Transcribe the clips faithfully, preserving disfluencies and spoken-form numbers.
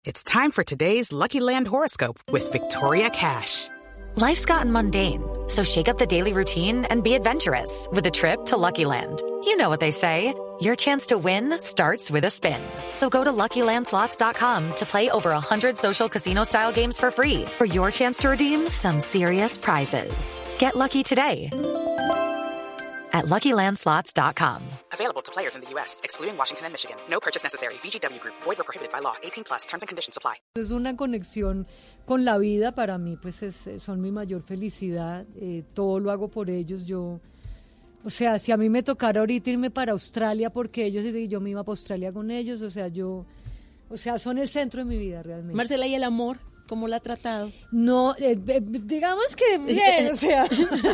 It's time for today's Lucky Land horoscope with Victoria Cash. Life's gotten mundane, so shake up the daily routine and be adventurous with a trip to Lucky Land. You know what they say, your chance to win starts with a spin. So go to Lucky Land Slots dot com to play over one hundred social casino-style games for free for your chance to redeem some serious prizes. Get lucky today at Lucky Land Slots dot com. Available to players in the U S, excluding Washington and Michigan. No purchase necessary. V G W Group. Void or prohibited by law. eighteen plus. Terms and conditions apply. Es una conexión con la vida. Para mí, pues, es, son mi mayor felicidad. Eh, todo lo hago por ellos. Yo, o sea, si a mí me tocara ahorita irme para Australia porque ellos, y yo me iba para Australia con ellos, o sea, yo, o sea, son el centro de mi vida realmente. Marcela, ¿y el amor? ¿Cómo la ha tratado? No, eh, eh, digamos que bien, o sea.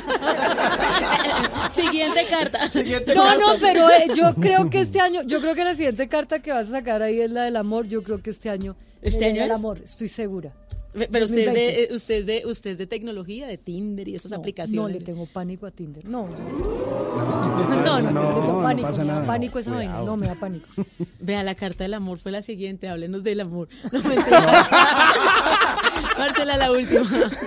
Siguiente carta. Siguiente no, carta. no, pero eh, yo creo que este año, yo creo que la siguiente carta que vas a sacar ahí es la del amor. Yo creo que este año. ¿Este año el es? amor, estoy segura. Pero usted es, de, usted, es de, usted es de tecnología, de Tinder y esas no, aplicaciones. No, le tengo pánico a Tinder. No, yo, no, no, no, no, le tengo pánico. No pasa me da nada. pánico esa Cuidado. vaina. No, me da pánico. Vea, la carta del amor fue la siguiente. Háblenos del amor. No, mentira. Marcela, la última.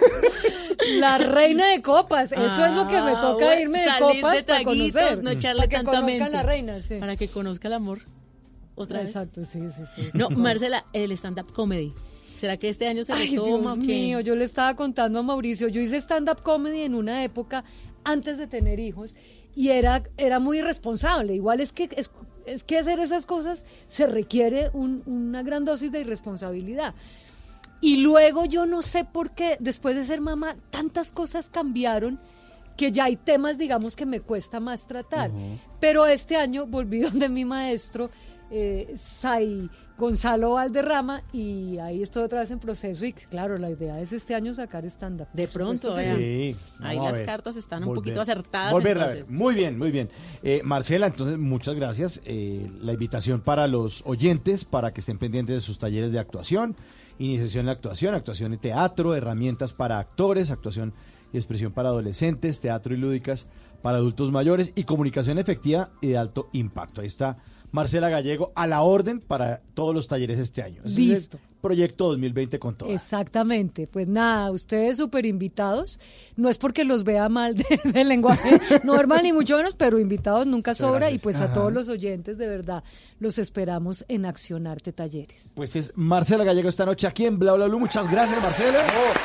La reina de copas. Eso Ah, es lo que me toca bueno, irme de salir copas de para traguitos, conocer. no echarle para que tanta conozcan mente. la reina, sí. Para que conozca el amor. ¿Otra vez? Exacto, sí, sí, sí. No, Marcela, el stand-up comedy. ¿Será que este año se Ay, retoma Dios o qué? mío, yo le estaba contando a Mauricio, yo hice stand-up comedy en una época antes de tener hijos y era, era muy irresponsable. Igual es que, es, es que hacer esas cosas se requiere un- una gran dosis de irresponsabilidad. Y luego yo no sé por qué, después de ser mamá, tantas cosas cambiaron que ya hay temas, digamos, que me cuesta más tratar. Pero este año volví donde mi maestro, eh, Sai Gonzalo Valderrama, y ahí estoy otra vez en proceso y claro, la idea es este año sacar stand-up. De Por pronto, supuesto que vean. Sí, Ahí vamos a las ver. cartas están un Volver- poquito acertadas. Volverla a entonces. ver. Muy bien, muy bien. Eh, Marcela, entonces, muchas gracias. Eh, la invitación para los oyentes, para que estén pendientes de sus talleres de actuación, iniciación en la actuación, actuación en teatro, herramientas para actores, actuación y expresión para adolescentes, teatro y lúdicas para adultos mayores y comunicación efectiva y de alto impacto. Ahí está Marcela Gallego a la orden para todos los talleres este año. Ese Listo. es el proyecto dos mil veinte con todo. Exactamente, pues nada, ustedes súper invitados, no es porque los vea mal de, de lenguaje normal ni mucho menos, pero invitados nunca sobra gracias. y pues a Ajá. todos los oyentes de verdad los esperamos en Accionarte Talleres. Pues es Marcela Gallego esta noche aquí en Bla Bla Blue. Muchas gracias, Marcela.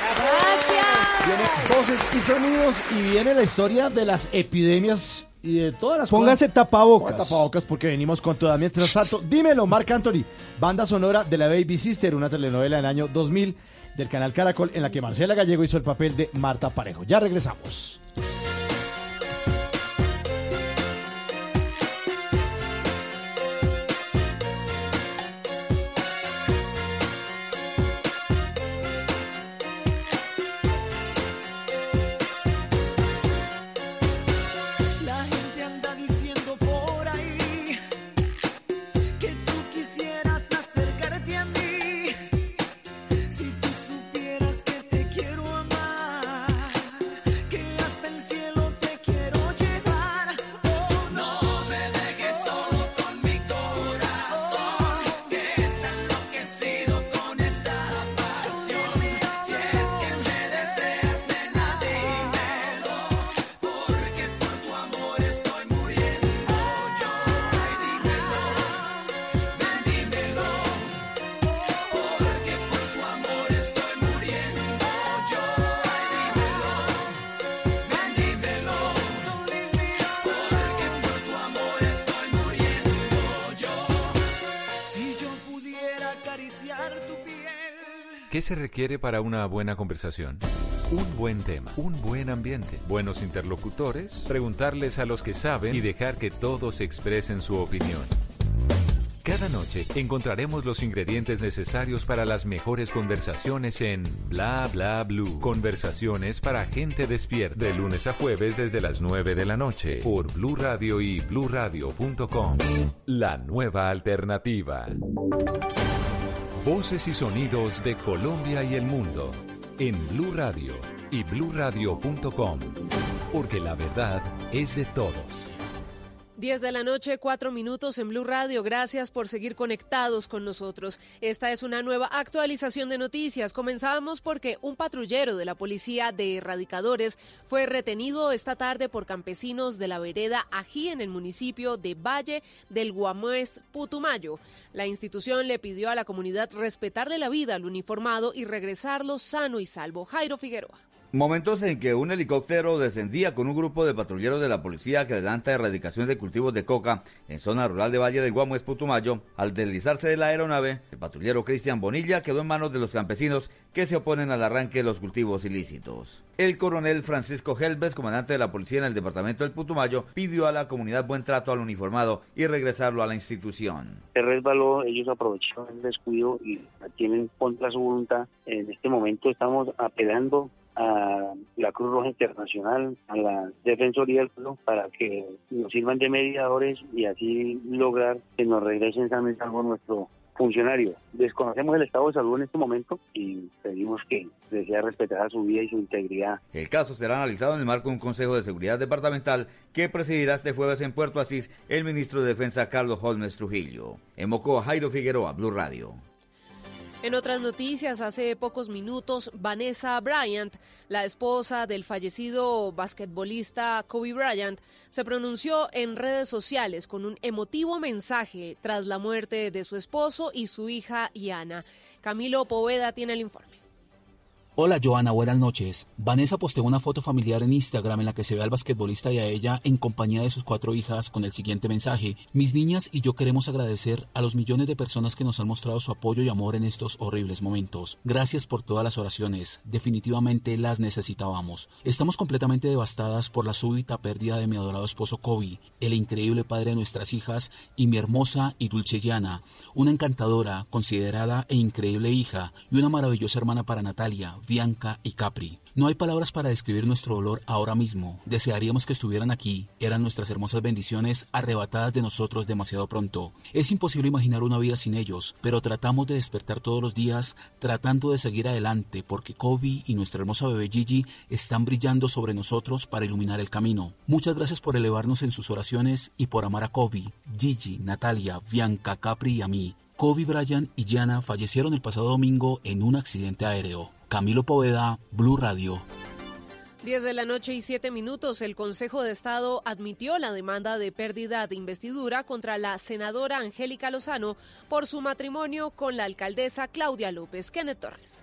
Viene voces y sonidos y viene la historia de las epidemias y de todas las Póngase cosas. tapabocas. Ponga tapabocas porque venimos con toda. Mientras tanto, dímelo, Marc Anthony, banda sonora de La Baby Sister, una telenovela del año dos mil del canal Caracol en la que Marcela Gallego hizo el papel de Marta Parejo. Ya regresamos. La gente anda diciendo por ahí que tú quisieras acercarte a mí. Si tú supieras que te quiero amar, que hasta el cielo te quiero llevar. Oh, no me dejes solo con mi corazón, que está enloquecido con esta pasión. Si es que me deseas, nena, dímelo, porque por tu amor estoy muriendo yo. Ay, dímelo, ven, dímelo, porque por tu amor estoy muriendo yo. Ay, dímelo, ven, dímelo, porque por tu amor estoy muriendo yo. Si yo pudiera acariciar tu piel. ¿Qué se requiere para una buena conversación? Un buen tema, un buen ambiente, buenos interlocutores, preguntarles a los que saben y dejar que todos expresen su opinión. Cada noche encontraremos los ingredientes necesarios para las mejores conversaciones en Bla Bla Blue. Conversaciones para gente despierta. De lunes a jueves desde las nueve de la noche por Blue Radio y blue radio punto com. La nueva alternativa. Voces y sonidos de Colombia y el mundo en Blue Radio y blue radio punto com, porque la verdad es de todos. diez de la noche, cuatro minutos en Blue Radio. Gracias por seguir conectados con nosotros. Esta es una nueva actualización de noticias. Comenzamos porque un patrullero de la Policía de Erradicadores fue retenido esta tarde por campesinos de la vereda Ají en el municipio de Valle del Guamués, Putumayo. La institución le pidió a la comunidad respetarle la vida al uniformado y regresarlo sano y salvo. Jairo Figueroa. Momentos en que un helicóptero descendía con un grupo de patrulleros de la policía que adelanta erradicación de cultivos de coca en zona rural de Valle del Guamués, Putumayo. Al deslizarse de la aeronave, el patrullero Cristian Bonilla quedó en manos de los campesinos que se oponen al arranque de los cultivos ilícitos. El coronel Francisco Helves, comandante de la policía en el departamento del Putumayo, pidió a la comunidad buen trato al uniformado y regresarlo a la institución. Se resbaló, ellos aprovecharon el descuido y tienen contra su voluntad. En este momento estamos apelando a la Cruz Roja Internacional, a la Defensoría del Pueblo, para que nos sirvan de mediadores y así lograr que nos regresen sano y salvo nuestro funcionario. Desconocemos el estado de salud en este momento y pedimos que desea respetar su vida y su integridad. El caso será analizado en el marco de un Consejo de Seguridad Departamental que presidirá este jueves en Puerto Asís el ministro de Defensa Carlos Holmes Trujillo. En Mocoa, Jairo Figueroa, Blue Radio. En otras noticias, hace pocos minutos, Vanessa Bryant, la esposa del fallecido basquetbolista Kobe Bryant, se pronunció en redes sociales con un emotivo mensaje tras la muerte de su esposo y su hija Yana. Camilo Poveda tiene el informe. Hola Joana, buenas noches. Vanessa posteó una foto familiar en Instagram en la que se ve al basquetbolista y a ella en compañía de sus cuatro hijas con el siguiente mensaje: mis niñas y yo queremos agradecer a los millones de personas que nos han mostrado su apoyo y amor en estos horribles momentos. Gracias por todas las oraciones, definitivamente las necesitábamos. Estamos completamente devastadas por la súbita pérdida de mi adorado esposo Kobe, el increíble padre de nuestras hijas y mi hermosa y dulce Yana, una encantadora, considerada e increíble hija y una maravillosa hermana para Natalia, Bianca y Capri. No hay palabras para describir nuestro dolor ahora mismo. Desearíamos que estuvieran aquí. Eran nuestras hermosas bendiciones arrebatadas de nosotros demasiado pronto. Es imposible imaginar una vida sin ellos, pero tratamos de despertar todos los días tratando de seguir adelante porque Kobe y nuestra hermosa bebé Gigi están brillando sobre nosotros para iluminar el camino. Muchas gracias por elevarnos en sus oraciones y por amar a Kobe, Gigi, Natalia, Bianca, Capri y a mí. Kobe Bryant y Yana fallecieron el pasado domingo en un accidente aéreo. Camilo Poveda, Blue Radio. diez de la noche y siete minutos, el Consejo de Estado admitió la demanda de pérdida de investidura contra la senadora Angélica Lozano por su matrimonio con la alcaldesa Claudia López. Kenneth Torres.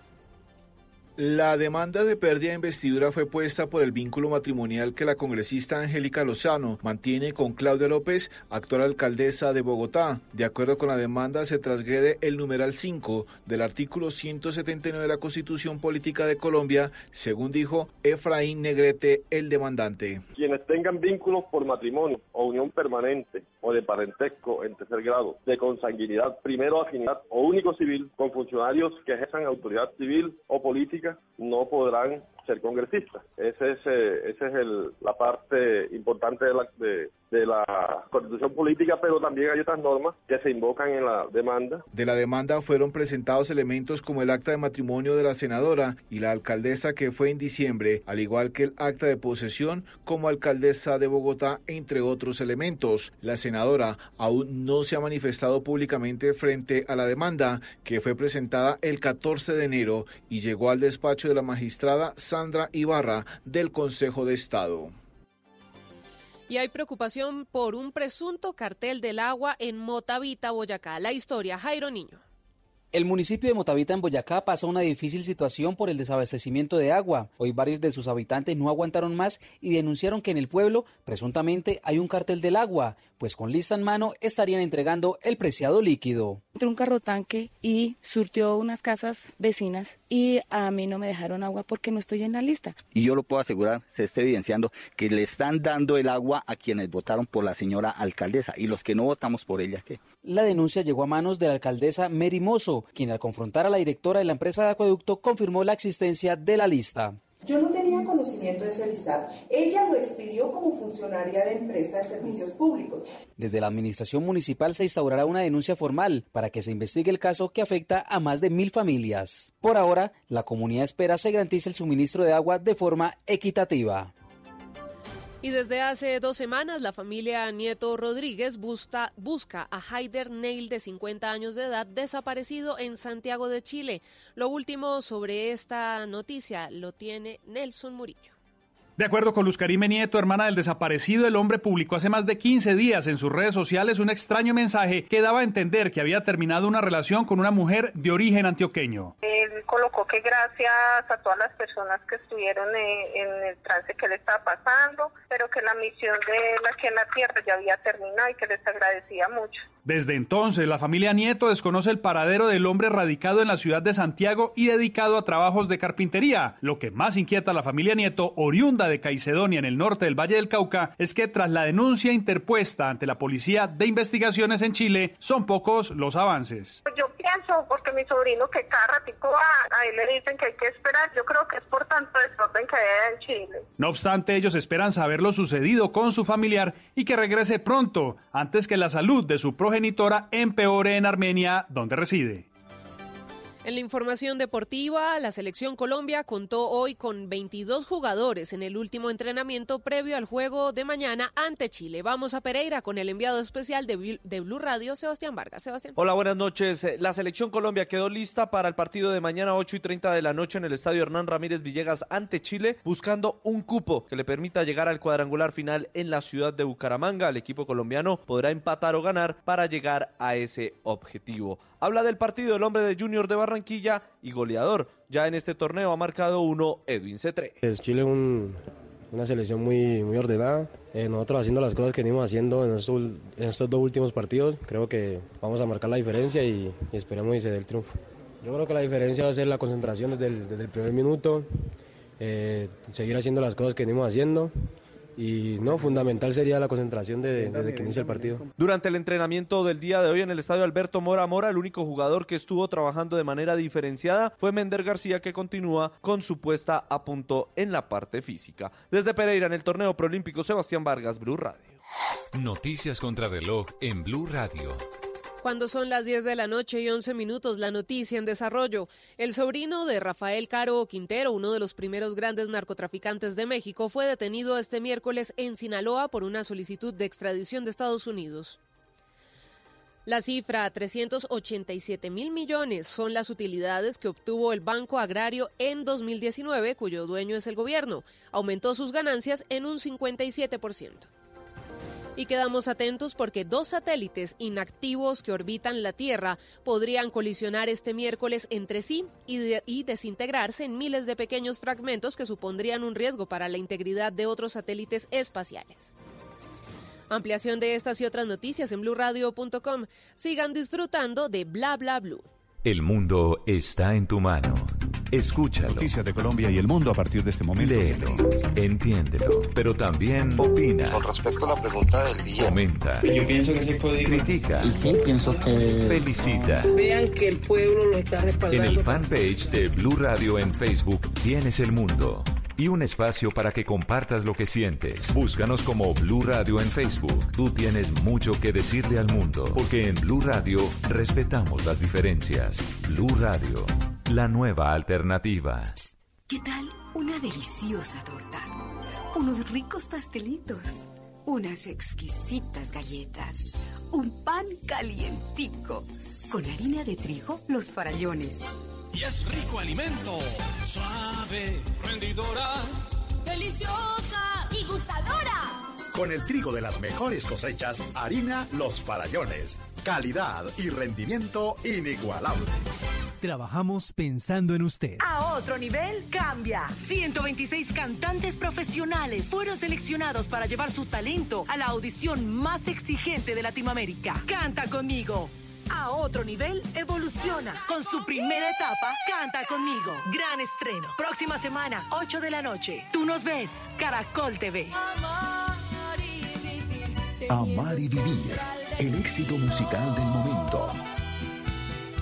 La demanda de pérdida de investidura fue puesta por el vínculo matrimonial que la congresista Angélica Lozano mantiene con Claudia López, actual alcaldesa de Bogotá. De acuerdo con la demanda, se transgrede el numeral cinco del artículo ciento setenta y nueve de la Constitución Política de Colombia, según dijo Efraín Negrete, el demandante. Quienes tengan vínculos por matrimonio o unión permanente o de parentesco en tercer grado, de consanguinidad, primero afinidad o único civil con funcionarios que ejerzan autoridad civil o política, no podrán ser congresistas. Ese es, eh, ese es el, la parte importante de la, de, de la Constitución Política, pero también hay otras normas que se invocan en la demanda. De la demanda fueron presentados elementos como el acta de matrimonio de la senadora y la alcaldesa que fue en diciembre, al igual que el acta de posesión como alcaldesa de Bogotá, entre otros elementos. La senadora aún no se ha manifestado públicamente frente a la demanda, que fue presentada el catorce de enero y llegó al despacho de la magistrada Sandra Ibarra del Consejo de Estado. Y hay preocupación por un presunto cartel del agua en Motavita, Boyacá. La historia, Jairo Niño. El municipio de Motavita en Boyacá pasa una difícil situación por el desabastecimiento de agua. Hoy varios de sus habitantes no aguantaron más y denunciaron que en el pueblo presuntamente hay un cartel del agua, pues con lista en mano estarían entregando el preciado líquido. Entró un carro tanque y surtió unas casas vecinas y a mí no me dejaron agua porque no estoy en la lista. Y yo lo puedo asegurar, se está evidenciando que le están dando el agua a quienes votaron por la señora alcaldesa y los que no votamos por ella, ¿qué? La denuncia llegó a manos de la alcaldesa Mary Mozo, quien al confrontar a la directora de la empresa de acueducto confirmó la existencia de la lista. Yo no tenía conocimiento de ese listado. Ella lo expidió como funcionaria de empresa de servicios públicos. Desde la administración municipal se instaurará una denuncia formal para que se investigue el caso que afecta a más de mil familias. Por ahora, la comunidad espera se garantice el suministro de agua de forma equitativa. Y desde hace dos semanas, la familia Nieto Rodríguez busca, busca a Haider Neil, de cincuenta años de edad, desaparecido en Santiago de Chile. Lo último sobre esta noticia lo tiene Nelson Murillo. De acuerdo con Luz Karime Nieto, hermana del desaparecido, el hombre publicó hace más de quince días en sus redes sociales un extraño mensaje que daba a entender que había terminado una relación con una mujer de origen antioqueño. Él colocó que gracias a todas las personas que estuvieron en, en el trance que le estaba pasando, pero que la misión de la que en la tierra ya había terminado y que les agradecía mucho. Desde entonces, la familia Nieto desconoce el paradero del hombre radicado en la ciudad de Santiago y dedicado a trabajos de carpintería. Lo que más inquieta a la familia Nieto, oriunda de Caicedonia, en el norte del Valle del Cauca, es que tras la denuncia interpuesta ante la Policía de Investigaciones en Chile, son pocos los avances. Yo pienso, porque mi sobrino, que cada ratico a, a él le dicen que hay que esperar, yo creo que es por tanto desorden que hay en Chile. No obstante, ellos esperan saber lo sucedido con su familiar y que regrese pronto, antes que la salud de su progenitora empeore en Armenia, donde reside. En la información deportiva, la Selección Colombia contó hoy con veintidós jugadores en el último entrenamiento previo al juego de mañana ante Chile. Vamos a Pereira con el enviado especial de, de Blue Radio, Sebastián Vargas. Sebastián. Hola, buenas noches. La Selección Colombia quedó lista para el partido de mañana ocho y treinta de la noche en el Estadio Hernán Ramírez Villegas ante Chile, buscando un cupo que le permita llegar al cuadrangular final en la ciudad de Bucaramanga. El equipo colombiano podrá empatar o ganar para llegar a ese objetivo. Habla del partido el hombre de Junior de Barranquilla y goleador. Ya en este torneo ha marcado uno Edwin Cetré. Es Chile un, una selección muy, muy ordenada. Eh, nosotros haciendo las cosas que venimos haciendo en estos, en estos dos últimos partidos, creo que vamos a marcar la diferencia y, y esperemos y se dé el triunfo. Yo creo que la diferencia va a ser la concentración desde el, desde el primer minuto, eh, seguir haciendo las cosas que venimos haciendo. Y no, fundamental sería la concentración de, desde que inicia el partido. Durante el entrenamiento del día de hoy en el estadio Alberto Mora Mora, el único jugador que estuvo trabajando de manera diferenciada fue Mender García, que continúa con su puesta a punto en la parte física. Desde Pereira, en el torneo preolímpico, Sebastián Vargas, Blue Radio. Noticias contra reloj en Blue Radio. Cuando son las diez de la noche y once minutos, la noticia en desarrollo. El sobrino de Rafael Caro Quintero, uno de los primeros grandes narcotraficantes de México, fue detenido este miércoles en Sinaloa por una solicitud de extradición de Estados Unidos. La cifra, trescientos ochenta y siete mil millones, son las utilidades que obtuvo el Banco Agrario en dos mil diecinueve, cuyo dueño es el gobierno. Aumentó sus ganancias en un cincuenta y siete por ciento. Y quedamos atentos porque dos satélites inactivos que orbitan la Tierra podrían colisionar este miércoles entre sí y, de, y desintegrarse en miles de pequeños fragmentos que supondrían un riesgo para la integridad de otros satélites espaciales. Ampliación de estas y otras noticias en blue radio punto com. Sigan disfrutando de Bla Bla Blue. El mundo está en tu mano. Escúchalo. Noticias de Colombia y el mundo a partir de este momento. Léelo, entiéndelo, pero también opina. Con respecto a la pregunta del día. Comenta. Yo pienso que ese código. Critica. Y sí, pienso que. Felicita. Vean que el pueblo lo está respaldando. En el fanpage de Blue Radio en Facebook tienes el mundo. Y un espacio para que compartas lo que sientes. Búscanos como Blue Radio en Facebook. Tú tienes mucho que decirle al mundo, porque en Blue Radio respetamos las diferencias. Blue Radio, la nueva alternativa. ¿Qué tal una deliciosa torta? Unos ricos pastelitos, unas exquisitas galletas, un pan calientico, con harina de trigo, Los Farallones. Y es rico alimento, suave, rendidora, deliciosa y gustadora. Con el trigo de las mejores cosechas, harina Los Farallones. Calidad y rendimiento inigualable. Trabajamos pensando en usted. A otro nivel, cambia. ciento veintiséis cantantes profesionales fueron seleccionados para llevar su talento a la audición más exigente de Latinoamérica. Canta conmigo. A otro nivel, evoluciona. Con su primera etapa, Canta conmigo. Gran estreno. Próxima semana, ocho de la noche. Tú nos ves. Caracol T V. Amar y vivir. El éxito musical del momento.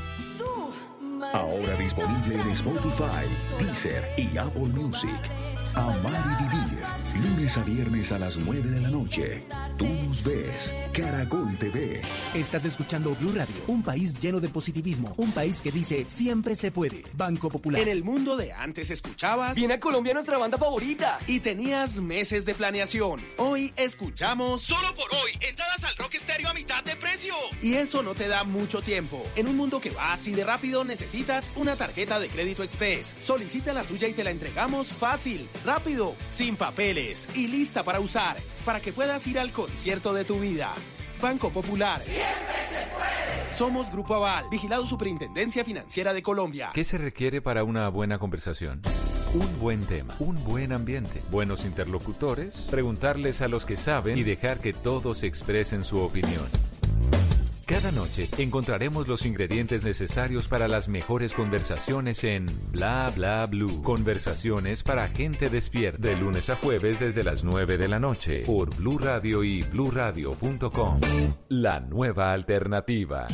Ahora disponible en Spotify, Deezer y Apple Music. Amar y Vivir, lunes a viernes a las nueve de la noche. Tú nos ves, Caracol T V. Estás escuchando Blue Radio, un país lleno de positivismo, un país que dice siempre se puede. Banco Popular. En el mundo de antes escuchabas Viene a Colombia nuestra banda favorita y tenías meses de planeación. Hoy escuchamos Solo por hoy, entradas al Rock Estéreo a mitad de precio. Y eso no te da mucho tiempo. En un mundo que va así de rápido necesitas una tarjeta de crédito Express. Solicita la tuya y te la entregamos fácil, rápido, sin papeles y lista para usar, para que puedas ir al concierto de tu vida. Banco Popular. Siempre se puede. Somos Grupo Aval, vigilado Superintendencia Financiera de Colombia. ¿Qué se requiere para una buena conversación? Un buen tema, un buen ambiente, buenos interlocutores, preguntarles a los que saben y dejar que todos expresen su opinión. Cada noche encontraremos los ingredientes necesarios para las mejores conversaciones en Bla Bla Blue. Conversaciones para gente despierta. De lunes a jueves desde las nueve de la noche por Blue Radio y blue radio punto com. La nueva alternativa.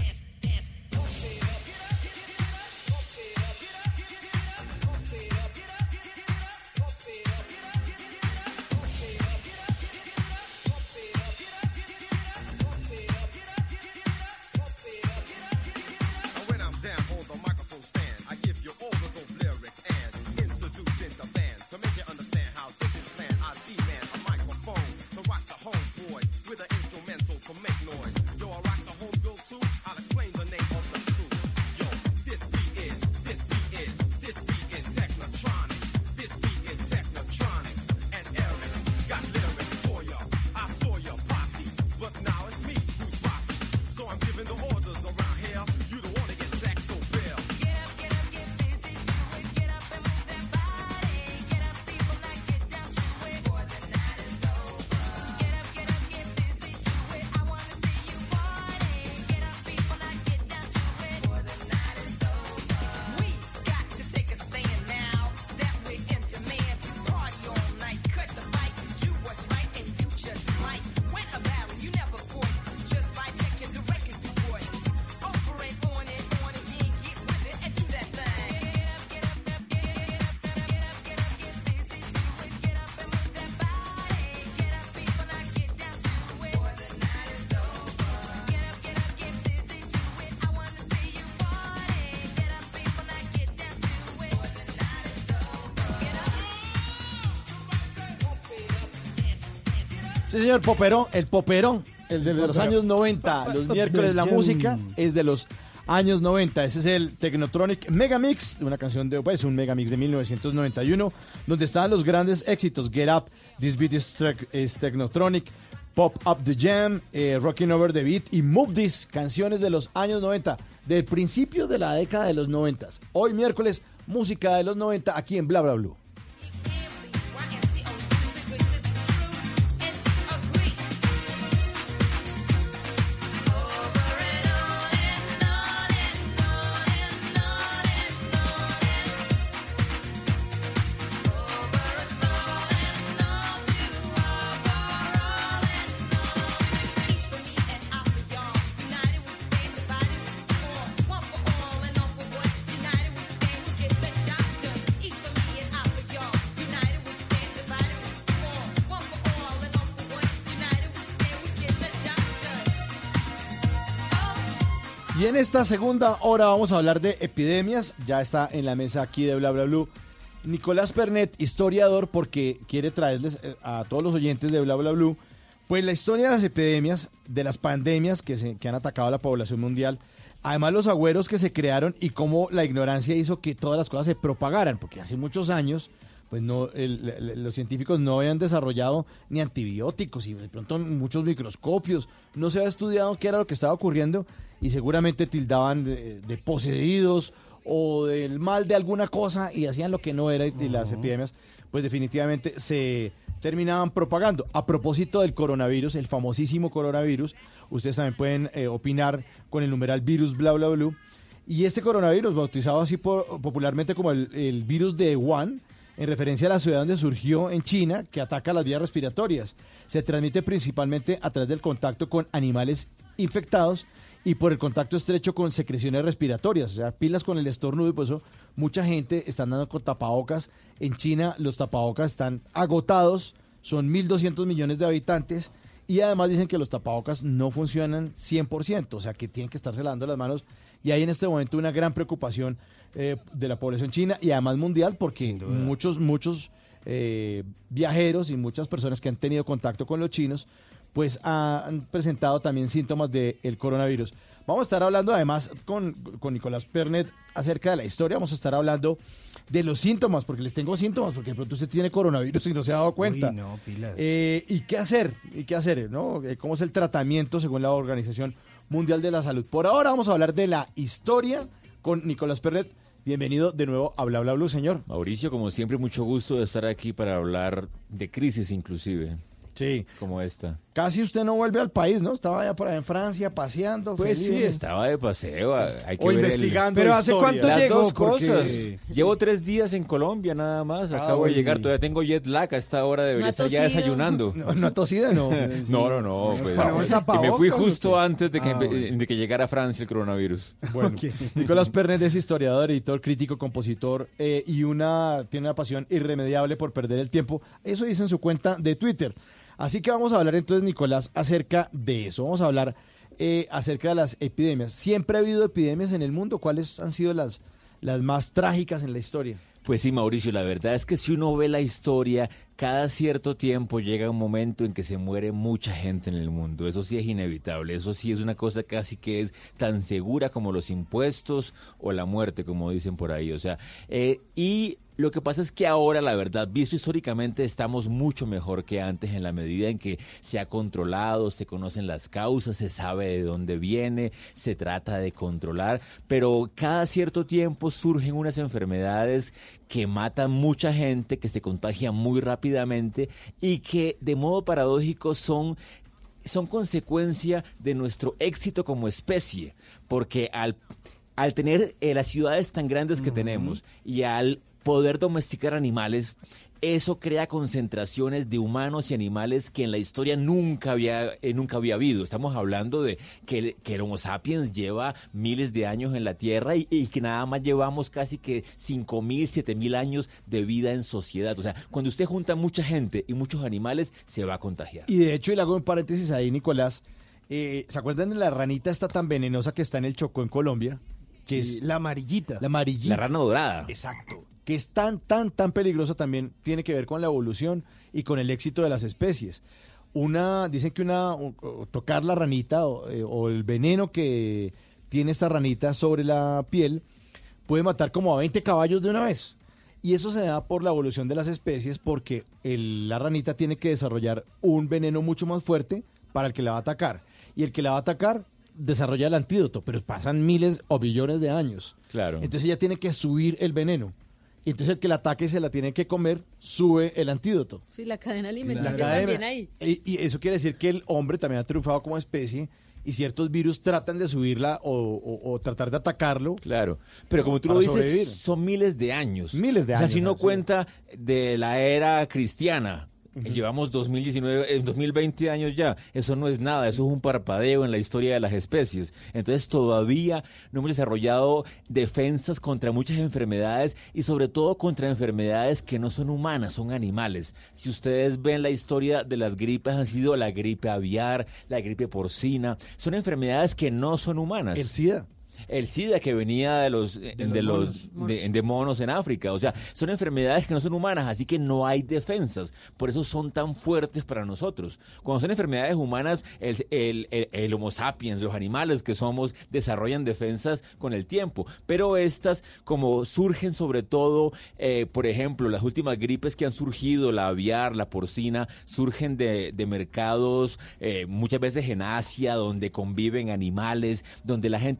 Sí, señor, Popero, el Popero, el de los años noventa, los miércoles la música es de los años noventa. Ese es el Technotronic Megamix, de una canción de, pues, un Megamix de mil novecientos noventa y uno, donde estaban los grandes éxitos, Get Up, This Beat is, is Technotronic, Pop Up the Jam, eh, Rocking Over the Beat y Move This, canciones de los años noventa, del principio de la década de los noventa. Hoy miércoles, música de los noventa, aquí en Bla Bla Blue. Y en esta segunda hora vamos a hablar de epidemias. Ya está en la mesa aquí de Bla Bla Blue Nicolás Pernet, historiador, porque quiere traerles a todos los oyentes de Bla Bla Blue pues la historia de las epidemias, de las pandemias que, se, que han atacado a la población mundial. Además, los agüeros que se crearon y cómo la ignorancia hizo que todas las cosas se propagaran, porque hace muchos años pues no, el, el, los científicos no habían desarrollado ni antibióticos y de pronto muchos microscopios, no se había estudiado qué era lo que estaba ocurriendo y seguramente tildaban de, de poseídos o del mal de alguna cosa y hacían lo que no era, y uh-huh. las epidemias pues definitivamente se terminaban propagando. A propósito del coronavirus, el famosísimo coronavirus, ustedes también pueden eh, opinar con el numeral virus bla bla bla, y este coronavirus, bautizado así por, popularmente como el, el virus de Wuhan, en referencia a la ciudad donde surgió en China, que ataca las vías respiratorias. Se transmite principalmente a través del contacto con animales infectados y por el contacto estrecho con secreciones respiratorias, o sea, pilas con el estornudo, y por eso mucha gente está andando con tapabocas. En China los tapabocas están agotados, son mil doscientos millones de habitantes, y además dicen que los tapabocas no funcionan cien por ciento, o sea, que tienen que estarse lavando las manos, y hay en este momento una gran preocupación eh, de la población china y además mundial, porque muchos, muchos eh, viajeros y muchas personas que han tenido contacto con los chinos, pues han presentado también síntomas del coronavirus. Vamos a estar hablando además con, con Nicolás Pernet acerca de la historia, vamos a estar hablando de los síntomas, porque les tengo síntomas, porque de pronto usted tiene coronavirus y no se ha dado cuenta. Uy, no, pilas. Eh, ¿Y qué hacer? ¿Y qué hacer? ¿No? ¿Cómo es el tratamiento según la Organización Mundial de la Salud? Por ahora vamos a hablar de la historia con Nicolás Pernet. Bienvenido de nuevo a Bla Bla Blue, señor. Mauricio, como siempre, mucho gusto de estar aquí para hablar de crisis inclusive. Sí. Como esta. Casi usted no vuelve al país, ¿no? Estaba allá por allá en Francia paseando. Pues feliz. sí, estaba de paseo. Hay que o ver investigando. El... Pero ¿hace cuánto Las llegó? dos cosas. Porque... Llevo tres días en Colombia nada más. Ah, Acabo bueno. de llegar. Todavía tengo jet lag. A esta hora debería ¿No estar ya tosido? desayunando. No, no ha tosido, no. no, no, no. Pues, y me fui justo antes de que, ah, bueno. de que llegara a Francia el coronavirus. Bueno, okay. Nicolás Pernet es historiador, editor, crítico, compositor eh, y una tiene una pasión irremediable por perder el tiempo. Eso dice en su cuenta de Twitter. Así que vamos a hablar entonces, Nicolás, acerca de eso. Vamos a hablar eh, acerca de las epidemias. ¿Siempre ha habido epidemias en el mundo? ¿Cuáles han sido las, las más trágicas en la historia? Pues sí, Mauricio, la verdad es que si uno ve la historia, cada cierto tiempo llega un momento en que se muere mucha gente en el mundo. Eso sí es inevitable, eso sí es una cosa casi que es tan segura como los impuestos o la muerte, como dicen por ahí. O sea, eh, y... Lo que pasa es que ahora, la verdad, visto históricamente, estamos mucho mejor que antes en la medida en que se ha controlado, se conocen las causas, se sabe de dónde viene, se trata de controlar, pero cada cierto tiempo surgen unas enfermedades que matan mucha gente, que se contagian muy rápidamente y que de modo paradójico son... son consecuencia de nuestro éxito como especie, porque al, al tener eh, las ciudades tan grandes que uh-huh. tenemos y al poder domesticar animales, eso crea concentraciones de humanos y animales que en la historia nunca había eh, nunca había habido. Estamos hablando de que, que el Homo sapiens lleva miles de años en la Tierra y, y que nada más llevamos casi que cinco mil, siete mil años de vida en sociedad. O sea, cuando usted junta mucha gente y muchos animales, se va a contagiar. Y de hecho, y le hago un paréntesis ahí, Nicolás, eh, ¿se acuerdan de la ranita esta tan venenosa que está en el Chocó, en Colombia? Que sí, es la amarillita. La amarillita. La rana dorada. Exacto. Que es tan, tan, tan peligrosa también, tiene que ver con la evolución y con el éxito de las especies. Una, dicen que una, o, o tocar la ranita o, eh, o el veneno que tiene esta ranita sobre la piel puede matar como a veinte caballos de una vez. Y eso se da por la evolución de las especies porque el, la ranita tiene que desarrollar un veneno mucho más fuerte para el que la va a atacar. Y el que la va a atacar desarrolla el antídoto, pero pasan miles o billones de años. Claro. Entonces ella tiene que subir el veneno. Y entonces el que la ataque se la tiene que comer, sube el antídoto. Sí, la cadena alimenticia la cadena. también ahí. Y, y eso quiere decir que el hombre también ha triunfado como especie y ciertos virus tratan de subirla o, o, o tratar de atacarlo. Claro, pero como tú lo dices, sobrevivir. Son miles de años. Miles de años. O sea, si uno sí. cuenta de la era cristiana, uh-huh. llevamos dos mil diecinueve, dos mil veinte años ya, eso no es nada, eso es un parpadeo en la historia de las especies. Entonces todavía no hemos desarrollado defensas contra muchas enfermedades y sobre todo contra enfermedades que no son humanas, son animales. Si ustedes ven la historia de las gripes, han sido la gripe aviar, la gripe porcina, son enfermedades que no son humanas. El SIDA. El SIDA que venía de los de, de los monos. De, de monos en África, o sea, son enfermedades que no son humanas, así que no hay defensas, por eso son tan fuertes para nosotros. Cuando son enfermedades humanas, el, el, el, el Homo sapiens, los animales que somos, desarrollan defensas con el tiempo, pero estas, como surgen sobre todo, eh, por ejemplo, las últimas gripes que han surgido, la aviar, la porcina, surgen de, de mercados eh, muchas veces en Asia, donde conviven animales, donde la gente usted vaya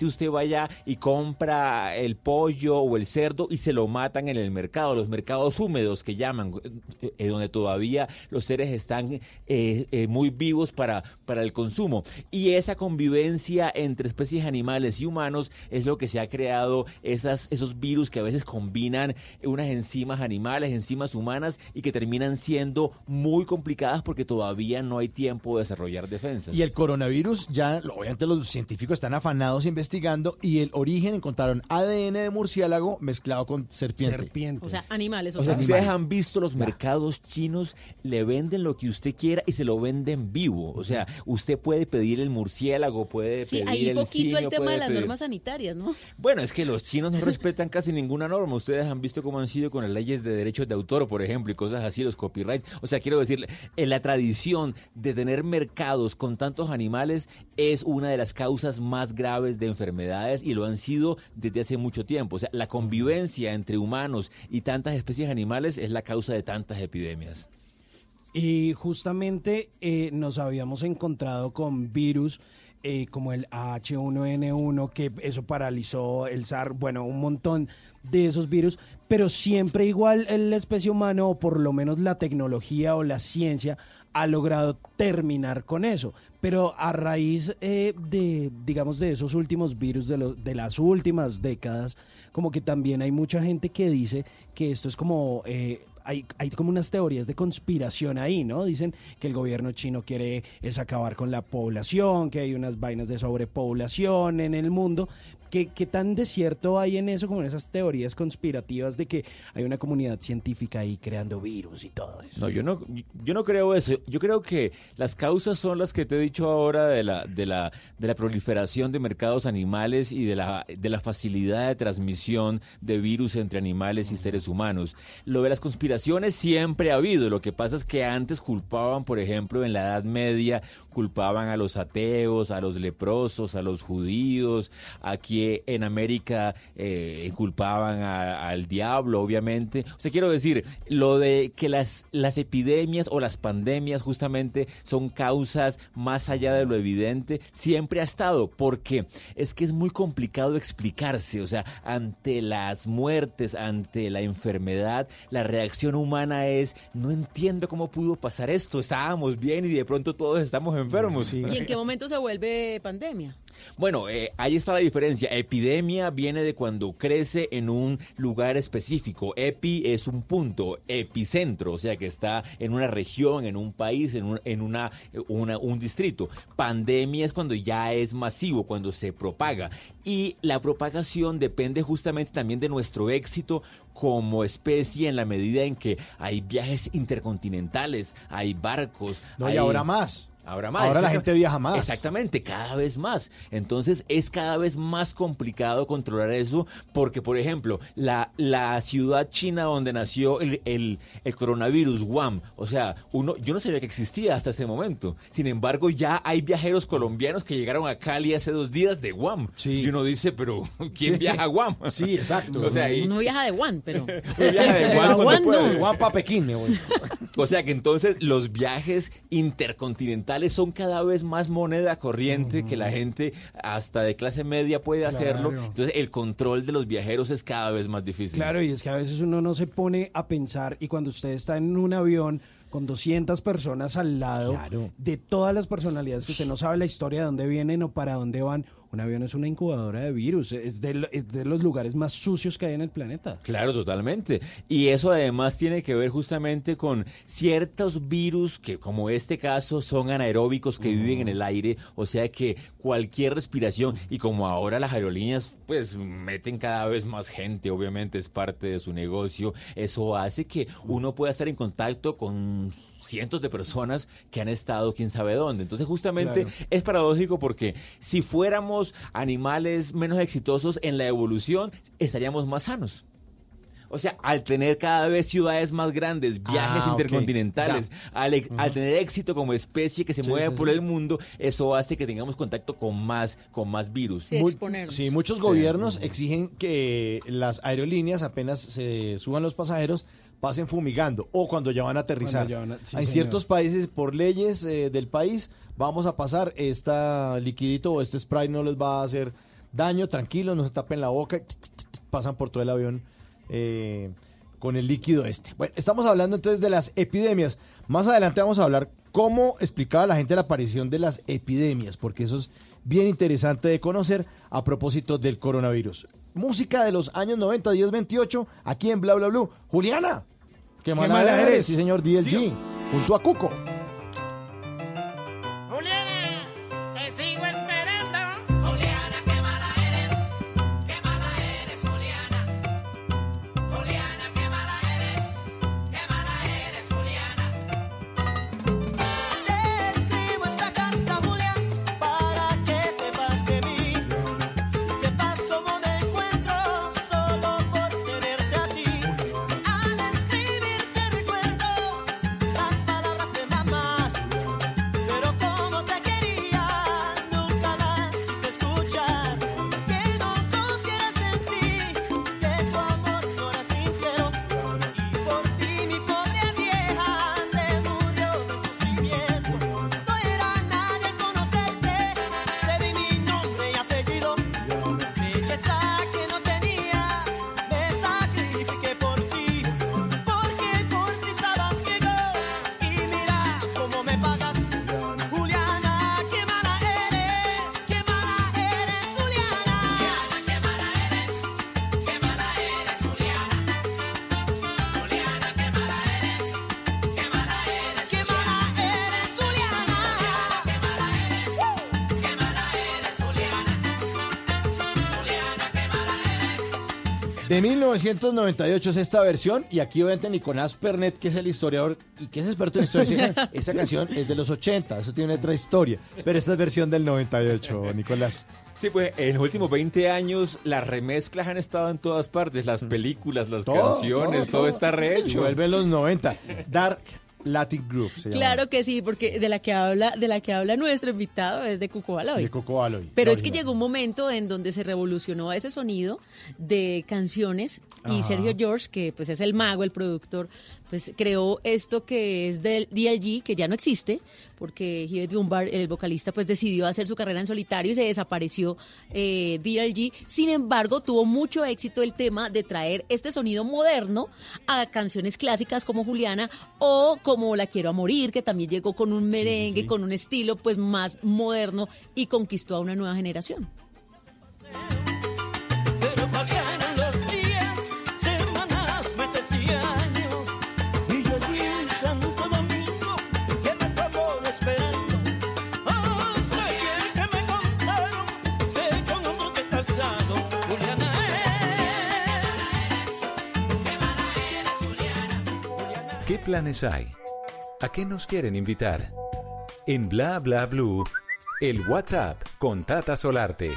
allá y compra el pollo o el cerdo y se lo matan en el mercado, los mercados húmedos que llaman, eh, donde todavía los seres están eh, eh, muy vivos para, para el consumo. Y esa convivencia entre especies animales y humanos es lo que se ha creado esas, esos virus que a veces combinan unas enzimas animales, enzimas humanas y que terminan siendo muy complicadas porque todavía no hay tiempo de desarrollar defensas. Y el coronavirus, ya obviamente los científicos están afanados investigando y el origen encontraron A D N de murciélago mezclado con serpiente. serpiente. O sea, animales. O sea, ustedes han visto los mercados chinos, le venden lo que usted quiera y se lo venden vivo. O sea, usted puede pedir el murciélago, puede sí, pedir ahí el poquito simio, el tema de las pedir... normas sanitarias, ¿no? Bueno, es que los chinos no respetan casi ninguna norma. Ustedes han visto cómo han sido con las leyes de derechos de autor, por ejemplo, y cosas así, los copyrights. O sea, quiero decir, en la tradición de tener mercados con tantos animales es una de las causas más graves de enfermedades y lo han sido desde hace mucho tiempo. O sea, la convivencia entre humanos y tantas especies animales es la causa de tantas epidemias. Y justamente eh, nos habíamos encontrado con virus eh, como el H uno N uno, que eso paralizó el SARS, bueno, un montón de esos virus, pero siempre igual la especie humana, o por lo menos la tecnología o la ciencia, ha logrado terminar con eso. Pero a raíz eh, de, digamos, de esos últimos virus, de, lo, de las últimas décadas, como que también hay mucha gente que dice que esto es como... Eh, Hay, hay como unas teorías de conspiración ahí, ¿no? Dicen que el gobierno chino quiere es acabar con la población, que hay unas vainas de sobrepoblación en el mundo. ¿Qué, qué tan desierto hay en eso, como en esas teorías conspirativas de que hay una comunidad científica ahí creando virus y todo eso? No, yo no, yo no creo eso. Yo creo que las causas son las que te he dicho ahora de la, de la, de la proliferación de mercados animales y de la, de la facilidad de transmisión de virus entre animales y seres humanos. Lo de las conspiraciones siempre ha habido. Lo que pasa es que antes culpaban, por ejemplo, en la Edad Media, culpaban a los ateos, a los leprosos, a los judíos. Aquí en América eh, culpaban a, al diablo, obviamente. O sea, quiero decir, lo de que las, las epidemias o las pandemias justamente son causas más allá de lo evidente, siempre ha estado, porque es que es muy complicado explicarse. O sea, ante las muertes, ante la enfermedad, la reacción humana es, no entiendo cómo pudo pasar esto, estábamos bien y de pronto todos estamos enfermos. ¿Y en qué momento se vuelve pandemia? Bueno, eh, ahí está la diferencia. Epidemia viene de cuando crece en un lugar específico. Epi es un punto, epicentro, o sea que está en una región, en un país, en, un, en una, una, un distrito. Pandemia es cuando ya es masivo, cuando se propaga. Y la propagación depende justamente también de nuestro éxito como especie en la medida en que hay viajes intercontinentales, hay barcos. No, hay... y ahora más. Ahora más. Ahora la gente viaja más. Exactamente, cada vez más. Entonces es cada vez más complicado controlar eso porque, por ejemplo, la, la ciudad china donde nació el, el, el coronavirus, Wuhan, o sea, uno, yo no sabía que existía hasta ese momento. Sin embargo, ya hay viajeros colombianos que llegaron a Cali hace dos días de Wuhan. Sí. Y uno dice, pero ¿quién sí. viaja a Wuhan? Sí, exacto. O sea, y... Uno viaja de Wuhan, pero... Uno viaja de Wuhan, Wuhan no. Wuhan para Pekín. O sea que entonces los viajes intercontinentales son cada vez más moneda corriente, uh-huh. que la gente hasta de clase media puede claro. hacerlo. Entonces el control de los viajeros es cada vez más difícil. Claro, y es que a veces uno no se pone a pensar, y cuando usted está en un avión con doscientas personas al lado, claro. de todas las personalidades que usted no sabe la historia de dónde vienen o para dónde van, un avión es una incubadora de virus, es de, es de los lugares más sucios que hay en el planeta. Claro, totalmente. Y eso además tiene que ver justamente con ciertos virus que, como este caso, son anaeróbicos que uh-huh. viven en el aire, o sea que cualquier respiración, y como ahora las aerolíneas pues meten cada vez más gente, obviamente es parte de su negocio, eso hace que uno pueda estar en contacto con cientos de personas que han estado quién sabe dónde. Entonces justamente claro. es paradójico porque si fuéramos animales menos exitosos en la evolución, estaríamos más sanos. O sea, al tener cada vez ciudades más grandes, viajes ah, intercontinentales, okay. al, uh-huh. al tener éxito como especie que se sí, mueve sí, por sí. el mundo, eso hace que tengamos contacto con más, con más virus. Sí, exponernos. Sí, muchos sí. gobiernos uh-huh. exigen que las aerolíneas, apenas se suban los pasajeros, pasen fumigando o cuando ya van a aterrizar. Ya van a, sí, en señor. Ciertos países, por leyes eh, del país, vamos a pasar esta liquidito o este spray no les va a hacer daño, tranquilos, no se tapen la boca, pasan por todo el avión eh, con el líquido este. Bueno, estamos hablando entonces de las epidemias. Más adelante vamos a hablar cómo explicaba la gente la aparición de las epidemias, porque eso es bien interesante de conocer a propósito del coronavirus. Música de los años noventa, diez, veintiocho, aquí en Bla Bla Blue. Juliana, qué mala, mala eres. eres. Sí, señor D L G, Sí. junto a Cuco. Juliana, te sigo esperando. Juliana, qué mala eres. Qué mala eres, Juliana. Juliana, qué mala eres. Qué mala eres, Juliana. Te escribo esta carta, Julia, para que sepas de mí. Y sepas cómo me encuentro solo por tenerte a ti. Al escribirte recuerdo las palabras de mamá. Pero como te quería, nunca las quise escuchar. Que no confieras en ti, que tu amor no era sincero. Y por ti mi pobre vieja se murió de sufrimiento. No era nadie al conocerte, te di mi nombre y apellido. Belleza que no tenía, me sacrifiqué por ti. Porque por ti estaba ciego. Y mira cómo me pagas. Juliana, qué mala eres, qué mala eres, Juliana. Juliana, qué mala eres, qué mala eres, Juliana. Juliana, qué mala eres, qué mala eres, qué mala eres, Juliana. Qué mala eres, qué mala eres, Juliana. Juliana, qué mala eres. De mil novecientos noventa y ocho es esta versión, y aquí obviamente Nicolás Pernet, que es el historiador y que es experto en historia, dice, esa canción es de los ochenta, eso tiene otra historia, pero esta es versión del noventa y ocho, Nicolás. Sí, pues en los últimos veinte años las remezclas han estado en todas partes, las películas, las Todo, canciones, todo, todo, todo. está Y rehecho. vuelven los noventa. Dark Latin Group se llama. Claro que sí, porque de la que habla, de la que habla nuestro invitado es de Cuco Baloy. De Coco Baloy. Pero la es que original. llegó un momento en donde se revolucionó ese sonido de canciones y Ajá. Sergio George, que pues es el mago, el productor, pues creó esto que es del D L G, que ya no existe, porque Hubert Gumbar, el vocalista, pues decidió hacer su carrera en solitario y se desapareció eh, D L G. Sin embargo, tuvo mucho éxito el tema de traer este sonido moderno a canciones clásicas como Juliana o como La Quiero a Morir, que también llegó con un merengue, con un estilo pues más moderno y conquistó a una nueva generación. Pero pasaron los días, semanas, meses y años. Y yo allí en Santo Domingo, que me acabó esperando. Hasta ayer que me contaron que con otro te he casado. Juliana eres, qué mala eres, Juliana. ¿Qué planes hay? ¿A qué nos quieren invitar? En Bla Bla Blue, el WhatsApp con Tata Solarte.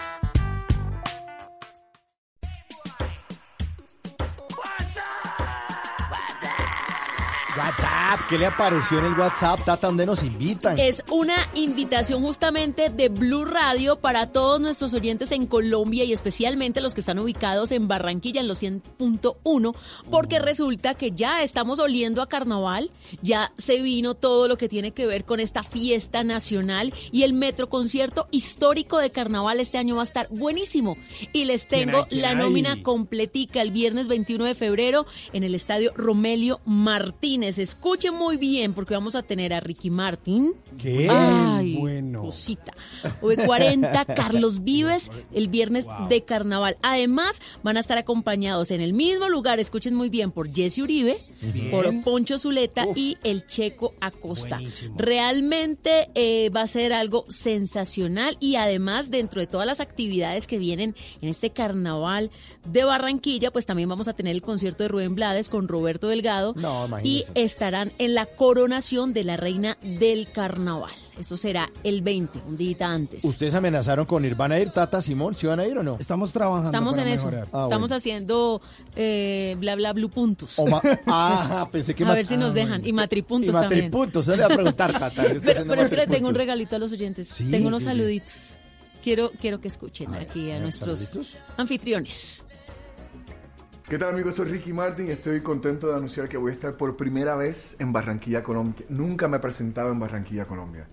WhatsApp, ¿qué le apareció en el WhatsApp, Tata? ¿Dónde nos invitan? Es una invitación justamente de Blue Radio para todos nuestros oyentes en Colombia y especialmente los que están ubicados en Barranquilla en los cien punto uno, porque resulta que ya estamos oliendo a carnaval, ya se vino todo lo que tiene que ver con esta fiesta nacional y el metroconcierto histórico de carnaval este año va a estar buenísimo. Y les tengo ¿Quién hay? ¿Quién la hay? nómina completica el viernes veintiuno de febrero en el estadio Romelio Martínez. Escuchen muy bien porque vamos a tener a Ricky Martin. ¿Qué? Ay, Bueno. cosita. V cuarenta, Carlos Vives, el viernes Wow. de carnaval. Además, van a estar acompañados en el mismo lugar, escuchen muy bien, por Jesse Uribe, Bien. por Poncho Zuleta y el Checo Acosta. Buenísimo. Realmente eh, va a ser algo sensacional y además dentro de todas las actividades que vienen en este carnaval de Barranquilla, pues también vamos a tener el concierto de Rubén Blades con Roberto Delgado No, y imagínese. estarán en la coronación de la reina del carnaval. Esto será el veinte, un día antes. ¿Ustedes amenazaron con ir? ¿Van a ir, Tata, Simón? ¿Sí van a ir o no? Estamos trabajando Estamos para en eso. mejorar. Ah, Estamos bueno. haciendo eh, bla bla blue puntos. O ma- ah, pensé que A ma- ver si nos ah, dejan. bueno. Y matripuntos Y también. matripuntos, eso le voy a preguntar, Tata. Yo estoy Pero, haciendo pero es que le tengo un matripuntos. regalito a los oyentes. Sí, tengo unos sí, sí. saluditos. Quiero, quiero que escuchen A ver, aquí a a ver, nuestros saluditos. anfitriones. ¿Qué tal amigos? Soy Ricky Martin y estoy contento de anunciar que voy a estar por primera vez en Barranquilla, Colombia. Nunca me he presentado en Barranquilla, Colombia.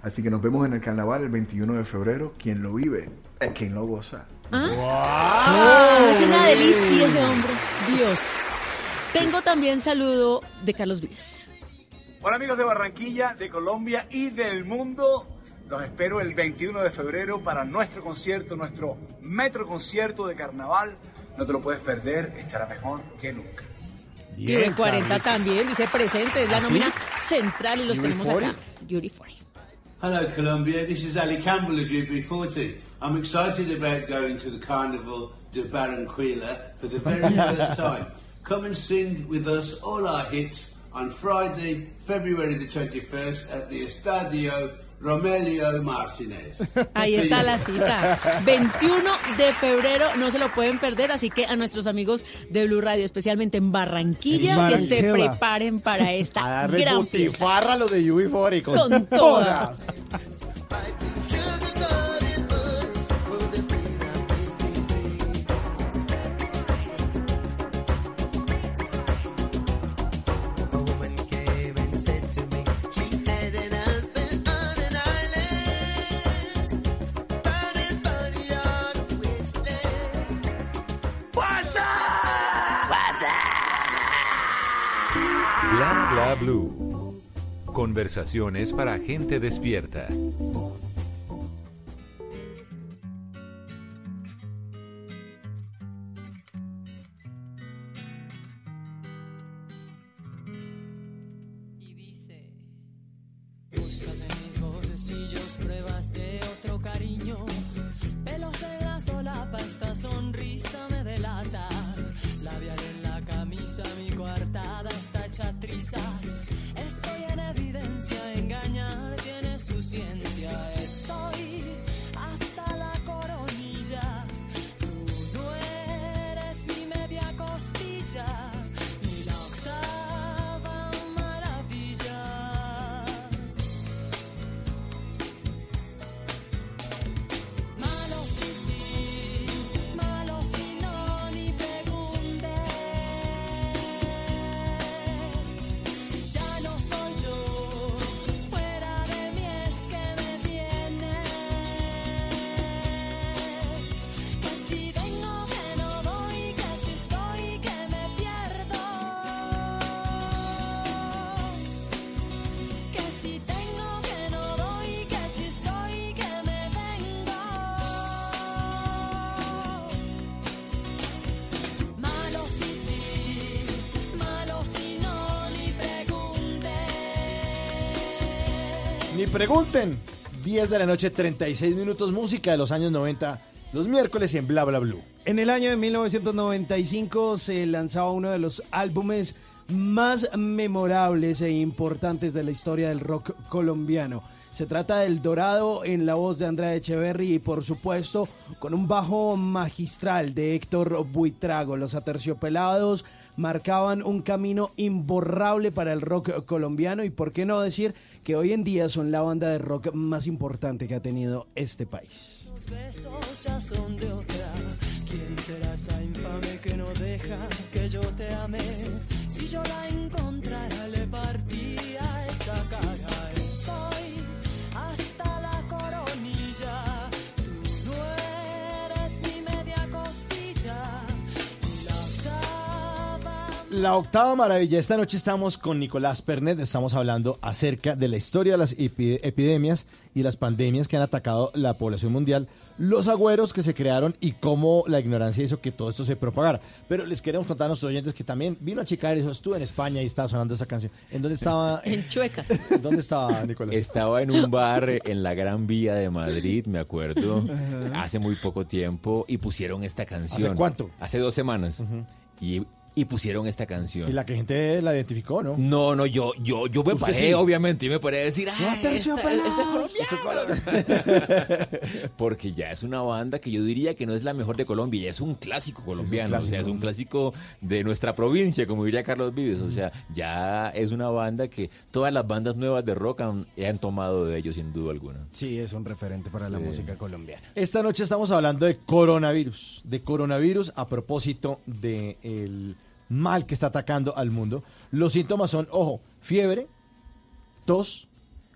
Así que nos vemos en el carnaval el veintiuno de febrero. Quien lo vive es quien lo goza. ¿Ah? Wow. Es una delicia ese hombre. Dios. Tengo también saludo de Carlos Vives. Hola amigos de Barranquilla, de Colombia y del mundo. Los espero el veintiuno de febrero para nuestro concierto, nuestro metro concierto de carnaval. No te lo puedes perder, estará mejor que nunca. Y en cuarenta también, dice presente, es la ¿Ah, nómina sí? central y los Yuri tenemos Fori. acá. Yuri Fori. Hello Colombia, this is Ali Campbell of U B forty. I'm excited about going to the Carnival de Barranquilla for the very first time. Come and sing with us all our hits on Friday, February the twenty-first at the Estadio Romelio Martínez. Ahí See está you. la cita. veintiuno de febrero, no se lo pueden perder, así que a nuestros amigos de Blue Radio, especialmente en Barranquilla, Sí, que se Barranquilla. preparen para A esta darle gran fiesta. butifarra a los de U B cuarenta con, Con toda. Bla bla blue. Conversaciones para gente despierta. Buscas en mis bolsillos pruebas de otro cariño. Pelos en la solapa, esta sonrisa me delata. Labial en la camisa, mi coartada está hecha trizas. Estoy en evidencia, engañar tiene su ciencia. Estoy hasta la coronilla. Tú no eres mi media costilla, ni la octava maravilla. Malo sí, sí, malo si no, ni preguntes. Ya no soy yo, fuera de mí es que me tienes. Que si vengo, que no voy, que si estoy, que me pierdo. Que si tengo, que no doy, que si estoy, que me vengo. Malo sí, sí, malo si no, ni preguntes. Ni pregunten. diez de la noche, treinta y seis minutos, música de los años noventa, los miércoles en Bla Bla Blue. En el año de mil novecientos noventa y cinco se lanzaba uno de los álbumes más memorables e importantes de la historia del rock colombiano. Se trata del Dorado en la voz de Andrea Echeverry y por supuesto con un bajo magistral de Héctor Buitrago. Los Aterciopelados marcaban un camino imborrable para el rock colombiano y por qué no decir que hoy en día son la banda de rock más importante que ha tenido este país. Los besos ya son de otra. ¿Quién será esa infame que no deja que yo te ame? Si yo la encontrara le partía esta caja. Estoy hasta la coronilla. Tú no eres mi media costilla. Ni la octava. La octava maravilla. Esta noche estamos con Nicolás Pernet. Estamos hablando acerca de la historia de las epi- epidemias y las pandemias que han atacado la población mundial, los agüeros que se crearon y cómo la ignorancia hizo que todo esto se propagara. Pero les queremos contar a nuestros oyentes que también vino a Chicago y dijo, estuve en España y estaba sonando esa canción. ¿En dónde estaba? En Chuecas. ¿Dónde estaba, Nicolás? Estaba en un bar en la Gran Vía de Madrid, me acuerdo, Ajá. hace muy poco tiempo, y pusieron esta canción. ¿Hace cuánto? Hace dos semanas. Y, y pusieron esta canción. Y la que gente la identificó, ¿no? No, no, yo, yo, yo me Usted paré, sí. obviamente, y me paré a decir, ah, esta, Aterciopelados. esta es colombiana. Porque ya es una banda que yo diría que no es la mejor de Colombia, ya es un clásico colombiano, clásico. o sea, es un clásico de nuestra provincia, como diría Carlos Vives, o sea, ya es una banda que todas las bandas nuevas de rock han, han tomado de ellos, sin duda alguna. Sí, es un referente para la Sí. música colombiana. Esta noche estamos hablando de coronavirus, de coronavirus a propósito del mal que está atacando al mundo. Los síntomas son, ojo, fiebre, tos,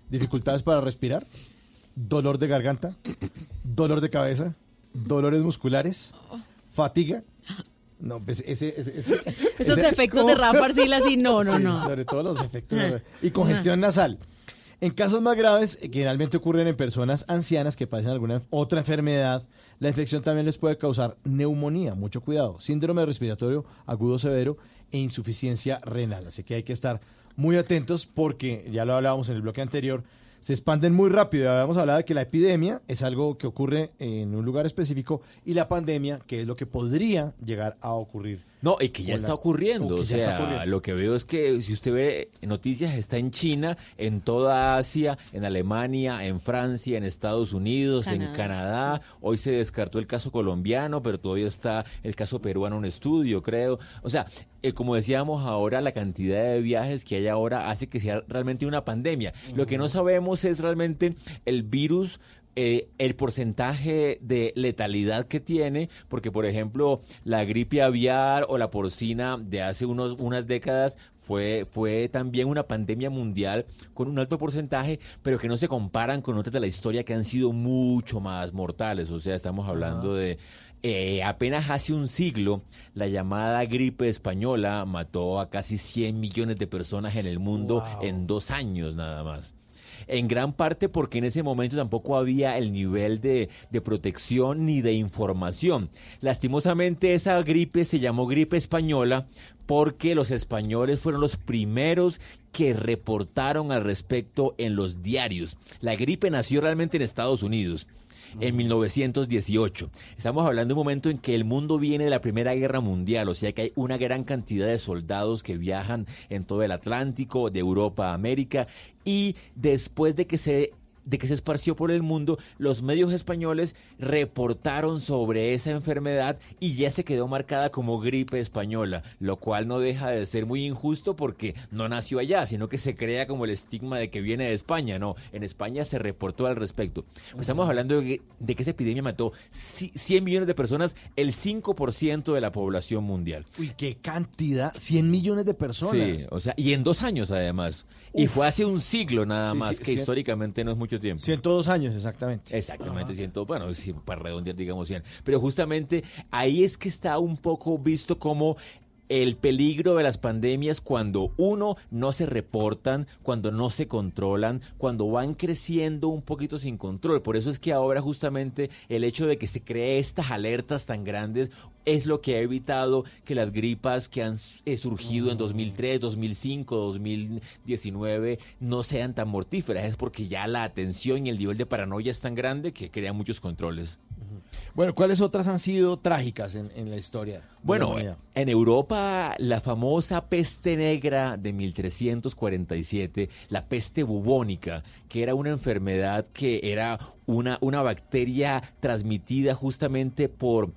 dificultades para respirar, dolor de garganta, dolor de cabeza, dolores musculares, fatiga. No, pues ese... ese, ese Esos ese- efectos ¿cómo? de Rafa Arcila, sí, no, no, Sí, no. sobre todo los efectos. Y congestión nasal. En casos más graves, eh, que generalmente ocurren en personas ancianas que padecen alguna otra enfermedad, la infección también les puede causar neumonía. Mucho cuidado. Síndrome respiratorio agudo severo e insuficiencia renal. Así que hay que estar muy atentos porque, ya lo hablábamos en el bloque anterior, se expanden muy rápido. Ya habíamos hablado de que la epidemia es algo que ocurre en un lugar específico y la pandemia, que es lo que podría llegar a ocurrir. No, y que ya Con está la- ocurriendo. o que O ya está sea, ocurriendo. lo que veo es que si usted ve noticias, está en China, en toda Asia, en Alemania, en Francia, en Estados Unidos, en Canadá. Canadá. Hoy se descartó el caso colombiano, pero todavía está el caso peruano en estudio, creo. O sea, eh, como decíamos ahora, la cantidad de viajes que hay ahora hace que sea realmente una pandemia. Lo que no sabemos es realmente el virus. Eh, el porcentaje de letalidad que tiene, porque por ejemplo la gripe aviar o la porcina de hace unos, unas décadas fue, fue también una pandemia mundial con un alto porcentaje, pero que no se comparan con otras de la historia que han sido mucho más mortales. O sea, estamos hablando de eh, apenas hace un siglo, la llamada gripe española mató a casi cien millones de personas en el mundo en dos años nada más. En gran parte porque en ese momento tampoco había el nivel de, de protección ni de información. Lastimosamente esa gripe se llamó gripe española porque los españoles fueron los primeros que reportaron al respecto en los diarios. La gripe nació realmente en Estados Unidos. En mil novecientos dieciocho. Estamos hablando de un momento en que el mundo viene de la Primera Guerra Mundial, o sea que hay una gran cantidad de soldados que viajan en todo el Atlántico, de Europa a América, y después de que se de que se esparció por el mundo, los medios españoles reportaron sobre esa enfermedad y ya se quedó marcada como gripe española, lo cual no deja de ser muy injusto porque no nació allá, sino que se crea como el estigma de que viene de España. No, en España se reportó al respecto. Pues estamos hablando de que, de que esa epidemia mató cien millones de personas, el cinco por ciento de la población mundial. Uy, qué cantidad, cien millones de personas. Sí, o sea, y en dos años además. Y Uf. fue hace un siglo nada Sí, más, sí, que cien- históricamente no es mucho tiempo. ciento dos años, exactamente. Exactamente, ciento, bueno, sí, para redondear, digamos cien. Pero justamente ahí es que está un poco visto como el peligro de las pandemias cuando uno no se reportan, cuando no se controlan, cuando van creciendo un poquito sin control. Por eso es que ahora justamente el hecho de que se cree estas alertas tan grandes es lo que ha evitado que las gripas que han eh, surgido en dos mil tres, dos mil cinco, dos mil diecinueve no sean tan mortíferas. Es porque ya la atención y el nivel de paranoia es tan grande que crea muchos controles. Bueno, ¿cuáles otras han sido trágicas en, en la historia de la Bueno, humanidad? en Europa la famosa peste negra de mil trescientos cuarenta y siete, la peste bubónica, que era una enfermedad que era una, una bacteria transmitida justamente por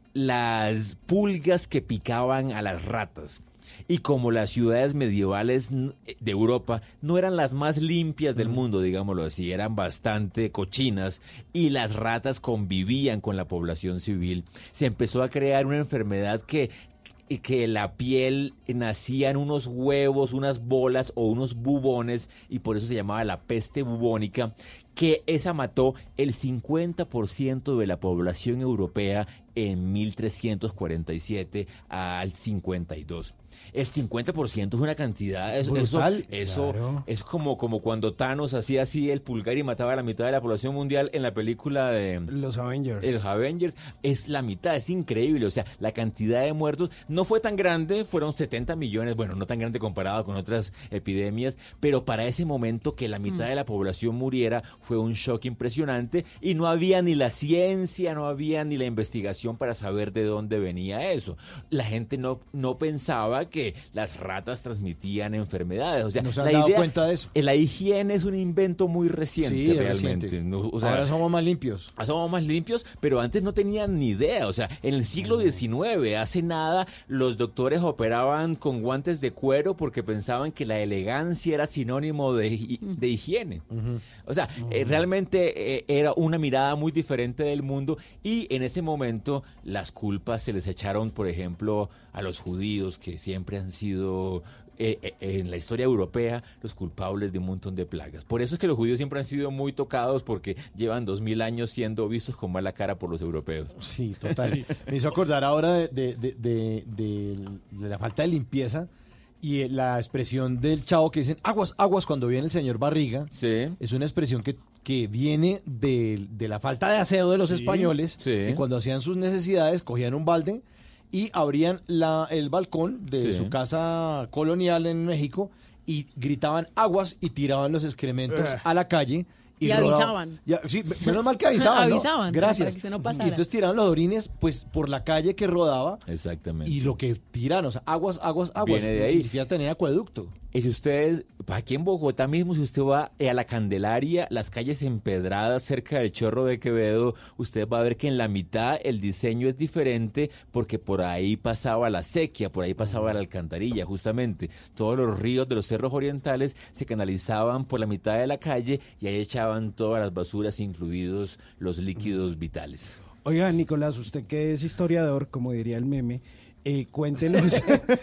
las pulgas que picaban a las ratas. Y como las ciudades medievales de Europa no eran las más limpias del mundo, digámoslo así, eran bastante cochinas y las ratas convivían con la población civil, se empezó a crear una enfermedad que que la piel nacían unos huevos, unas bolas o unos bubones y por eso se llamaba la peste bubónica, que esa mató el cincuenta por ciento de la población europea en mil trescientos cuarenta y siete al cincuenta y dos. El cincuenta por ciento es una cantidad, eso, Brutal. eso, eso Claro. es como, como cuando Thanos hacía así el pulgar y mataba a la mitad de la población mundial en la película de Los Avengers. los Avengers. Es la mitad, es increíble. O sea, la cantidad de muertos no fue tan grande, fueron setenta millones, bueno, no tan grande comparado con otras epidemias, pero para ese momento que la mitad Mm. de la población muriera fue un shock impresionante y no había ni la ciencia, no había ni la investigación para saber de dónde venía eso. La gente no, no pensaba que las ratas transmitían enfermedades. O sea, ¿No se han la dado idea, cuenta de eso? eh, la higiene es un invento muy reciente Sí, es realmente. reciente. ¿no? O sea, Ahora somos más limpios. Ah, somos más limpios, pero antes no tenían ni idea. O sea, en el siglo diecinueve, hace nada, los doctores operaban con guantes de cuero porque pensaban que la elegancia era sinónimo de, hi- de higiene. O sea, eh, realmente eh, era una mirada muy diferente del mundo y en ese momento momento las culpas se les echaron, por ejemplo, a los judíos, que siempre han sido eh, eh, en la historia europea los culpables de un montón de plagas. Por eso es que los judíos siempre han sido muy tocados, porque llevan dos mil años siendo vistos con mala cara por los europeos. Sí, total. Me hizo acordar ahora de, de, de, de, de, de la falta de limpieza y la expresión del Chavo que dicen aguas, aguas cuando viene el señor Barriga. Sí. Es una expresión que, que viene de, de la falta de aseo de los Sí, españoles, sí. que cuando hacían sus necesidades cogían un balde y abrían la, el balcón de Sí. su casa colonial en México y gritaban aguas y tiraban los excrementos Eh. a la calle. Y rodaban- avisaban. Ya, sí, menos mal que avisaban, ¿no? Avisaban, Gracias. para que se no y pasara. entonces tiraban los orines pues por la calle que rodaba. Exactamente. Y lo que tiran, o sea, aguas, aguas, aguas. Viene de ahí. Ni siquiera tener acueducto. Y si ustedes, aquí en Bogotá mismo, si usted va a la Candelaria, las calles empedradas cerca del Chorro de Quevedo, usted va a ver que en la mitad el diseño es diferente porque por ahí pasaba la sequía, por ahí pasaba la alcantarilla, justamente. Todos los ríos de los cerros orientales se canalizaban por la mitad de la calle y ahí echaban todas las basuras, incluidos los líquidos vitales. Oiga, Nicolás, usted que es historiador, como diría el meme, eh, cuéntenos,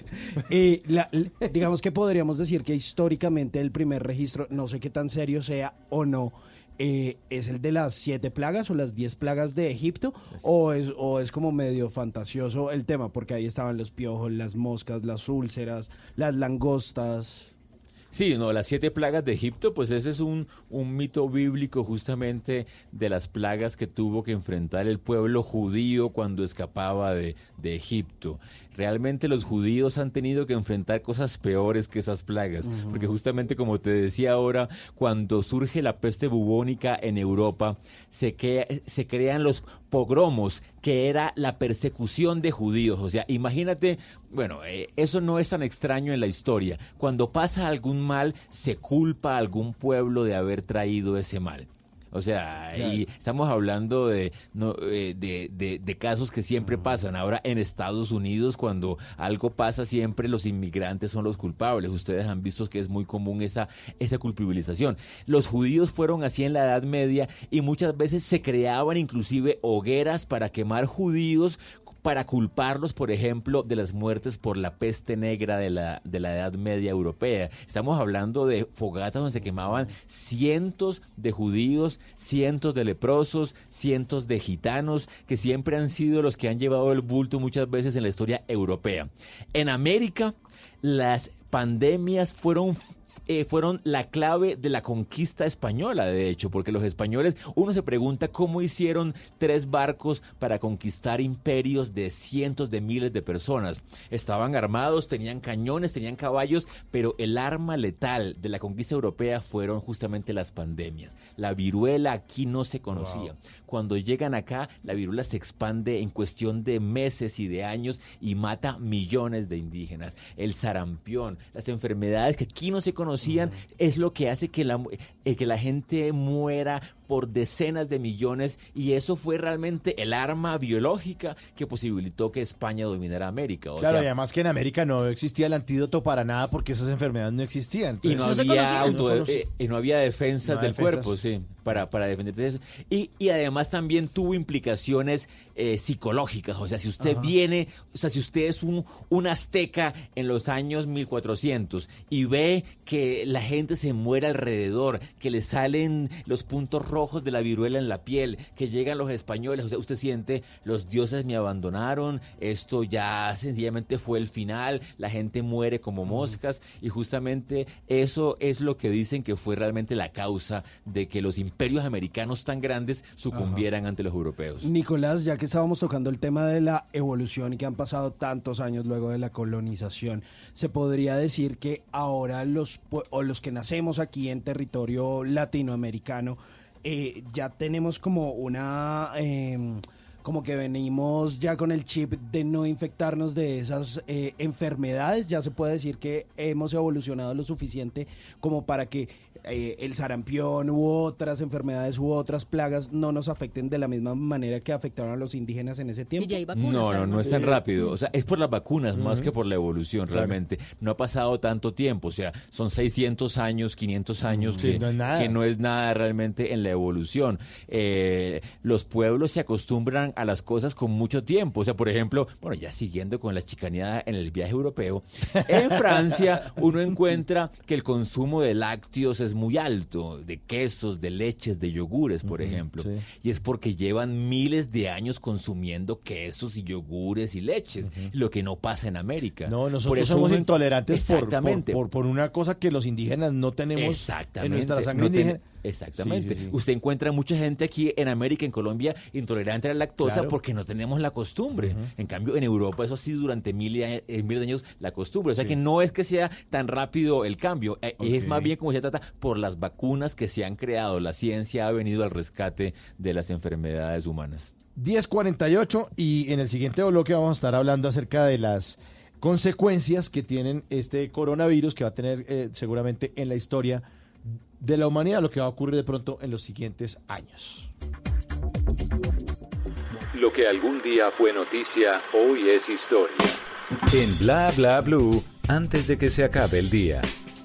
eh, la- l- digamos que podríamos decir que históricamente el primer registro, no sé qué tan serio sea o no, eh, ¿es el de las siete plagas o las diez plagas de Egipto? ¿O es, o es como medio fantasioso el tema? Porque ahí estaban los piojos, las moscas, las úlceras, las langostas. Sí, no, las siete plagas de Egipto, pues ese es un, un mito bíblico justamente de las plagas que tuvo que enfrentar el pueblo judío cuando escapaba de, de Egipto. Realmente los judíos han tenido que enfrentar cosas peores que esas plagas, Ujú. porque justamente como te decía ahora, cuando surge la peste bubónica en Europa, se, crea- se crean los pogromos, que era la persecución de judíos. O sea, imagínate, bueno, eh, eso no es tan extraño en la historia. Cuando pasa algún mal, se culpa a algún pueblo de haber traído ese mal. O sea, Claro. y estamos hablando de, no, eh, de, de, de casos que siempre pasan. Ahora en Estados Unidos, cuando algo pasa, siempre los inmigrantes son los culpables. Ustedes han visto que es muy común esa, esa culpabilización. Los judíos fueron así en la Edad Media y muchas veces se creaban inclusive hogueras para quemar judíos, para culparlos, por ejemplo, de las muertes por la peste negra de la, de la Edad Media europea. Estamos hablando de fogatas donde se quemaban cientos de judíos, cientos de leprosos, cientos de gitanos, que siempre han sido los que han llevado el bulto muchas veces en la historia europea. En América, las pandemias fueron eh, fueron la clave de la conquista española, de hecho, porque los españoles, uno se pregunta cómo hicieron tres barcos para conquistar imperios de cientos de miles de personas. Estaban armados, tenían cañones, tenían caballos, pero el arma letal de la conquista europea fueron justamente las pandemias. La viruela aquí no se conocía. Wow. Cuando llegan acá, la viruela se expande en cuestión de meses y de años y mata millones de indígenas. El sarampión, las enfermedades que aquí no se conocían, es lo que hace que la, eh, que la gente muera por decenas de millones, y eso fue realmente el arma biológica que posibilitó que España dominara América. O Claro, sea, y además que en América no existía el antídoto para nada porque esas enfermedades no existían. y no, Entonces, había auto- No conocía. eh, y no había defensas No había del defensas. cuerpo, sí, para, para defenderte de eso. Y, y además también tuvo implicaciones eh, psicológicas. O sea, si usted Ajá. viene, o sea, si usted es un, un azteca en los años mil cuatrocientos y ve que la gente se muere alrededor, que le salen los puntos rojos de la viruela en la piel, que llegan los españoles, o sea, usted siente, los dioses me abandonaron, esto ya sencillamente fue el final, la gente muere como moscas, y justamente eso es lo que dicen que fue realmente la causa de que los imperios americanos tan grandes sucumbieran ante los europeos. Nicolás, ya que estábamos tocando el tema de la evolución y que han pasado tantos años luego de la colonización, ¿se podría decir que ahora los, pue- o los que nacemos aquí en territorio latinoamericano eh, ya tenemos como una... em, como que venimos ya con el chip de no infectarnos de esas eh, enfermedades? Ya se puede decir que hemos evolucionado lo suficiente como para que eh, el sarampión u otras enfermedades u otras plagas no nos afecten de la misma manera que afectaron a los indígenas en ese tiempo. Y ya hay vacunas, No, no, además. no es tan rápido. O sea, es por las vacunas más Ujú. que por la evolución, Claro. realmente. No ha pasado tanto tiempo. O sea, son seiscientos años, quinientos años Sí, que, no es nada. que no es nada realmente en la evolución. Eh, los pueblos se acostumbran a las cosas con mucho tiempo. O sea, por ejemplo, bueno, ya siguiendo con la chicaneada en el viaje europeo, en Francia uno encuentra que el consumo de lácteos es muy alto, de quesos, de leches, de yogures, por ejemplo. sí. Y es porque llevan miles de años consumiendo quesos y yogures y leches, lo que no pasa en América. No, nosotros Por eso somos uno- intolerantes por, Exactamente. por, por, por una cosa que los indígenas no tenemos Exactamente. en nuestra sangre No ten- indígena. Exactamente. Sí, sí, sí. Usted encuentra mucha gente aquí en América, en Colombia, intolerante a la lactosa Claro. porque no tenemos la costumbre. En cambio, en Europa eso ha sido durante mil, y a- eh, mil de años la costumbre. O sea Sí. que no es que sea tan rápido el cambio. eh, Es Ok. más bien como se trata por las vacunas que se han creado. La ciencia ha venido al rescate de las enfermedades humanas. diez cuarenta y ocho y en el siguiente bloque vamos a estar hablando acerca de las consecuencias que tienen este coronavirus que va a tener eh, seguramente en la historia de la humanidad, lo que va a ocurrir de pronto en los siguientes años. Lo que algún día fue noticia, hoy es historia. En Bla Bla Blue, antes de que se acabe el día.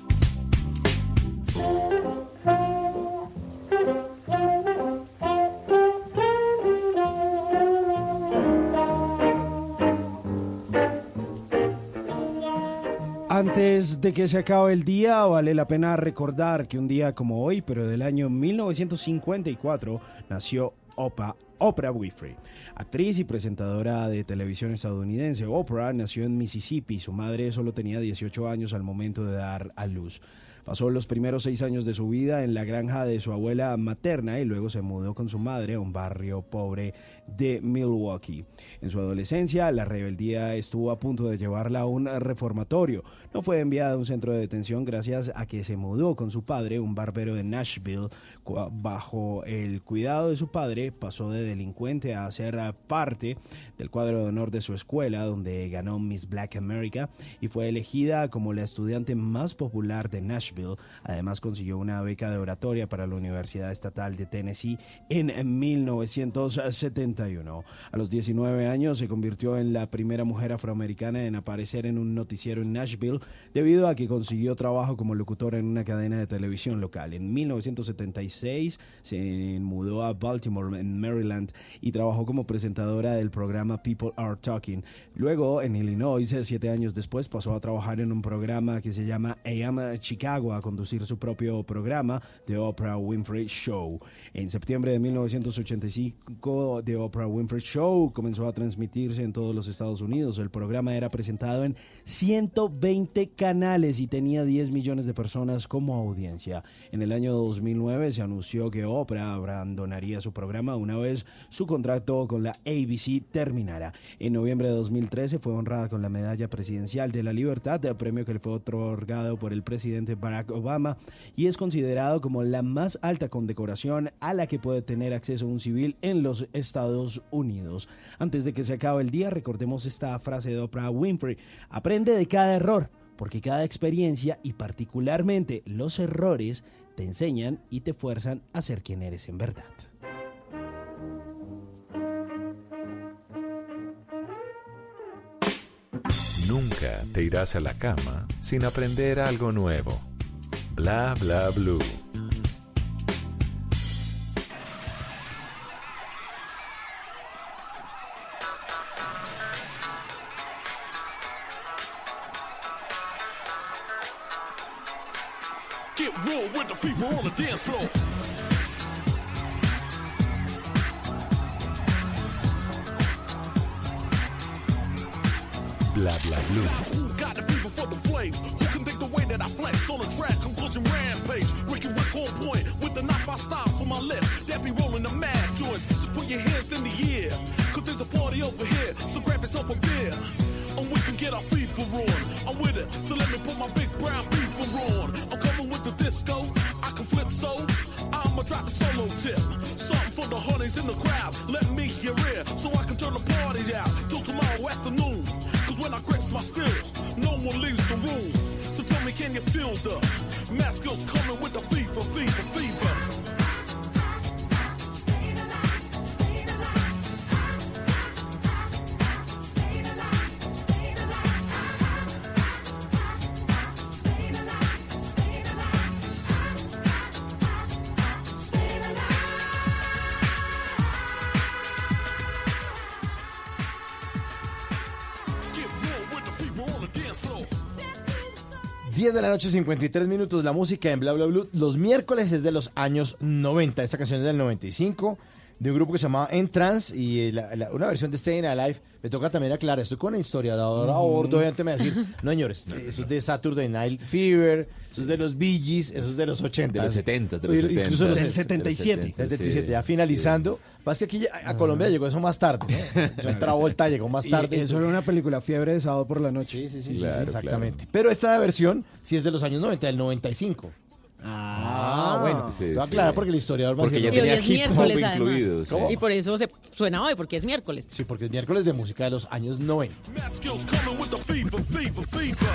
Antes de que se acabe el día, vale la pena recordar que un día como hoy, pero del año mil novecientos cincuenta y cuatro, nació Oprah, Oprah Winfrey, actriz y presentadora de televisión estadounidense. Oprah nació en Mississippi. Su madre solo tenía dieciocho años al momento de dar a luz. Pasó los primeros seis años de su vida en la granja de su abuela materna y luego se mudó con su madre a un barrio pobre de Milwaukee. En su adolescencia, la rebeldía estuvo a punto de llevarla a un reformatorio. No fue enviada a un centro de detención gracias a que se mudó con su padre, un barbero de Nashville. Cu- Bajo el cuidado de su padre, pasó de delincuente a ser parte del cuadro de honor de su escuela, donde ganó Miss Black America y fue elegida como la estudiante más popular de Nashville. Además, consiguió una beca de oratoria para la Universidad Estatal de Tennessee en mil novecientos setenta y uno. A los diecinueve años se convirtió en la primera mujer afroamericana en aparecer en un noticiero en Nashville debido a que consiguió trabajo como locutora en una cadena de televisión local. En mil novecientos setenta y seis se mudó a Baltimore, en Maryland, y trabajó como presentadora del programa People Are Talking. Luego, en Illinois, siete años después, pasó a trabajar en un programa que se llama A M Chicago, a conducir su propio programa, The Oprah Winfrey Show. En septiembre de mil novecientos ochenta y cinco, The Oprah Winfrey Show comenzó a transmitirse en todos los Estados Unidos. El programa era presentado en ciento veinte canales y tenía diez millones de personas como audiencia. En el año dos mil nueve se anunció que Oprah abandonaría su programa una vez su contrato con la A B C terminara. En noviembre de dos mil trece fue honrada con la Medalla Presidencial de la Libertad, el premio que le fue otorgado por el presidente Barack Obama, y es considerado como la más alta condecoración a la que puede tener acceso un civil en los Estados Unidos. Antes de que se acabe el día, recordemos esta frase de Oprah Winfrey: aprende de cada error, porque cada experiencia y particularmente los errores te enseñan y te fuerzan a ser quien eres en verdad. Nunca te irás a la cama sin aprender algo nuevo. Bla Bla Blue. Get real with the fever on the dance floor. Bla Bla Blue. Who got the fever for the flames? Who can think the way that I flex on the track? Conclusion rampage. Ricky Rick on point with the knife I style for my left. That be rolling the mad joints. Just put your hands in the air. Cause there's a party over here. So grab yourself a beer. And we can get our fever on. I'm with it. So let me put my big brown fever on. I'm coming with the disco. I can flip so. I'ma drop the solo tip. Something for the honeys in the crowd. Let me hear it. So I can turn the party out till tomorrow afternoon. Cause when I grips my skills, no one leaves the room. So tell me me, can you feel the math skills coming with the fever, fever, fever? diez de la noche, cincuenta y tres minutos, la música en Bla Bla Blue. Los miércoles es de los años noventa. Esta canción es del noventa y cinco, de un grupo que se llamaba Entrance, y la, la, una versión de Staying Alive. Me toca también aclarar, estoy con la historiadora a bordo, obviamente me va a decir, no señores, eso es de Saturday Night Fever, eso es de los Bee Gees, eso es de los ochenta. De los setenta, de los setenta. Incluso del setenta y siete. setenta y siete, ya finalizando. Pasa que aquí ya, a Colombia llegó eso más tarde, ¿no? Ya Travolta llegó más tarde. Y eso era una película, Fiebre de Sábado por la Noche. Sí, sí, sí, Claro, sí, exactamente. claro. Pero esta versión sí es de los años noventa, del noventa y cinco. Ah, bueno. Sí, Te voy a sí. aclarar porque el historiador va a Porque decir, ya Y hoy tenía es hip hop miércoles, además. incluido. sí. ¿Cómo? Y por eso se suena hoy, porque es miércoles. Sí, porque es miércoles de música de los años noventa. Math skills coming with the fever, fever, fever.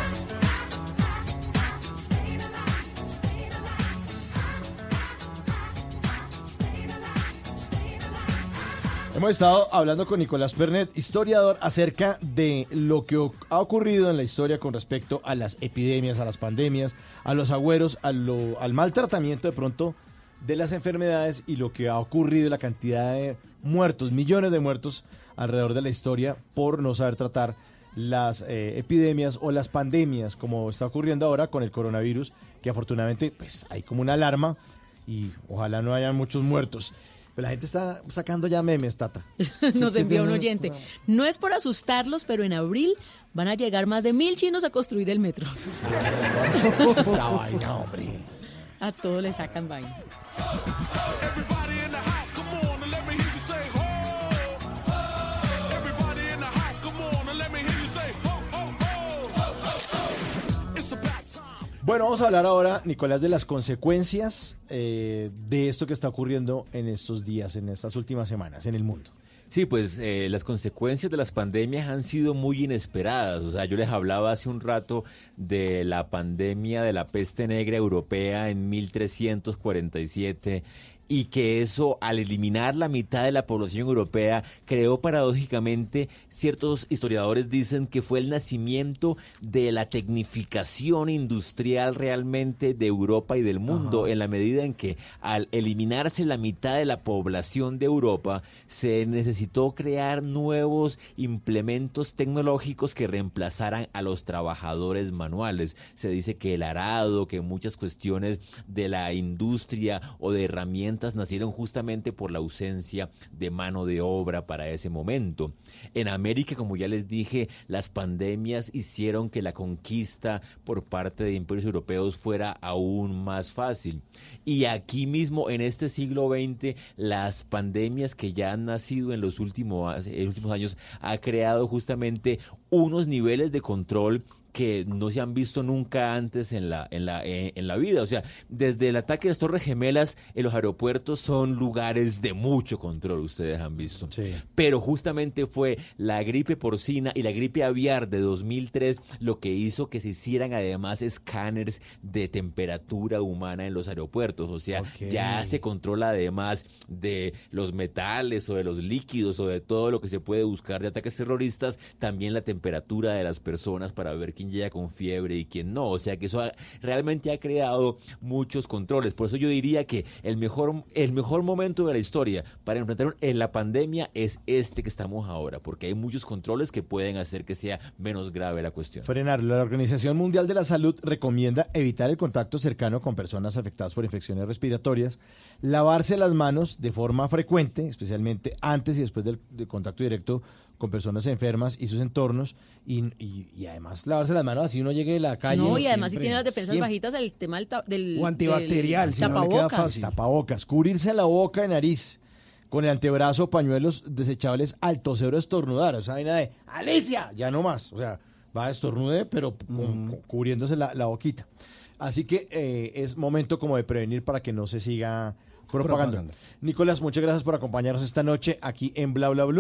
Hemos estado hablando con Nicolás Pernet, historiador, acerca de lo que o- ha ocurrido en la historia con respecto a las epidemias, a las pandemias, a los agüeros, a lo- al maltratamiento de pronto de las enfermedades y lo que ha ocurrido, la cantidad de muertos, millones de muertos alrededor de la historia por no saber tratar las eh, epidemias o las pandemias, como está ocurriendo ahora con el coronavirus, que afortunadamente pues hay como una alarma y ojalá no hayan muchos muertos. Pero la gente está sacando ya memes, Tata. Nos Sí, envía un sí, oyente. No es por asustarlos, pero en abril van a llegar más de mil chinos a construir el metro. Esa vaina, hombre. A todos le sacan vaina. Everybody in the house, come on and let me hear you say ho. Everybody in the house, come on and let me hear you say ho, ho, ho. It's about time. Bueno, vamos a hablar ahora, Nicolás, de las consecuencias eh, de esto que está ocurriendo en estos días, en estas últimas semanas, en el mundo. Sí, pues eh, las consecuencias de las pandemias han sido muy inesperadas. O sea, yo les hablaba hace un rato de la pandemia de la peste negra europea en mil trescientos cuarenta y siete y que eso, al eliminar la mitad de la población europea, creó paradójicamente, ciertos historiadores dicen que fue el nacimiento de la tecnificación industrial realmente de Europa y del mundo, en la medida en que al eliminarse la mitad de la población de Europa, se necesitó crear nuevos implementos tecnológicos que reemplazaran a los trabajadores manuales. Se dice que el arado, que muchas cuestiones de la industria o de herramientas nacieron justamente por la ausencia de mano de obra para ese momento. En América, como ya les dije, las pandemias hicieron que la conquista por parte de imperios europeos fuera aún más fácil. Y aquí mismo, en este siglo veinte, las pandemias que ya han nacido en los últimos, en los últimos años ha creado justamente unos niveles de control que no se han visto nunca antes en la, en la, en, en la vida. O sea, desde el ataque de las Torres Gemelas, en los aeropuertos son lugares de mucho control, ustedes han visto. Sí. Pero justamente fue la gripe porcina y la gripe aviar de dos mil tres lo que hizo que se hicieran además escáneres de temperatura humana en los aeropuertos. O sea, Ok. ya se controla además de los metales o de los líquidos o de todo lo que se puede buscar de ataques terroristas, también la temperatura de las personas para ver quién llega con fiebre y quién no. O sea que eso ha- realmente ha creado muchos controles. Por eso yo diría que el mejor, el mejor momento de la historia para enfrentar en la pandemia es este que estamos ahora, porque hay muchos controles que pueden hacer que sea menos grave la cuestión. Frenarlo. La Organización Mundial de la Salud recomienda evitar el contacto cercano con personas afectadas por infecciones respiratorias, lavarse las manos de forma frecuente, especialmente antes y después del, del contacto directo con personas enfermas y sus entornos, y, y, y además lavarse las manos así uno llegue de la calle. No, y además si siempre, tiene las defensas siempre. bajitas, el tema del, ta- del O antibacterial, del si no le queda tapabocas. fácil. Tapabocas, cubrirse la boca y nariz con el antebrazo, pañuelos desechables al toser o estornudar. Esa vaina de ¡Alicia! Ya no más. O sea, va a estornude, pero con- con- cubriéndose la, la boquita. Así que eh, es momento como de prevenir para que no se siga propagando. Propaganda. Nicolás, muchas gracias por acompañarnos esta noche aquí en Bla Bla Blue.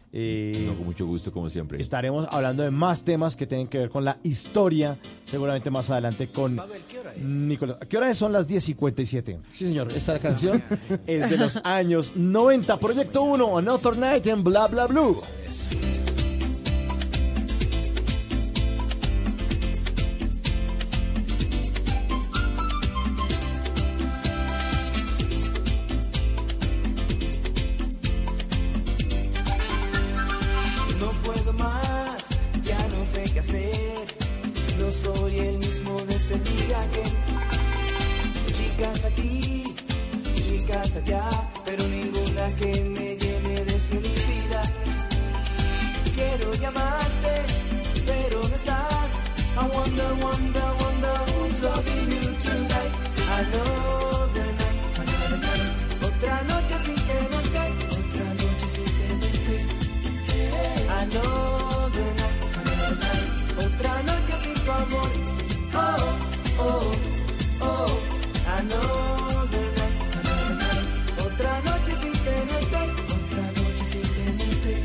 Eh, No, con mucho gusto, como siempre. Estaremos hablando de más temas que tienen que ver con la historia, seguramente más adelante con Nicolás. ¿Qué hora es? Son las diez cincuenta y siete. Sí, señor, esta canción es de los años noventa. Proyecto uno, Another Night en Bla Bla Blue. No puedo más, ya no sé qué hacer. No soy el mismo desde el día que chicas aquí, chicas allá, pero ninguna que me llene de felicidad. Quiero llamarte, pero no estás. I wonder, wonder, wonder who's loving you tonight. Another night, another night. Otra noche sin tenerte, otra noche sin tenerte. Another night, another night. Otra noche sin tu amor. Oh, oh, oh. Another night, another night. Otra noche sin tenerte, otra noche sin tenerte.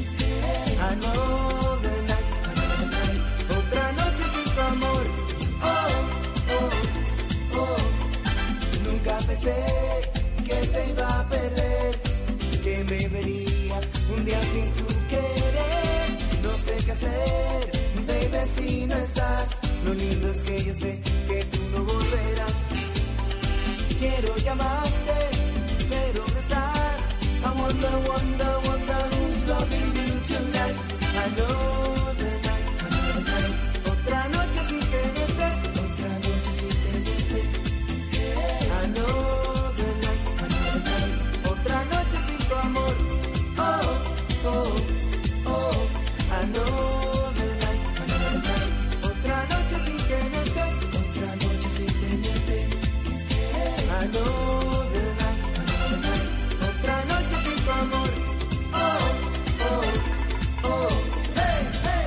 Another night, another night. Otra noche sin tu amor. Oh, oh, oh. Nunca pensé que te iba a perder, que me vería un día sin tu querer. No sé qué hacer, baby, si no estás. Lo lindo es que yo sé que tú no volverás. Quiero llamarte, pero no estás. I wonder, wonder, wonder who's loving you tonight. Another night, another night. Otra noche sin tenerte, otra noche sin tenerte. Another night, another night. Otra noche sin tu amor. Oh, oh, oh. Another night, another night. Otra noche sin tenerte, otra noche sin tenerte. Another night, another night. Otra noche sin tu amor. Oh, oh, oh. Hey, hey.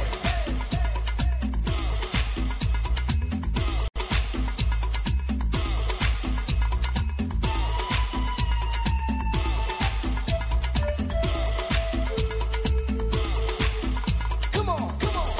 Come on, come on.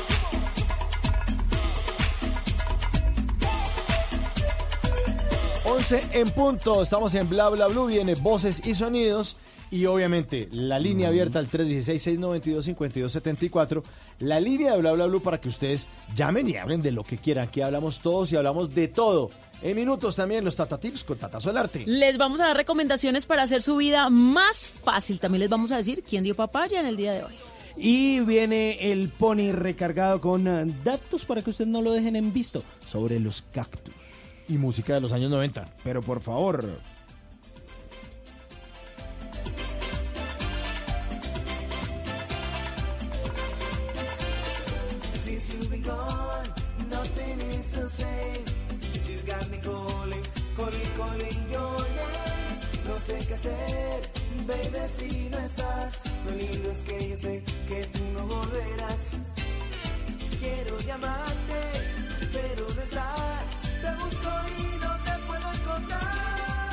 once en punto, estamos en Bla Bla Blue, viene Voces y Sonidos y obviamente la línea abierta al tres uno seis, seis nueve dos, cinco dos siete cuatro, la línea de Bla Bla Blue para que ustedes llamen y hablen de lo que quieran, que hablamos todos y hablamos de todo. En minutos también los Tata Tips con Tata Solarte. Les vamos a dar recomendaciones para hacer su vida más fácil. También les vamos a decir quién dio papaya en el día de hoy. Y viene el Pony recargado con uh, datos para que ustedes no lo dejen en visto sobre los cactus. Y música de los años noventa. Pero por favor. Since you've been gone, nothing is the same. You got me calling, calling, calling your name. No sé qué hacer, baby, si no estás. Lo lindo es que yo sé que tú no volverás. Quiero llamarte, pero no estás. Te busco y no te puedo encontrar.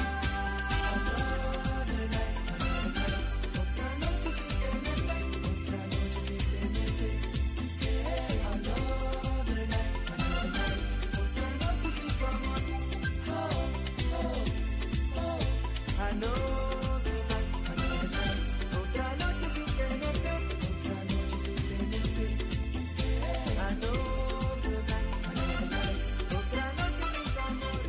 Another night, another night. Otra noche sin tenerte, otra noche sin tenerte. Another night, another night. Otra noche sin tu amor. Oh, oh, oh. Another night, another night. Otra noche sin tenerte, otra noche sin tenerte. Another night, another night. Otra noche sin tu amor.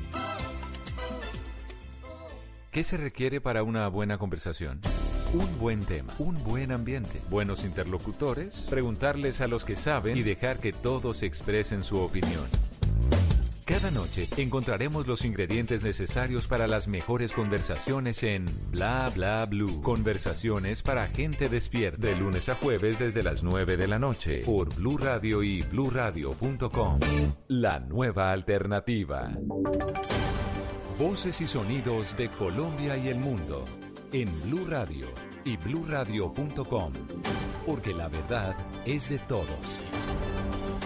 ¿Qué se requiere para una buena conversación? Un buen tema, un buen ambiente, buenos interlocutores, preguntarles a los que saben y dejar que todos expresen su opinión. Cada noche encontraremos los ingredientes necesarios para las mejores conversaciones en Bla Bla Blue. Conversaciones para gente despierta. De lunes a jueves desde las nueve de la noche por Blue Radio y blue radio punto com. La nueva alternativa. Voces y sonidos de Colombia y el mundo en Blue Radio y blue radio punto com. Porque la verdad es de todos.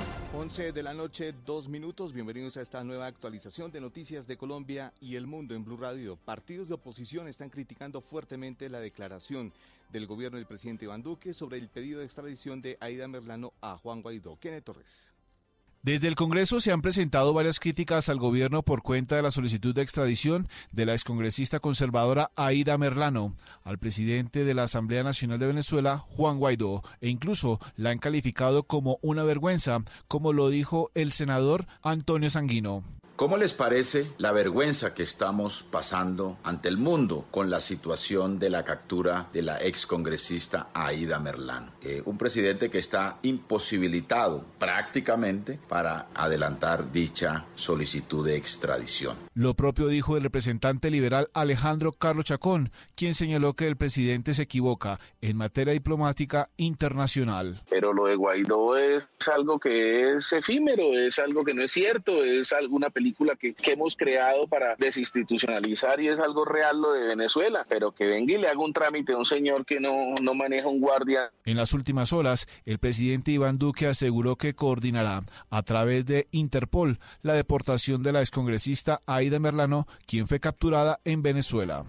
once de la noche, dos minutos. Bienvenidos a esta nueva actualización de noticias de Colombia y el mundo en Blue Radio. Partidos de oposición están criticando fuertemente la declaración del gobierno del presidente Iván Duque sobre el pedido de extradición de Aida Merlano a Juan Guaidó. Kenneth Torres. Desde el Congreso se han presentado varias críticas al gobierno por cuenta de la solicitud de extradición de la excongresista conservadora Aida Merlano al presidente de la Asamblea Nacional de Venezuela, Juan Guaidó, e incluso la han calificado como una vergüenza, como lo dijo el senador Antonio Sanguino. ¿Cómo les parece la vergüenza que estamos pasando ante el mundo con la situación de la captura de la excongresista Aida Merlano? Eh, un presidente que está imposibilitado prácticamente para adelantar dicha solicitud de extradición. Lo propio dijo el representante liberal Alejandro Carlos Chacón, quien señaló que el presidente se equivoca en materia diplomática internacional. Pero lo de Guaidó es algo que es efímero, es algo que no es cierto, es alguna película película que, que hemos creado para desinstitucionalizar y es algo real lo de Venezuela, pero que venga y le haga un trámite a un señor que no, no maneja un guardia. En las últimas horas, el presidente Iván Duque aseguró que coordinará a través de Interpol la deportación de la excongresista Aida Merlano, quien fue capturada en Venezuela.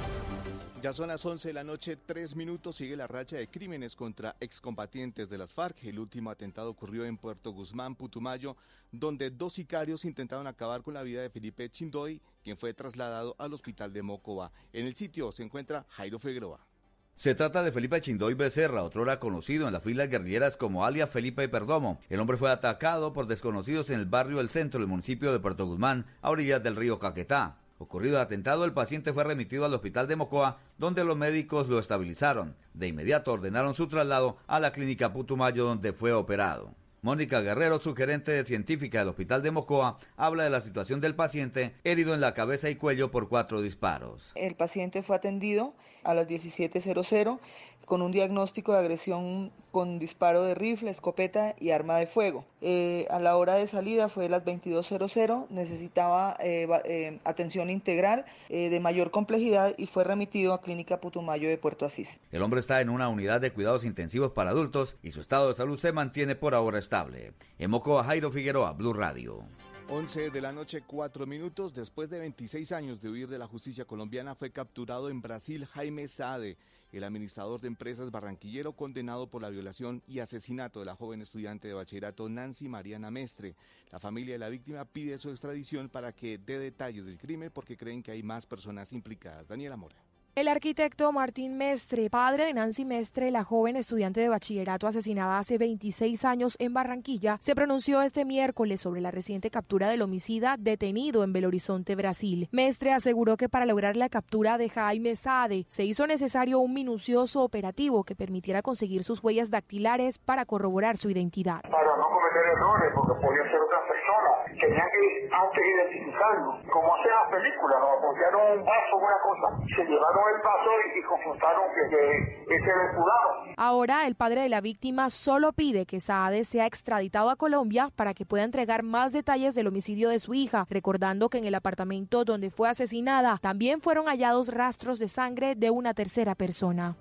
Ya son las once de la noche, tres minutos, sigue la racha de crímenes contra excombatientes de las FARC. El último atentado ocurrió en Puerto Guzmán, Putumayo, donde dos sicarios intentaron acabar con la vida de Felipe Chindoy, quien fue trasladado al hospital de Mocoa. En el sitio se encuentra Jairo Figueroa. Se trata de Felipe Chindoy Becerra, otrora conocido en las filas guerrilleras como alias Felipe Perdomo. El hombre fue atacado por desconocidos en el barrio El Centro del municipio de Puerto Guzmán, a orillas del río Caquetá. Ocurrido el atentado, el paciente fue remitido al hospital de Mocoa, donde los médicos lo estabilizaron. De inmediato ordenaron su traslado a la clínica Putumayo, donde fue operado. Mónica Guerrero, subgerente científica del hospital de Mocoa, habla de la situación del paciente, herido en la cabeza y cuello por cuatro disparos. El paciente fue atendido a las diecisiete cero cero con un diagnóstico de agresión con disparo de rifle, escopeta y arma de fuego. Eh, a la hora de salida fue las veintidós cero cero, necesitaba eh, eh, atención integral eh, de mayor complejidad y fue remitido a Clínica Putumayo de Puerto Asís. El hombre está en una unidad de cuidados intensivos para adultos y su estado de salud se mantiene por ahora estable. En Mocoa, Jairo Figueroa, Blue Radio. once de la noche, cuatro minutos. Después de veintiséis años de huir de la justicia colombiana, fue capturado en Brasil Jaime Saade, el administrador de empresas barranquillero condenado por la violación y asesinato de la joven estudiante de bachillerato Nancy Mariana Mestre. La familia de la víctima pide su extradición para que dé detalles del crimen porque creen que hay más personas implicadas. Daniela Mora. El arquitecto Martín Mestre, padre de Nancy Mestre, la joven estudiante de bachillerato asesinada hace veintiséis años en Barranquilla, se pronunció este miércoles sobre la reciente captura del homicida detenido en Belo Horizonte, Brasil. Mestre aseguró que para lograr la captura de Jaime Saade se hizo necesario un minucioso operativo que permitiera conseguir sus huellas dactilares para corroborar su identidad. Para no cometer errores, porque podía ser otra persona, tenían que antes identificarlo, como hacen las películas, nos apoyaron un vaso, una cosa, se llevaron el vaso y, y confrontaron que, que ese era el fulano. Ahora el padre de la víctima solo pide que Saade sea extraditado a Colombia para que pueda entregar más detalles del homicidio de su hija, recordando que en el apartamento donde fue asesinada también fueron hallados rastros de sangre de una tercera persona.